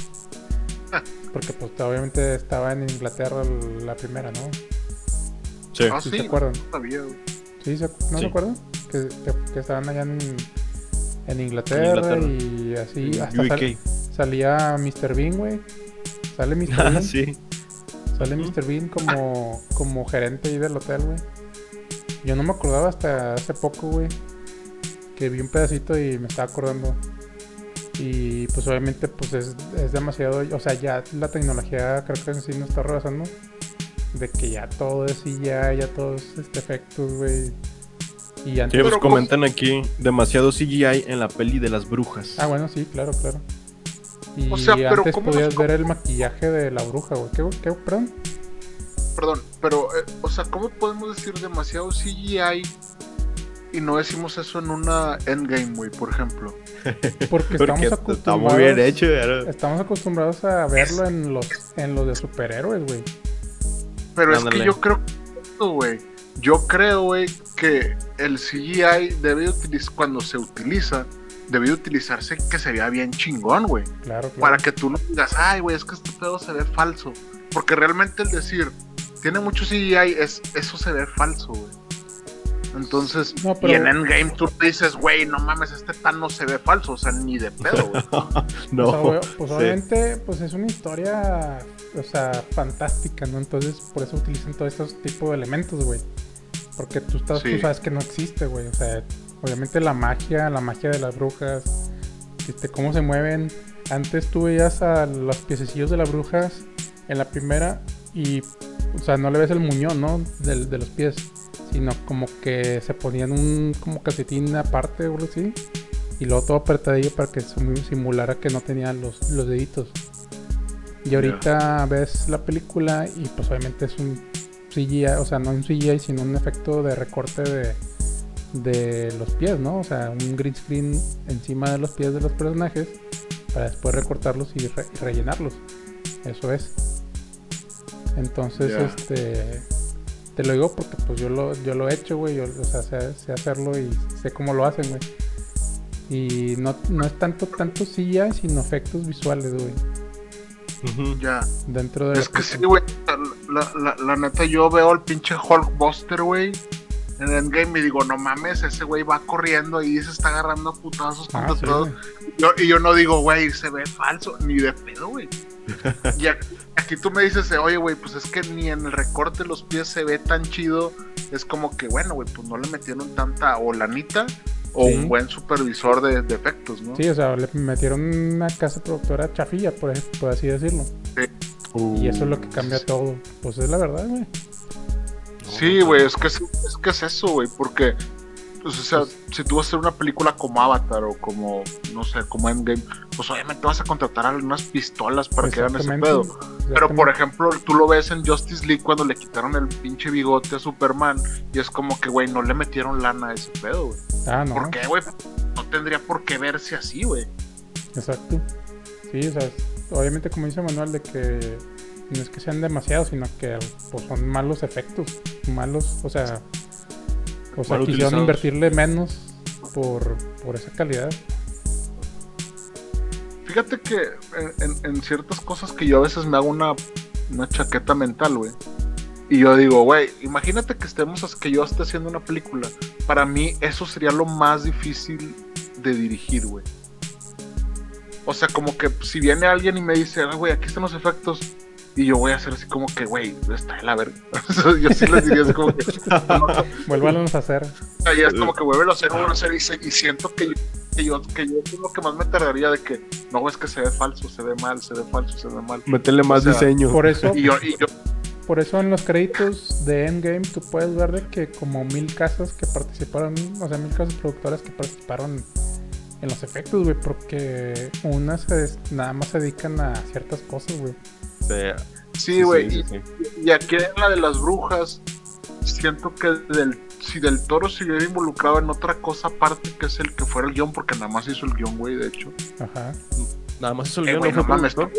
Porque pues obviamente estaba en Inglaterra la primera, ¿no? Sí. Ah, ¿Sí sí, se acuerdan? no sabía, güey. ¿Sí? ¿Se acu- ¿No Sí. se acuerdan? Que, que, que estaban allá en, en Inglaterra, Inglaterra. y así hasta U sal- K. salía mister Bean, güey. Sale mister Ah, Bean. sí. Sale Ujú. mister Bean como, como gerente ahí del hotel, güey. Yo no me acordaba hasta hace poco, güey. Que vi un pedacito y me estaba acordando. Y pues obviamente pues es, es demasiado. O sea, ya la tecnología creo que en sí nos está rebasando. De que ya todo es I A, ya todo es este, efectos, güey. Y Sí, antes... pues Pero comentan aquí, demasiado C G I en la peli de las brujas. Ah, bueno, sí, claro, claro. Y O sea, pero antes ¿cómo podías nos- ver el maquillaje de la bruja, güey. ¿Qué, qué, perdón? Perdón, pero, eh, o sea, ¿cómo podemos decir demasiado C G I y no decimos eso en una Endgame, güey, por ejemplo? Porque, Porque estamos está acostumbrados... muy bien hecho. ¿verdad? Estamos acostumbrados a verlo en los en los de superhéroes, güey. Pero es Ándale. que yo creo que, güey, yo creo, güey, que el C G I debe utilizar, cuando se utiliza, debe utilizarse que se vea bien chingón, güey. Claro, claro. Para que tú no digas, ay, güey, es que este pedo se ve falso. Porque realmente el decir, tiene mucho C G I, es, eso se ve falso, güey. Entonces, No, pero- y en Endgame tú dices, güey, no mames, este tan no se ve falso, o sea, ni de pedo, güey. No. O sea, güey, pues sí. obviamente, pues es una historia, o sea, fantástica, ¿no? Entonces, por eso utilizan todos estos tipos de elementos, güey. Porque tú, estás, Sí. tú sabes que no existe, güey. O sea, obviamente la magia, la magia de las brujas, este, cómo se mueven. Antes tú veías a los piececillos de las brujas en la primera y, o sea, no le ves el muñón, ¿no? De, de los pies, sino como que se ponían un como calcetín aparte o algo así. Y luego todo apretadillo para que simu- simulara que no tenían los, los deditos. Y ahorita ves la película y pues obviamente es un C G I, o sea, no un C G I, sino un efecto de recorte de, de los pies, ¿no? O sea, un green screen encima de los pies de los personajes para después recortarlos y, re- y rellenarlos. Eso es. Entonces, Ya. este... Te lo digo porque pues yo lo, yo lo he hecho, güey. Yo, o sea, sé, sé hacerlo y sé cómo lo hacen, güey. Y no, no es tanto, tanto C G I, sino efectos visuales, güey. Ya. Dentro de Es que sí, güey. La, la, la neta, yo veo al pinche Hulkbuster, güey, en Endgame y digo, no mames, ese güey va corriendo y se está agarrando a putazos Ah, contra sí, todos. güey. Yo, y yo no digo, güey, se ve falso, ni de pedo, güey. Y aquí, aquí tú me dices, eh, oye, güey, pues es que ni en el recorte de los pies se ve tan chido. Es como que, bueno, güey, pues no le metieron tanta o lanita o Sí. un buen supervisor de, de efectos, ¿no? Sí, o sea, le metieron una casa productora chafilla, por, ej- por así decirlo. Y eso es lo que cambia todo. Pues es la verdad, güey. Sí, güey, es que es, es que es eso, güey, porque, pues, o sea, si tú vas a hacer una película como Avatar o como, no sé, como Endgame, pues obviamente vas a contratar a unas pistolas para que hagan ese Exactamente, pedo. Pero, por exactamente. ejemplo, tú lo ves en Justice League cuando le quitaron el pinche bigote a Superman y es como que, güey, no le metieron lana a ese pedo, güey. Ah, no. ¿Por qué, güey? No tendría por qué verse así, güey. Exacto. Sí, o sea, obviamente como dice Manuel, de que no es que sean demasiados, sino que pues, son malos efectos, malos, o sea, o sea, Mal quisieron utilizados. invertirle menos por, por esa calidad. Fíjate que en, en- en ciertas cosas que yo a veces me hago una, una chaqueta mental, güey. Y yo digo, güey, imagínate que estemos, que yo esté haciendo una película. Para mí eso sería lo más difícil de dirigir, güey. O sea, como que si viene alguien y me dice, "Ah, güey, aquí están los efectos", y yo voy a hacer así como que, güey, está de la verga. Yo sí les diría así como que, no, Vuélvanos a hacer. y es como que vuelve a hacer una serie y, se- y siento que yo, que yo, que yo es lo que más me tardaría de que, no, es que se ve falso, se ve mal, se ve falso, se ve mal. Meterle más O sea, diseño. Por eso, Y yo, y yo, por eso en los créditos de Endgame tú puedes ver de que como mil casas que participaron, o sea, mil casas productoras que participaron en los efectos, güey, porque unas se- nada más se dedican a ciertas cosas, güey. O sea, sí, güey, sí, y, sí, sí. y aquí en la de las brujas, siento que del, si Del Toro se hubiera involucrado en otra cosa aparte que es el que fuera el guión, porque nada más hizo el guión, güey, de hecho. Ajá. Nada más eso el Eh, guión, güey, no no fue mames, productor.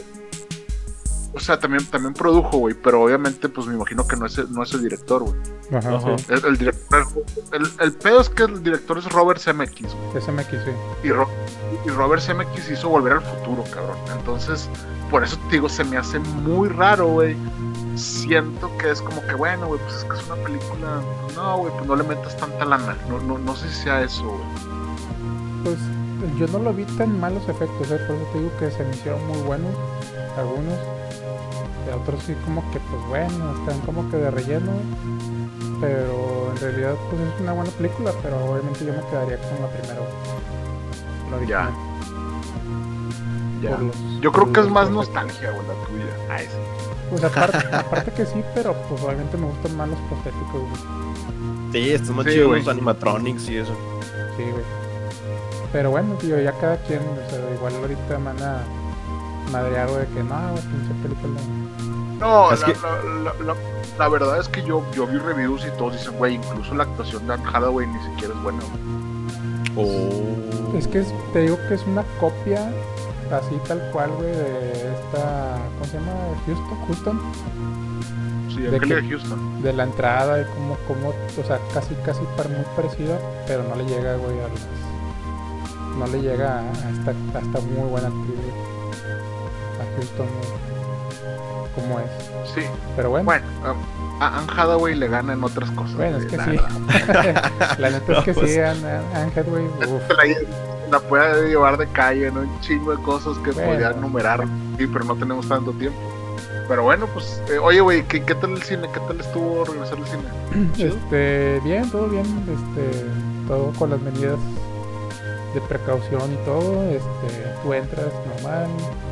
O sea, también, también produjo, güey, pero obviamente, pues me imagino que no es el, no es el director, güey. Ajá, Ajá. sí. El, el director, el, el pedo es que el director es Robert Zemeckis, güey. S M X, sí. Y, Ro- y Robert Zemeckis hizo Volver al Futuro, cabrón. Entonces, por eso te digo, se me hace muy raro, güey. Siento que es como que, bueno, güey, pues es que es una película. Pues no, güey, pues no le metas tanta lana. No, no, no sé si sea eso, güey. Pues yo no lo vi tan malos efectos, ¿eh? Por eso te digo que se me hicieron muy buenos algunos. De otros sí como que pues bueno, están como que de relleno. Pero en realidad pues es una buena película, pero obviamente yo me quedaría con la primera. güey. La original. Ya. Por los- Yo por creo que es los más efectos. nostalgia, güey, la tuya. Ah, sí. Pues aparte, aparte que sí, pero pues obviamente me gustan más los prostéticos, güey. Sí, están más Sí, chidos güey. los animatronics y eso. Sí, güey. Pero bueno, tío, ya cada quien, o sea, igual ahorita me van a madrear, güey, de que no, güey, pinche película. No, Es la, que- la, la, la, la verdad es que yo, yo vi reviews y todos dicen, güey, incluso la actuación de Anne Hathaway ni siquiera es buena, güey. Oh. Es que es- te digo que es una copia así tal cual, güey, de esta, ¿cómo se llama? Houston, Houston, Sí, ¿De Angélica qué? Houston. de la entrada y como, como, o sea, casi, casi par- muy parecida, pero no le llega, güey, a las, no le llega a esta, a esta muy buena actriz, güey, a Houston, güey, como es, Sí, pero bueno. bueno, um, a Anne Hathaway le gana en otras cosas. Bueno, es güey, que la sí. verdad. La neta es No, que pues. sí, Anne Anne Hathaway, uf. La, la puede llevar de calle, ¿no? Un chingo de cosas que Bueno. podría enumerar, sí, pero no tenemos tanto tiempo. Pero bueno, pues, eh, oye, güey, ¿qué, ¿qué tal el cine? ¿Qué tal estuvo regresar al cine? ¿Chido? Este, bien, todo bien, este, todo con las medidas de precaución y todo, este, tú entras normal,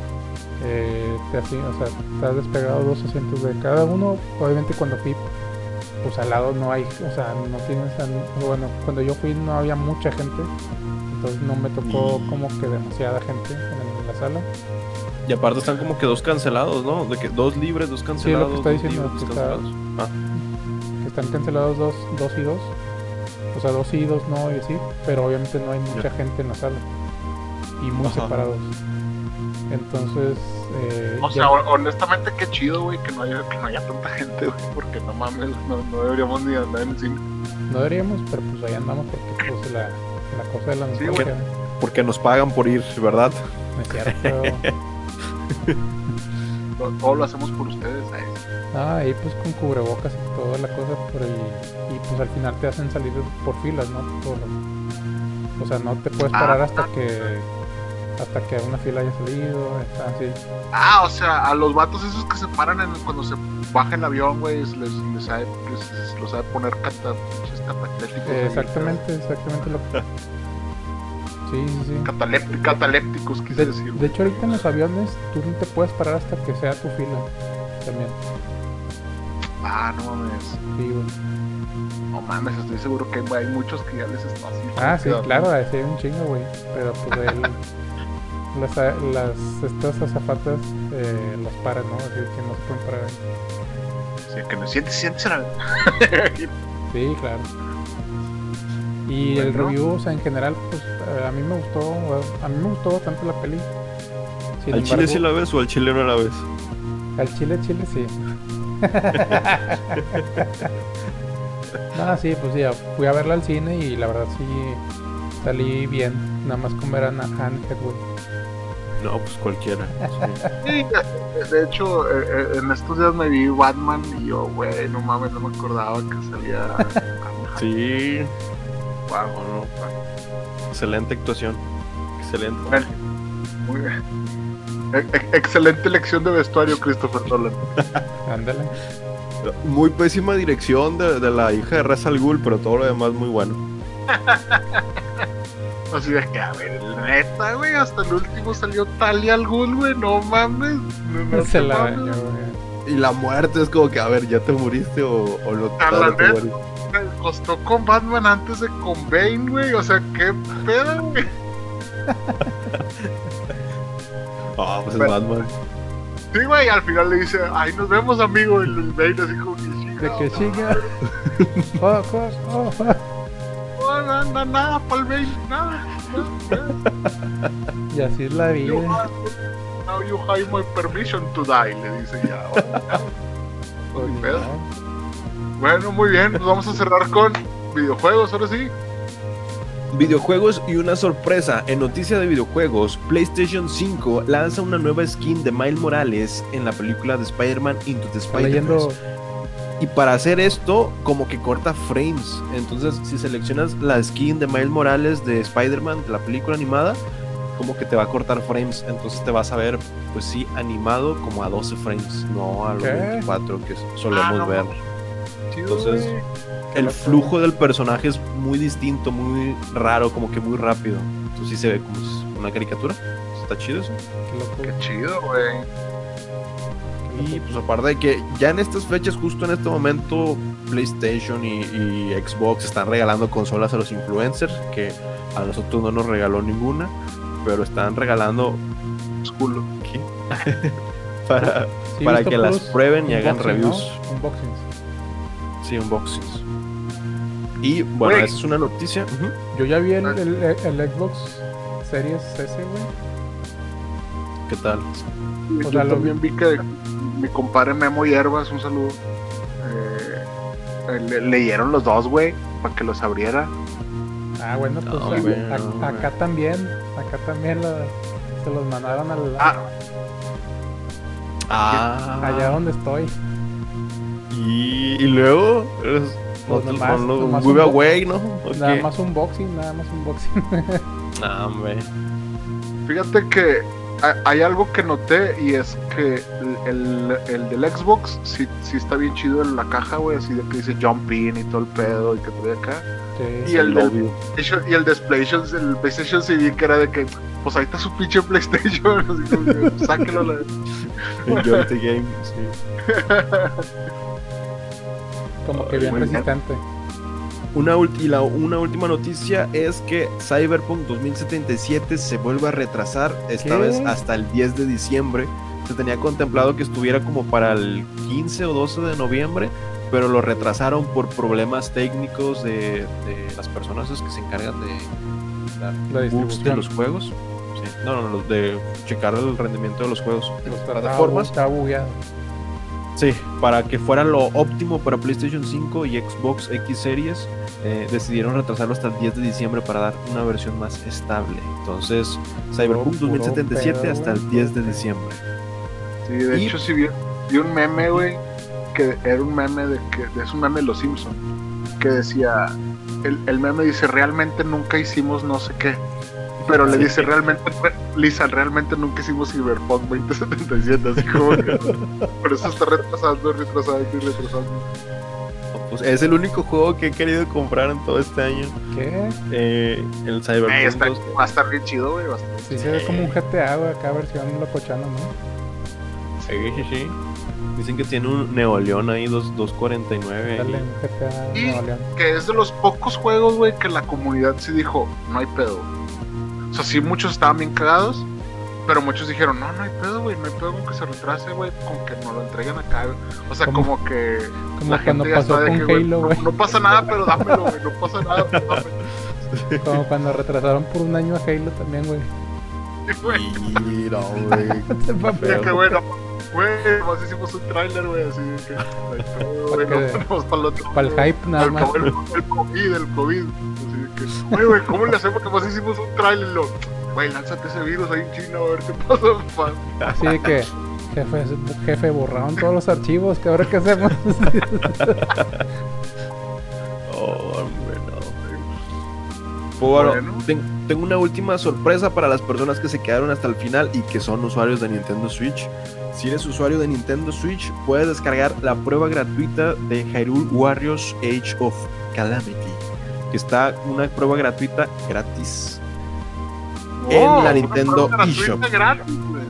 eh, te así, o sea, estás despegado dos asientos de cada uno, obviamente cuando fui, pues al lado no hay, o sea, no tienes, a- bueno, cuando yo fui no había mucha gente, entonces no me tocó Y- como que demasiada gente en la sala. Y aparte están como que dos cancelados, ¿no? De que dos libres, dos cancelados. está dos diciendo, libres, que dos está- cancelados. Ah, Que están cancelados dos, dos y dos, o sea, dos y dos no y así, pero obviamente no hay mucha gente en la sala y muy Ajá. separados. Entonces, eh, O sea, ya- ho- honestamente, qué chido, güey, que no haya, que no haya tanta gente, güey, porque no mames, no, no deberíamos ni andar en el cine. no deberíamos, pero pues ahí andamos porque pues la, la cosa de la Sí, nostalgia, Porque nos pagan por ir, ¿verdad? ¿no es cierto? Todo, todo lo hacemos por ustedes, ¿sabes? Ah, ahí pues con cubrebocas y toda la cosa por el... Y pues al final te hacen salir por filas, ¿no? Por- o sea, no te puedes parar Ah. hasta que... Hasta que una fila haya salido, está así. Ah, o sea, a los vatos esos que se paran en, cuando se baja el avión, güey, les, les, sabe, les, los sabe poner cata, pinches catacléticos. Eh, ahí, exactamente, exactamente lo que... Sí, sí, sí. Catalépti- catalépticos, quise De, decir. de hecho, ahorita en los aviones tú no te puedes parar hasta que sea tu fila. También. Ah, no mames. Sí, güey. No mames, estoy seguro que hay muchos que ya les está así. Ah, sí, quedando. claro, así hay un chingo, güey. Pero pues él... las, las, estas azafatas eh, los paran, ¿no? Así que no se pueden parar ahí. Sí, que no sientes, sientes en el... Sí, claro. Y Bueno. el review, o sea, en general, pues a mí me gustó, a mí me gustó bastante la peli. Sin ¿Al chile embargo, sí la ves o al chile no la ves? Al chile, chile, sí. No, sí, pues sí, fui a verla al cine y la verdad sí salí bien, nada más con ver a Anne Hathaway. No, pues cualquiera. Sí, de, de hecho, eh, eh, en estos días me vi Batman y yo, güey, no mames, no me acordaba que salía... Sí. Wow, No, no. Excelente actuación. Excelente. Bueno, muy bien. E- e- excelente elección de vestuario, Christopher Nolan. Ándale. Muy pésima dirección de, de la hija de Ra's al Ghul, pero todo lo demás muy bueno. Así de que, a ver, neta, güey, hasta el último salió Talia al Ghul, güey, no mames. No, no Se te la mames. dañó, güey. Y la muerte es como que, a ver, ¿ya te muriste o, o no, A todavía la no te neta. moriste? Me costó con Batman antes de con Bane, güey, o sea, qué pedo, güey. Ah, pues es Pero- Batman. Sí, güey, al final le dice, ay, nos vemos, amigo, y el Bane así como que De chica. que siga. Oh, oh, oh, oh. No, no, no, nada, pa'l Bane, nada. nada. Y así es la You vida. have- Now you have my permission to die, le dice ya. Pues, Ni ni pedo. modo. Bueno, muy bien, pues vamos a cerrar con videojuegos, ahora sí. Videojuegos y una sorpresa. En noticia de videojuegos, PlayStation cinco lanza una nueva skin de Miles Morales en la película de Spider-Man Into the Está leyendo. Spider-Verse. Y para hacer esto, como que corta frames. Entonces, si seleccionas la skin de Miles Morales de Spider-Man, de la película animada, como que te va a cortar frames. Entonces te vas a ver, pues sí, animado como a doce frames, no a los ¿Qué? veinticuatro que solemos Ah, no, ver. Chido, Entonces, güey. el loco. flujo del personaje es muy distinto, muy raro, como que muy rápido. Entonces sí se ve como si- una caricatura. Está chido eso. Qué loco. Qué chido, güey. Y pues aparte de que ya en estas fechas, justo en este momento, PlayStation y, y Xbox están regalando consolas a los influencers, que a nosotros no nos regaló ninguna, pero están regalando Es culo. ¿qué? para, Sí, he para visto que las puros prueben y hagan unboxing, reviews. ¿no? Unboxings. Sí, unboxings. Y bueno, Güey. esa es una noticia. Ujú. Yo ya vi el, el, el Xbox Series S, güey. ¿Qué tal? O Yo sea, lo también vi que mi compadre Memo Hierbas, un saludo. eh, le- leyeron los dos, güey, para que los abriera. Ah, bueno, pues No, a- güey, a- no, güey. acá también. Acá también lo- se los mandaron al, Ah. Ah, allá donde estoy. Y, y luego, eres- Pues nosotros nomás- con los nomás un un giveaway, ¿no? ¿O Nada qué? más unboxing, nada más unboxing. Ah, hombre. Fíjate que ha- hay algo que noté y es que el, el, el del Xbox sí, sí está bien chido en la caja, güey, así de que dice Jump In y todo el pedo y que trae acá. Sí. Y el del obvio. PlayStation- y el de PlayStation, el PlayStation C D que era de que, pues ahí está su pinche PlayStation, así como que, sáquelo a la... Enjoy the game, sí. Como que bien Muy bien. resistente. Una, ulti- y la- una última noticia es que Cyberpunk dos mil setenta y siete se vuelve a retrasar, esta ¿Qué? vez hasta el diez de diciembre. Se tenía contemplado que estuviera como para el quince o doce de noviembre, pero lo retrasaron por problemas técnicos de, de las personas que se encargan de dar La bugs de distribución. los juegos. Sí. no, no, no, de checar el rendimiento de los juegos en las Estaba- plataformas. Estaba bugueado. Sí, para que fuera lo óptimo para PlayStation cinco y Xbox X Series, eh, decidieron retrasarlo hasta el diez de diciembre para dar una versión más estable. Entonces, Cyberpunk Puro dos mil setenta y siete pedo, hasta güey. el diez de diciembre. Sí, de Y- hecho sí vi, vi un meme, güey, que era un meme de que es un meme de los Simpsons, que decía, el, el meme dice, realmente nunca hicimos no sé qué, pero le dice, realmente, re- Lisa, realmente nunca hicimos Cyberpunk veinte setenta y siete, así como que, por eso está retrasando, retrasando y retrasando. Pues es el único juego que he querido comprar en todo este año. ¿Qué? Eh, el Ey, Cyberpunk está, dos. va a estar bien chido, güey, va a estar- Sí, se ve como un G T A, güey, acá versión locochano, ¿no? Sí, sí, sí. Dicen que tiene un Neoleón ahí, dos, dos cuarenta y nueve. Dale, un G T A Y- Nuevo León. que es de los pocos juegos, güey, que la comunidad sí dijo, no hay pedo. O sea, sí, muchos estaban bien cagados, pero muchos dijeron, no, no hay pedo, güey, no hay pedo con que se retrase, güey, con que nos lo entreguen acá, güey. O sea, Como- como que Como la cuando gente ya pasó está de con que, güey, Halo, no, güey. no pasa nada, pero dámelo, güey, no pasa nada, pero dámelo. Como cuando retrasaron por un año a Halo también, güey. Y, güey, Mira, güey. Se fue a de pedo. que, güey, no, güey, nomás hicimos un tráiler, güey, así de que, no hay pedo, güey, Para no que- tenemos para el otro. Para el hype nada el, más. el, el COVID, el COVID. Así de que, güey, güey, ¿cómo le hacemos? Nomás hicimos un tráiler, lo, güey, lánzate ese virus ahí en China a ver qué pasa, pa. Así de que, jefe, jefe, borraron todos los archivos, ¿qué ahora qué hacemos? Oh, hombre, no. Pues bueno, Bueno. ten- tengo una última sorpresa para las personas que se quedaron hasta el final y que son usuarios de Nintendo Switch. Si eres usuario de Nintendo Switch, puedes descargar la prueba gratuita de Hyrule Warriors Age of Calamity, que está una prueba gratuita gratis. En la una Nintendo prueba gratuita eShop. gratis, güey.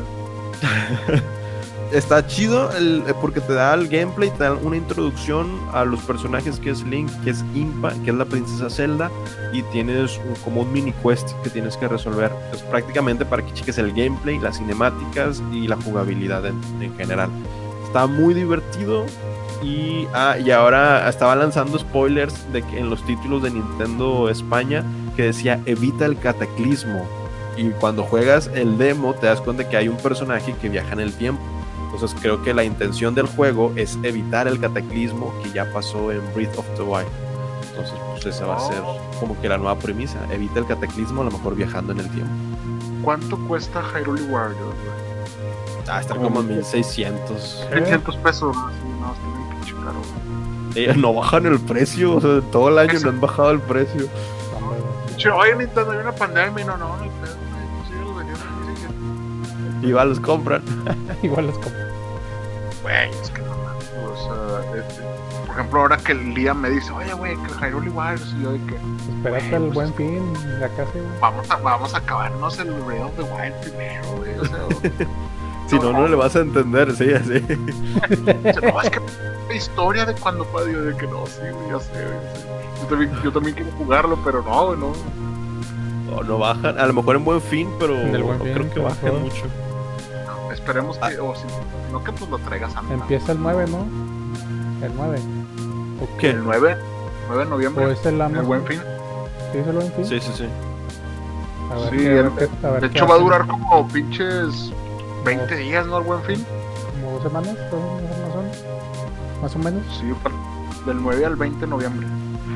Está chido el- eh, porque te da el gameplay, te da una introducción a los personajes que es Link, que es Impa, que es la princesa Zelda, y tienes un- como un mini quest que tienes que resolver. Es prácticamente para que cheques el gameplay, las cinemáticas y la jugabilidad en, en general. Está muy divertido y, ah, y ahora estaba lanzando spoilers de que en los títulos de Nintendo España que decía evita el cataclismo. Y cuando juegas el demo te das cuenta que hay un personaje que viaja en el tiempo. Entonces creo que la intención del juego es evitar el cataclismo que ya pasó en Breath of the Wild. Entonces pues esa va a ser como que la nueva premisa. Evita el cataclismo, a lo mejor viajando en el tiempo. ¿Cuánto cuesta Hyrule Warriors, güey? Ah, estar como en mil seiscientos. seiscientos pesos, ¿no? Sí, no, está bien pinche caro, güey. Eh, no bajan el precio, o sea, todo el año Eso. no han bajado el precio. Hombre, güey. Che, oye, Nintendo, hay una pandemia y no, no, no hay pedo, güey. Sí, los vendiendo en mil seiscientos. Igual los compran. Igual los compro. Güey, es que no mames, o sea, este, por ejemplo, ahora que el Liam me dice, oye, güey, que el Hyrule Warriors, y yo de que Espérate el buen fin, ya casi, güey. vamos a, vamos a acabarnos el Breath of the Wild primero, güey, o sea, Si no, no le vas a entender, sí, así. no, es que la historia de cuando fue, yo de que no, sí, güey, ya sé, güey, sí. Yo también, yo también quiero jugarlo, pero no, güey, no. O no bajan, a lo mejor en buen fin, pero En el Buen no Fin, creo que que bajen mejor. mucho. Esperemos que, o si no, que pues lo traigas antes. Empieza el nueve, ¿no? El nueve. ¿O ¿Qué? El nueve, nueve de noviembre, ¿O es el el Amazon? buen fin. ¿Sí es el buen fin? Sí, sí, sí. A ver Sí, qué, a ver el- qué- a ver De qué hecho, va a hacen. durar como pinches veinte días, ¿no? El buen fin. Como dos semanas, dos semanas son. Más o menos. Sí, pa- del nueve al veinte de noviembre.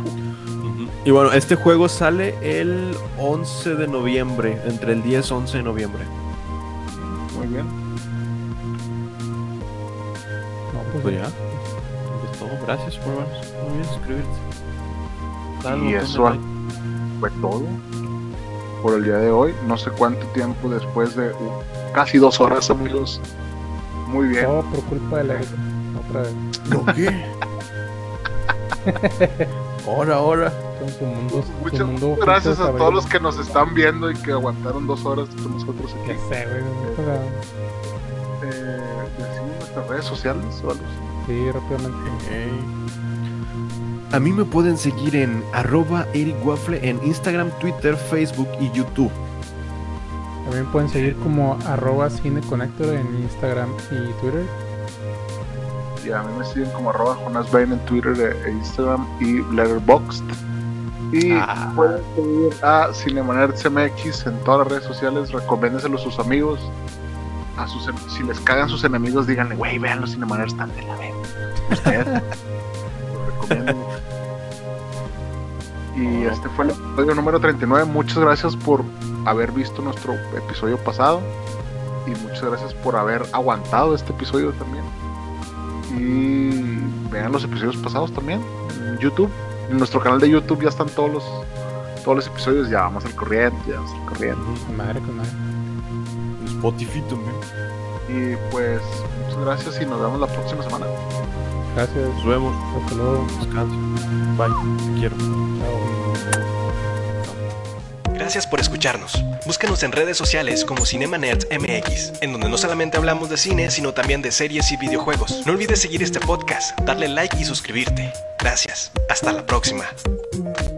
Y bueno, este juego sale el once de noviembre, entre el diez y once de noviembre. Muy bien. No, pues, Pues ya. Es todo. Gracias por vernos. No olvides suscribirte. Dale al Y botón de eso like. fue todo por el día de hoy. No sé cuánto tiempo después de uh, casi dos horas, amigos. Muy bien. todo por culpa de la otra vez. ¿Lo qué? Ahora, ahora. Con su mundo, su Muchas mundo gracias oculto a de todos los saber. que nos están viendo y que aguantaron dos horas con nosotros aquí. Ya sé, güey. o sea, Eh, ¿Decimos nuestras redes sociales o algo así? Sí, rápidamente. A mí me pueden seguir en arroba Eric Waffle en Instagram, Twitter, Facebook y YouTube. También pueden seguir como arroba cineconector en Instagram y Twitter. Y a mí me siguen como arroba Jonas Bain en Twitter e e Instagram y Letterboxd. Y Ah. pueden seguir a Cinemanerds M X en todas las redes sociales, recomiéndenselo a sus amigos. A sus, en- si les cagan sus enemigos, díganle, güey, vean los Cinemanerds, están de la verga. Ustedes lo recomiendo. Y este fue el episodio número treinta y nueve. Muchas gracias por haber visto nuestro episodio pasado. Y muchas gracias por haber aguantado este episodio también. Y vean los episodios pasados también en YouTube. En nuestro canal de YouTube ya están todos los todos los episodios. Ya vamos al corriente, ya vamos al corriente. Con madre, con madre. En Spotify también. Y pues muchas gracias y nos vemos la próxima semana. Gracias. Nos vemos. Hasta luego. Descansen. Bye. Te quiero. Chao. Gracias por escucharnos. Búscanos en redes sociales como Cinemanerds M X, en donde no solamente hablamos de cine, sino también de series y videojuegos. No olvides seguir este podcast, darle like y suscribirte. Gracias. Hasta la próxima.